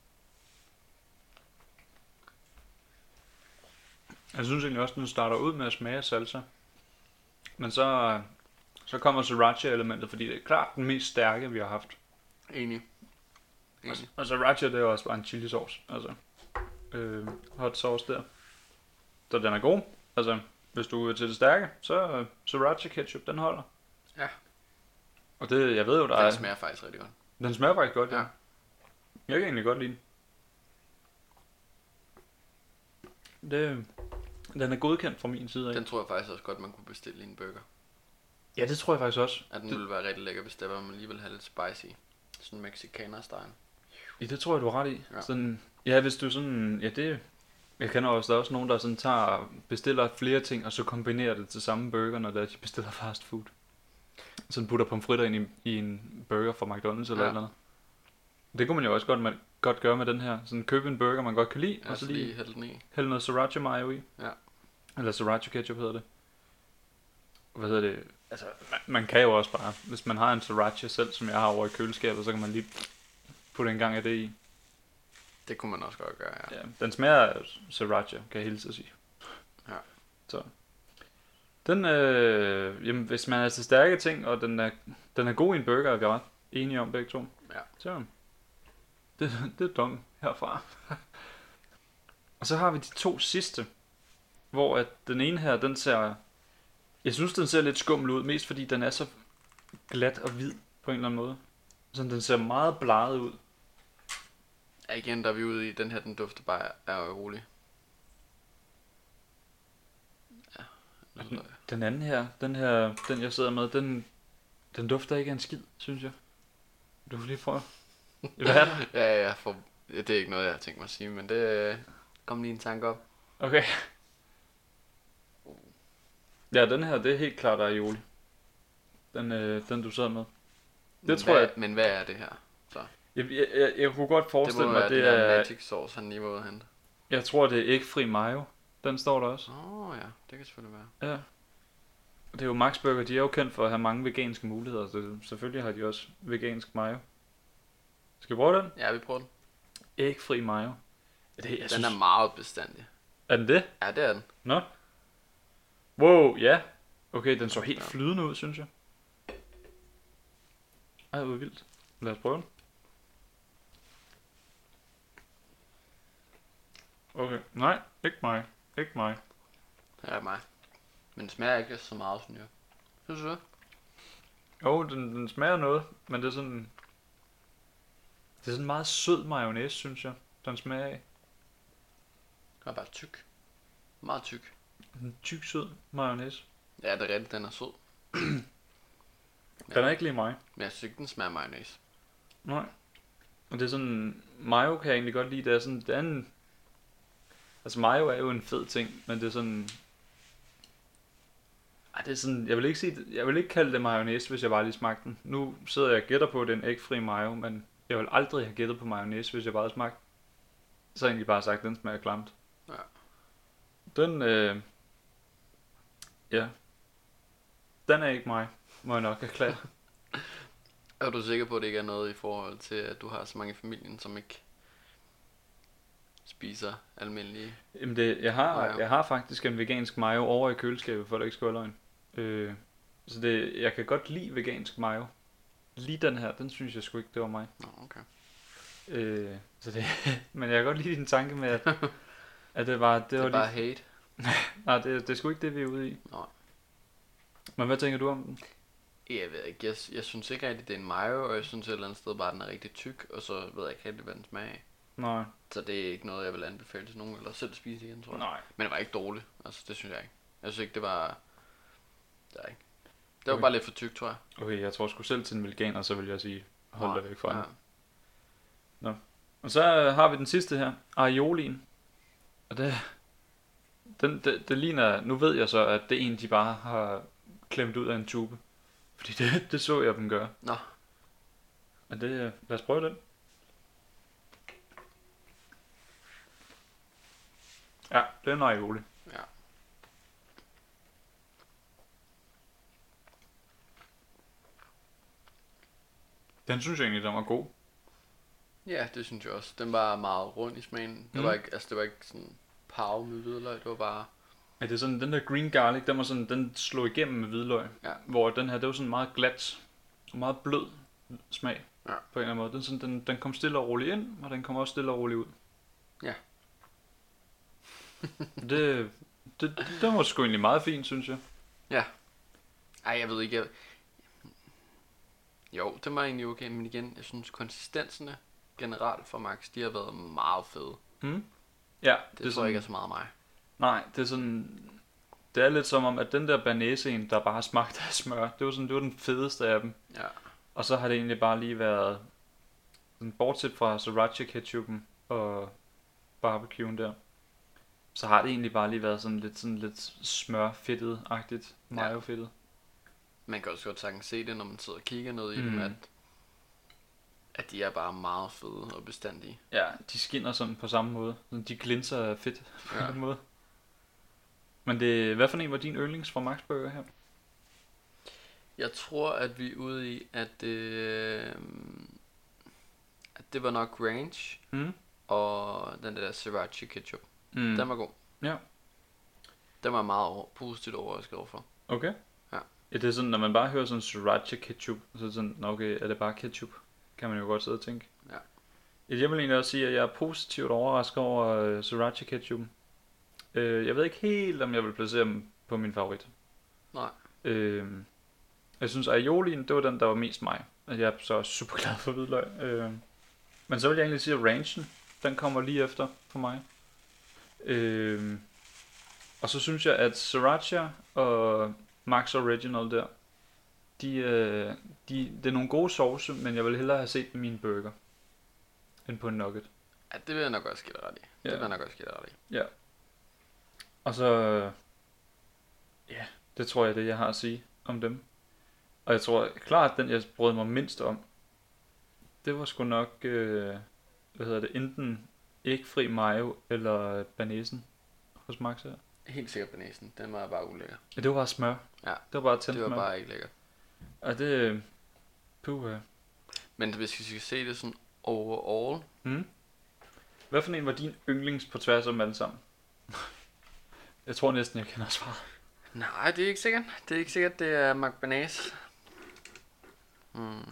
Jeg synes egentlig også, at den starter ud med at smage af salsa. Men så, så kommer sriracha-elementet, fordi det er klart den mest stærke, vi har haft. Enig. Og, Enig. og sriracha, det er også bare en chili sauce. Altså, øh, hot sauce der. Så den er god. Altså, hvis du er til det stærke, så uh, sriracha ketchup, den holder. Ja. Og det, jeg ved jo, der Den er... smager faktisk rigtig godt. Den smager faktisk godt, ja. Ja. Jeg kan egentlig godt lide den. Det, den er godkendt fra min side af. Den tror jeg faktisk også godt, man kunne bestille i en burger. Ja, det tror jeg faktisk også. At den Det, ville være rigtig lækker, hvis det var, man alligevel have lidt spicy. Sådan mexicaner-style. ja, det tror jeg, du har ret i. Ja. Sådan, ja, hvis du sådan... Ja, det... Jeg kender også, der er også nogen, der sådan tager, bestiller flere ting, og så kombinerer det til samme burger, når det er, de bestiller fast food. Sådan putter pomfritter ind i, i en burger fra McDonald's eller Ja. ja. eller andet. Det kunne man jo også godt, man, godt gøre med den her. Sådan købe en burger, man godt kan lide, Ja, og så lige lige hælde den i. hælde noget sriracha mayo i. Ja. Eller sriracha ketchup hedder det. Hvad hedder det? Altså, man, man kan jo også bare, hvis man har en sriracha selv, som jeg har over i køleskabet, så kan man lige putte en gang af det i. Det kunne man også godt gøre, ja. Ja, den smager af sriracha, kan jeg hilse at sige. Ja. Så. Den, øh, jamen, hvis man er til stærke ting, og den er, den er god i en burger, er vi ret enige om begge to. Ja. Så, det, det er dong herfra. Og så har vi de to sidste, hvor at den ene her, den ser, jeg synes den ser lidt skummel ud, mest fordi den er så glat og hvid på en eller anden måde. Så den ser meget bladet ud. Ja, igen, der er vi ude i, den her, den dufter bare af rolig. Ja. Og den, den anden her, den her, den jeg sidder med, den, den dufter ikke af en skid, synes jeg. Du vil lige prøve. Hvad er der? Ja, ja, for, ja, det er ikke noget, jeg har tænkt mig at sige, men det øh, kom lige en tanke op. Okay. Ja, den her, det er helt klart aioli. Den, øh, den du sidder med. Det Men tror hvad, jeg. Men hvad er det her? Jeg, jeg, jeg, jeg kunne godt Det forestille må mig, være at det det der er... magic sauce, han lige var ude at hente. Jeg tror, det er ægfri mayo. Den står der også. Åh oh, ja, det kan selvfølgelig være. Ja. Det er jo Max Burger, de er jo kendt for at have mange veganske muligheder, så selvfølgelig har de også vegansk mayo. Skal vi prøve den? Ja, vi prøver den. Ægfri mayo. Det, jeg Den synes... er meget bestandig. Er den det? Ja, det er den. Nå. Wow, ja. Okay, den så helt Ja. flydende ud, synes jeg. Ej, hvor vildt. Lad os prøve den. Okay, nej, ikke mig. Ikke mig. Det er mig. Men det smager ikke så meget, synes jeg. Synes du det? Jo, den, den smager noget, men det er sådan... Det er sådan meget sød mayonnaise, synes jeg, den smager af. Den er bare tyk. Meget tyk. En tyk, sød mayonnaise. Ja, det er rigtigt, den er sød. Den er ikke lige mig. Men jeg synes ikke, den smager mayonnaise. Nej. Og det er sådan... Mayo kan jeg egentlig godt lide. Det er sådan... Det er en... Altså mayo er jo en fed ting, men det er sådan... Ej, det er sådan... Jeg vil ikke sige... Jeg vil ikke kalde det mayonnaise, hvis jeg bare lige smagte den. Nu sidder jeg og gætter på, at det er en ægfri mayo, men jeg vil aldrig have gættet på mayonnaise, hvis jeg bare havde smagt. Så har jeg egentlig bare sagt, at den smager klamt. Ja. Den... Øh... Ja. Den er ikke mig, må jeg nok erklære. Er du sikker på, at det ikke er noget i forhold til, at du har så mange i familien, som ikke spiser almindelige? Jamen det, jeg, har, Mayo. jeg har faktisk en vegansk mayo over i køleskabet, for at det ikke skal være løgn. Øh, så det, jeg kan godt lide vegansk mayo. Lige den her, den synes jeg sgu ikke, det var mig. Nå, okay. Øh, så det, men jeg kan godt lide din tanke med, at, at det var... Det, Det var er bare lige, hate. nej, det, det er sgu ikke det, vi er ude i. Nå. Men hvad tænker du om den? Jeg ved ikke, jeg, jeg synes ikke rigtig, det er en mayo, og jeg synes et eller andet sted bare, den er rigtig tyk, og så ved jeg ikke rigtig, hvad den smager af. Nej. Så det er ikke noget, jeg vil anbefale til nogen, eller selv spise igen, tror jeg. Nej. Men det var ikke dårligt, altså det synes jeg ikke. Jeg synes ikke, det var... Det er ikke. Det var Okay. bare lidt for tyk, tror jeg. Okay, jeg tror sgu selv til en veganer, så vil jeg sige, hold Nej, dig væk fra ja. den. Og så øh, har vi den sidste her, aiolien. Og det, den, det, det ligner, nu ved jeg så, at det er en, de bare har klemt ud af en tube. Fordi det, det så jeg dem gøre. Nå. Og det, øh, lad os prøve den. Ja, det er en aioli. Ja. Den synes jeg egentlig, den var god. Ja, det synes jeg også. Den var meget rund i smagen. Det Mm. var ikke, altså det var ikke sådan pav med hvidløg, det var bare... Ja, det er sådan, den der green garlic, den var sådan, den slog igennem med hvidløg. Ja. Hvor den her, det var sådan meget glat, og meget blød smag. Ja. På en eller anden måde. Den, sådan, den, den kom stille og roligt ind, og den kom også stille og roligt ud. Ja. det, det, den var sgu egentlig meget fint, synes jeg. Ja. Ej, jeg ved ikke, jeg... Jo, det var egentlig okay, men igen, jeg synes konsistenserne generelt for Max, de har været meget fede. Mm. Ja, Det, det tror jeg ikke er så meget mig. Nej, det er sådan... Det er lidt som om, at den der banæse, der bare smagte af smør, det var, sådan, det var den fedeste af dem. Ja. Og så har det egentlig bare lige været, sådan, bortset fra sriracha ketchupen og barbecuen der, så har det egentlig bare lige været sådan lidt, sådan lidt smørfedtet-agtigt, mayo-fedtet. Man kan også godt sagtens se det, når man sidder og kigger ned i Mm. dem, at, at de er bare meget fede og bestandige. Ja, de skinner sådan på samme måde. Sådan, de glinser af fedt på Ja. en måde. Men det, hvad for en var din yndlings fra Max Burger her? Jeg tror, at vi er ude i, at, øh, at det var nok ranch Mm. og den der sriracha ketchup. Mm. Den var god. Ja. Den var jeg meget over, positivt overrasket overfor. Okay. Ja. Ja, det er sådan, når man bare hører sådan sriracha ketchup, så er det sådan, nå, okay, er det bare ketchup? Kan man jo godt sidde og tænke. Ja. Jeg vil egentlig også sige, at jeg er positivt overrasket over uh, sriracha ketchupen. Uh, jeg ved ikke helt, om jeg vil placere dem på min favorit. Nej. Uh, jeg synes, aiolien, det var den, der var mest mig. Og jeg er så super glad for hvidløg. Uh, men så vil jeg egentlig sige, at ranchen, den kommer lige efter for mig. Uh, og så synes jeg, at sriracha og Max Original der, de, øh, de, det er nogle gode sauce, men jeg vil hellere have set dem i min burger, end på en nugget. Ja, det vil jeg nok også give dig ret i. Ja. Det vil jeg nok også give dig ret i. Ja. Og så, øh, ja, det tror jeg er det, jeg har at sige om dem. Og jeg tror klart, at den jeg brød mig mindst om, det var sgu nok, øh, hvad hedder det, enten ægfri mayo eller banæsen hos Max her. Helt sikkert banæsen. Den var bare ulækker. Ja, det var bare smør. Ja, Det var bare tændt det var smør. bare ikke lækkert. Og det, puh, Men hvis vi skal se det sådan overall, mm. Hvad for en var din yndlings på tværs af dem alle sammen? Jeg tror næsten, jeg kender svaret. nej, det er ikke sikkert. Det er ikke sikkert, det er McBanase. Hmm.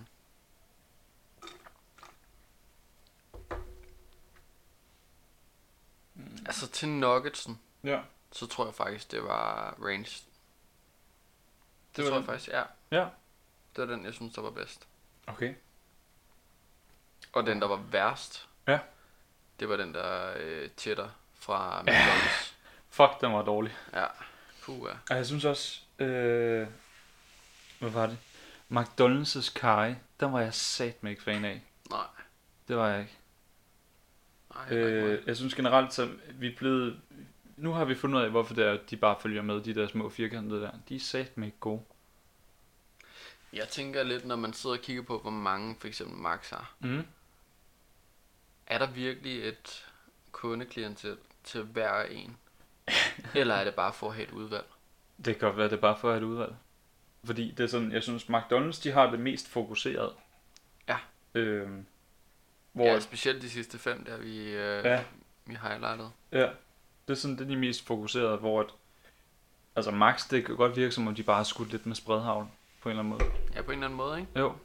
Mm. Altså til nuggetsen, Ja. så tror jeg faktisk, det var range. Det, det var tror jeg den. faktisk, ja. Ja. Det var den, jeg synes, der var bedst. Okay. Og den, der var værst, Ja. det var den der øh, cheddar fra McDonald's. Fuck, den var dårlig. Ja, puh ja. Og jeg synes også, øh, hvad var det? McDonald's curry, den var jeg satme ikke fan af. Nej. Det var jeg ikke. Nej, det var ikke Øh, mig. jeg synes generelt, så vi er blevet... Nu har vi fundet ud af, hvorfor det er, at de bare følger med, de der små firkantede der. De er satme ikke gode. Jeg tænker lidt, når man sidder og kigger på, hvor mange for eksempel Max har. Mm. Er der virkelig et kundeklientel til hver en? Eller er det bare for at have et udvalg? Det kan godt være, det er bare for at have et udvalg. Fordi det er sådan, jeg synes, McDonald's, de har det mest fokuseret. Ja. Øhm, hvor, Ja, specielt de sidste fem, der vi, øh, Ja. vi highlightede. ja, det er sådan, det er de mest fokuserede, hvor at, altså Max, det kan godt virke som om, de bare har skudt lidt med spredhavl, på en eller anden måde. Ja, på en eller anden måde, ikke? Jo.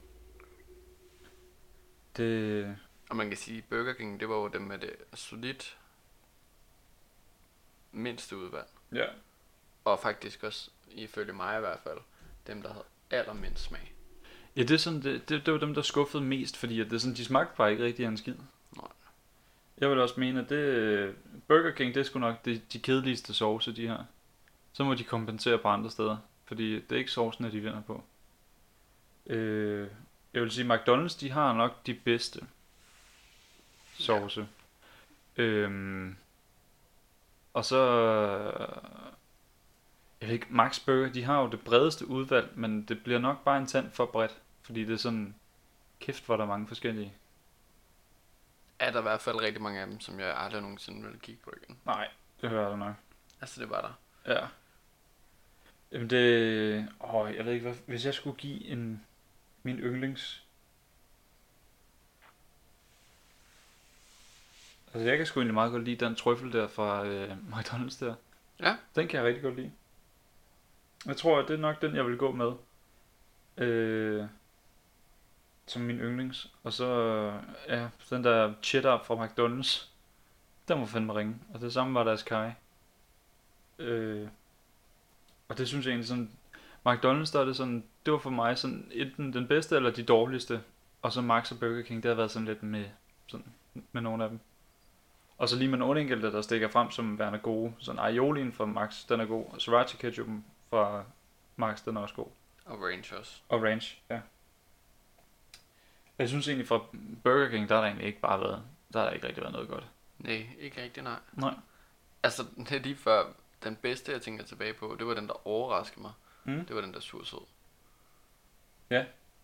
Det, Og man kan sige, Burger King, det var jo dem med det solidt mindste udvalg. ja. Og faktisk også, ifølge mig i hvert fald, dem, der havde allermindst smag. Ja, det er sådan, det, det, det var dem, der skuffede mest, fordi at det er sådan, de smagte bare ikke rigtig af en skid. Nej. Jeg vil også mene, at det, Burger King, det er sgu nok de, de kedeligste sauce, de har. Så må de kompensere på andre steder, fordi det er ikke saucene, de vinder på. Øh, jeg vil sige, McDonald's, de har nok de bedste sauce. Ja. Øhm, og så, jeg ved ikke, Max Burger, de har jo det bredeste udvalg, men det bliver nok bare en tand for bredt, fordi det er sådan, kæft, hvor der er mange forskellige. Er der i hvert fald rigtig mange af dem, som jeg aldrig nogensinde vil kigge på igen. Nej, det hører jeg nok. Altså, det var der. Ja. Jamen det... Åh, jeg ved ikke, hvad... Hvis jeg skulle give en... Min yndlings... Altså, jeg kan sgu egentlig meget godt lide den trøffel der fra øh, McDonald's der. Ja. Den kan jeg rigtig godt lide. Jeg tror, at det er nok den, jeg vil gå med. Øh, som min yndlings. Og så... Ja, den der cheddar fra McDonald's. Den må fandme ringe. Og det samme var deres curry. Øh... Og det synes jeg egentlig sådan, McDonald's, der er det sådan, det var for mig sådan enten den bedste eller de dårligste. Og så Max og Burger King, det har været sådan lidt med, sådan, med nogle af dem. Og så lige med nogle enkelte, der stikker frem som værende gode. Sådan aiolien fra Max, den er god. Og sriracha ketchupen fra Max, den er også god. Og ranch også. Og ranch, ja. Jeg synes egentlig fra Burger King, der har der egentlig ikke bare været, der har der ikke rigtig været noget godt. Nej, ikke rigtig, nej. Nej. Altså, det er lige før, den bedste, jeg tænker tilbage på, det var den, der overraskede mig. Mm. Det var den, der sursød. Ja.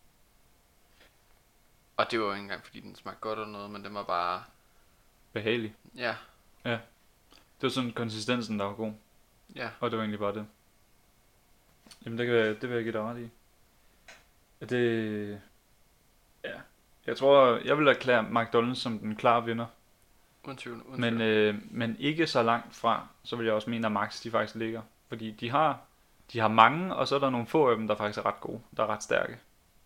Og det var jo ikke engang, fordi den smagte godt eller noget, men den var bare... Behagelig. Ja, Det var sådan konsistensen, der var god. ja. Og det var egentlig bare det. Jamen det, kan, jeg- det vil jeg give dig ret i. Det... Ja. Jeg tror, jeg vil erklære McDonald's som den klare vinder. Uden tvivl, uden Men, tvivl. øh, men ikke så langt fra, så vil jeg også mene, at Max de faktisk ligger. Fordi de har, de har mange, og så er der nogle få af dem, der faktisk er ret gode. Der er ret stærke.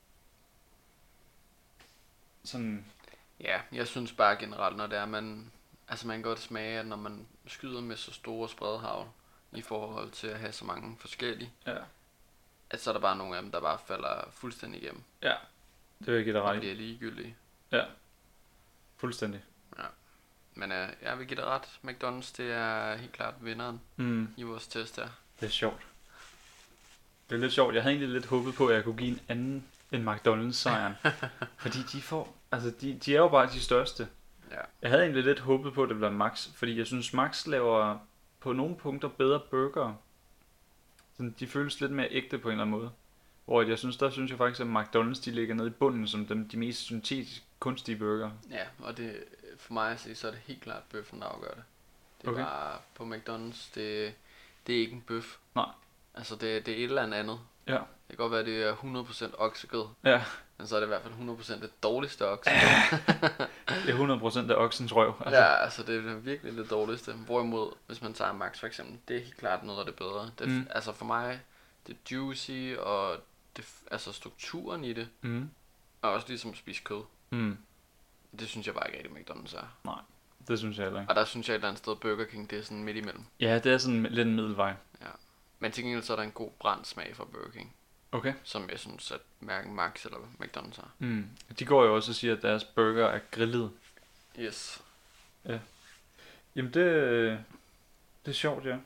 Sådan... Ja, jeg synes bare generelt, når det er, man... Altså, man kan godt smage, at når man skyder med så store spredhavl, i forhold til at have så mange forskellige, Ja. at så er der bare nogle af dem, der bare falder fuldstændig igennem. Ja. Det vil jeg give dig Og ret i. bliver ligegyldige. Ja. Fuldstændig. Men uh, jeg vil give dig ret. McDonald's, det er helt klart vinderen Mm. i vores test her. Det er sjovt. Det er lidt sjovt. Jeg havde egentlig lidt håbet på, at jeg kunne give en anden end McDonald's sejren. Fordi de får... Altså, de, de er jo bare de største. Ja. Jeg havde egentlig lidt håbet på, at det blev Max. Fordi jeg synes, Max laver på nogle punkter bedre burger. Sådan, de føles lidt mere ægte på en eller anden måde. Hvor jeg synes, der synes jeg faktisk, at McDonald's de ligger nede i bunden som dem, de mest syntetisk kunstige burger. Ja, og det, for mig at se, så er det helt klart bøffen, der afgør det. Det er Okay. okay. bare på McDonald's, det, det er ikke en bøf. Nej. Altså, det, det er et eller andet. Ja. Det kan godt være, at det er hundrede procent oksekød, Ja, men så er det i hvert fald hundrede procent det dårligste oksekød. det er hundrede procent af oksens røv. Altså. Ja, altså det er virkelig det dårligste. Hvorimod, hvis man tager Max for eksempel, det er helt klart noget af det bedre. Det, Mm. mm. Altså for mig, det er juicy, og det, altså strukturen i det, Mm. er også ligesom at spise kød. Mm. Det synes jeg bare ikke rigtig McDonald's er. Det synes jeg heller ikke. Og der synes jeg et eller andet sted, Burger King, det er sådan midt imellem. Ja, det er sådan lidt en middelvej. Men til gengæld så er der en god brændt smag fra Burger King. Okay. som jeg synes, at hverken Max eller McDonald's har. Mm. De går jo også og siger, at deres burger er grillet. Yes. Ja. Jamen det, det er sjovt, ja.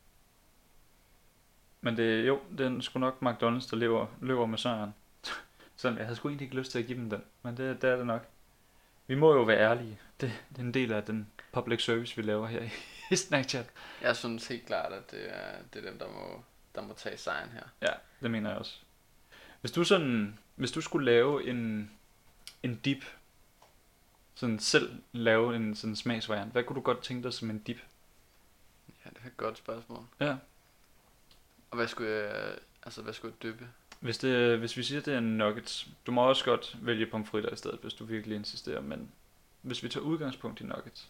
Men det, jo, den sgu nok McDonald's, der lever, løber med sejren. Så jeg havde sgu egentlig ikke lyst til at give dem den, men det, det er det nok. Vi må jo være ærlige. Det, det er en del af den public service, vi laver her i Snackchat. Jeg synes helt klart, at det er, det er dem, der må, der må tage sejren her. Ja, det mener jeg også. Hvis du sådan, hvis du skulle lave en, en dip, sådan selv lave en sådan smagsvariant, hvad kunne du godt tænke dig som en dip? Ja, det er et godt spørgsmål. Ja. Og hvad skulle jeg, altså hvad skulle jeg dyppe? Hvis, det, hvis vi siger, det er nuggets, du må også godt vælge pomfritter i stedet, hvis du virkelig insisterer, men hvis vi tager udgangspunkt i nuggets.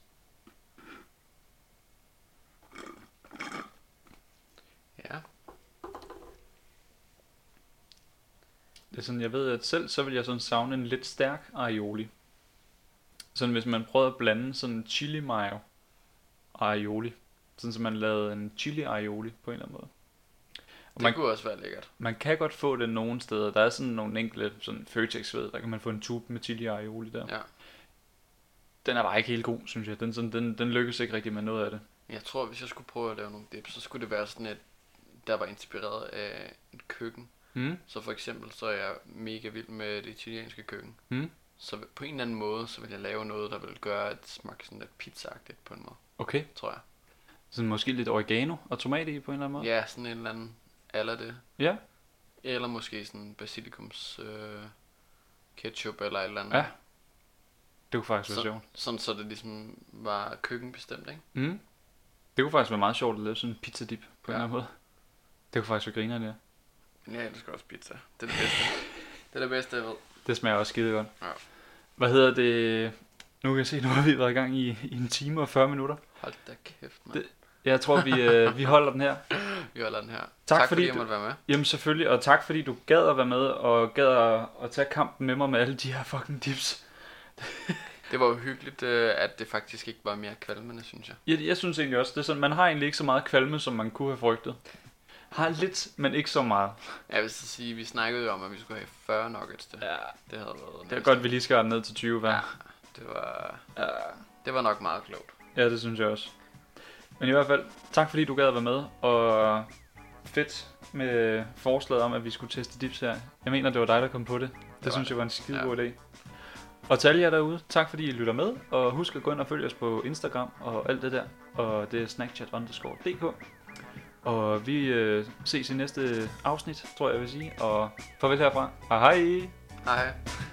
Ja. Det er sådan, jeg ved, at selv så vil jeg sådan savne en lidt stærk aioli. Sådan hvis man prøvede at blande sådan chili mayo og aioli. Sådan så man lavede en chili aioli på en eller anden måde. Og Det man, kunne også være lækkert. man kan godt få det nogle steder. Der er sådan nogle enkelte, sådan Føtex ved, der kan man få en tube med chili aioli der. Ja. Den er bare ikke helt god, synes jeg. Den, sådan, den, den lykkes ikke rigtig med noget af det. Jeg tror, hvis jeg skulle prøve at lave nogle dips, så skulle det være sådan et, der var inspireret af et køkken. Mm. Så for eksempel, så er jeg mega vild med det italienske køkken. Mm. Så på en eller anden måde, så vil jeg lave noget, der vil gøre, at det smager sådan lidt pizzaagtigt på en måde, Okay. tror jeg. Sådan måske lidt oregano og tomat i på en eller anden måde. Ja, sådan en eller anden eller det. Ja. Eller måske sådan basilikums øh, ketchup eller et eller andet. Ja. Det kunne faktisk være Så- sjovt. Sådan så det ligesom var køkkenbestemt, ikke? Mm. Det kunne faktisk være meget sjovt at lave sådan en pizzadip på Ja. en eller anden måde. Det kunne faktisk være grinerne, ja. Ja, det skal også pizza. Det er det bedste. det er det bedste, jeg ved. Det smager også skide godt. Ja. Hvad hedder det? Nu kan jeg se, nu har vi været i gang i, i en time og fyrre minutter. Hold da kæft, mand. Det- Jeg tror, vi, øh, vi holder den her. Vi holder den her. Tak, tak fordi fordi jeg du- måtte være med. Jamen selvfølgelig, og tak fordi du gad at være med, og gad at, at tage kampen med mig med alle de her fucking dips. Det var jo hyggeligt, øh, at det faktisk ikke var mere kvalmende, synes jeg. Jeg, jeg synes egentlig også, det er sådan, man har egentlig ikke så meget kvalme, som man kunne have frygtet. Har lidt, men ikke så meget. Jeg vil så sige, vi snakkede jo om, at vi skulle have fyrre nuggets. Det, Ja, det havde været det er godt, vi lige skal ned til tyve hver. Ja, det var, Ja. det var nok meget klogt. Ja, det synes jeg også. Men i hvert fald, tak fordi du gad at være med, og fedt med forslaget om, at vi skulle teste dips her. Jeg mener, det var dig, der kom på det. Det, var synes det. jeg var en skide god Ja. idé. Og til alle jer derude, tak fordi I lytter med, og husk at gå ind og følge os på Instagram og alt det der. Og det er snackchat underscore dk. Og vi øh, ses i næste afsnit, tror jeg, jeg vil sige. Og farvel herfra. Hej hej! Hej.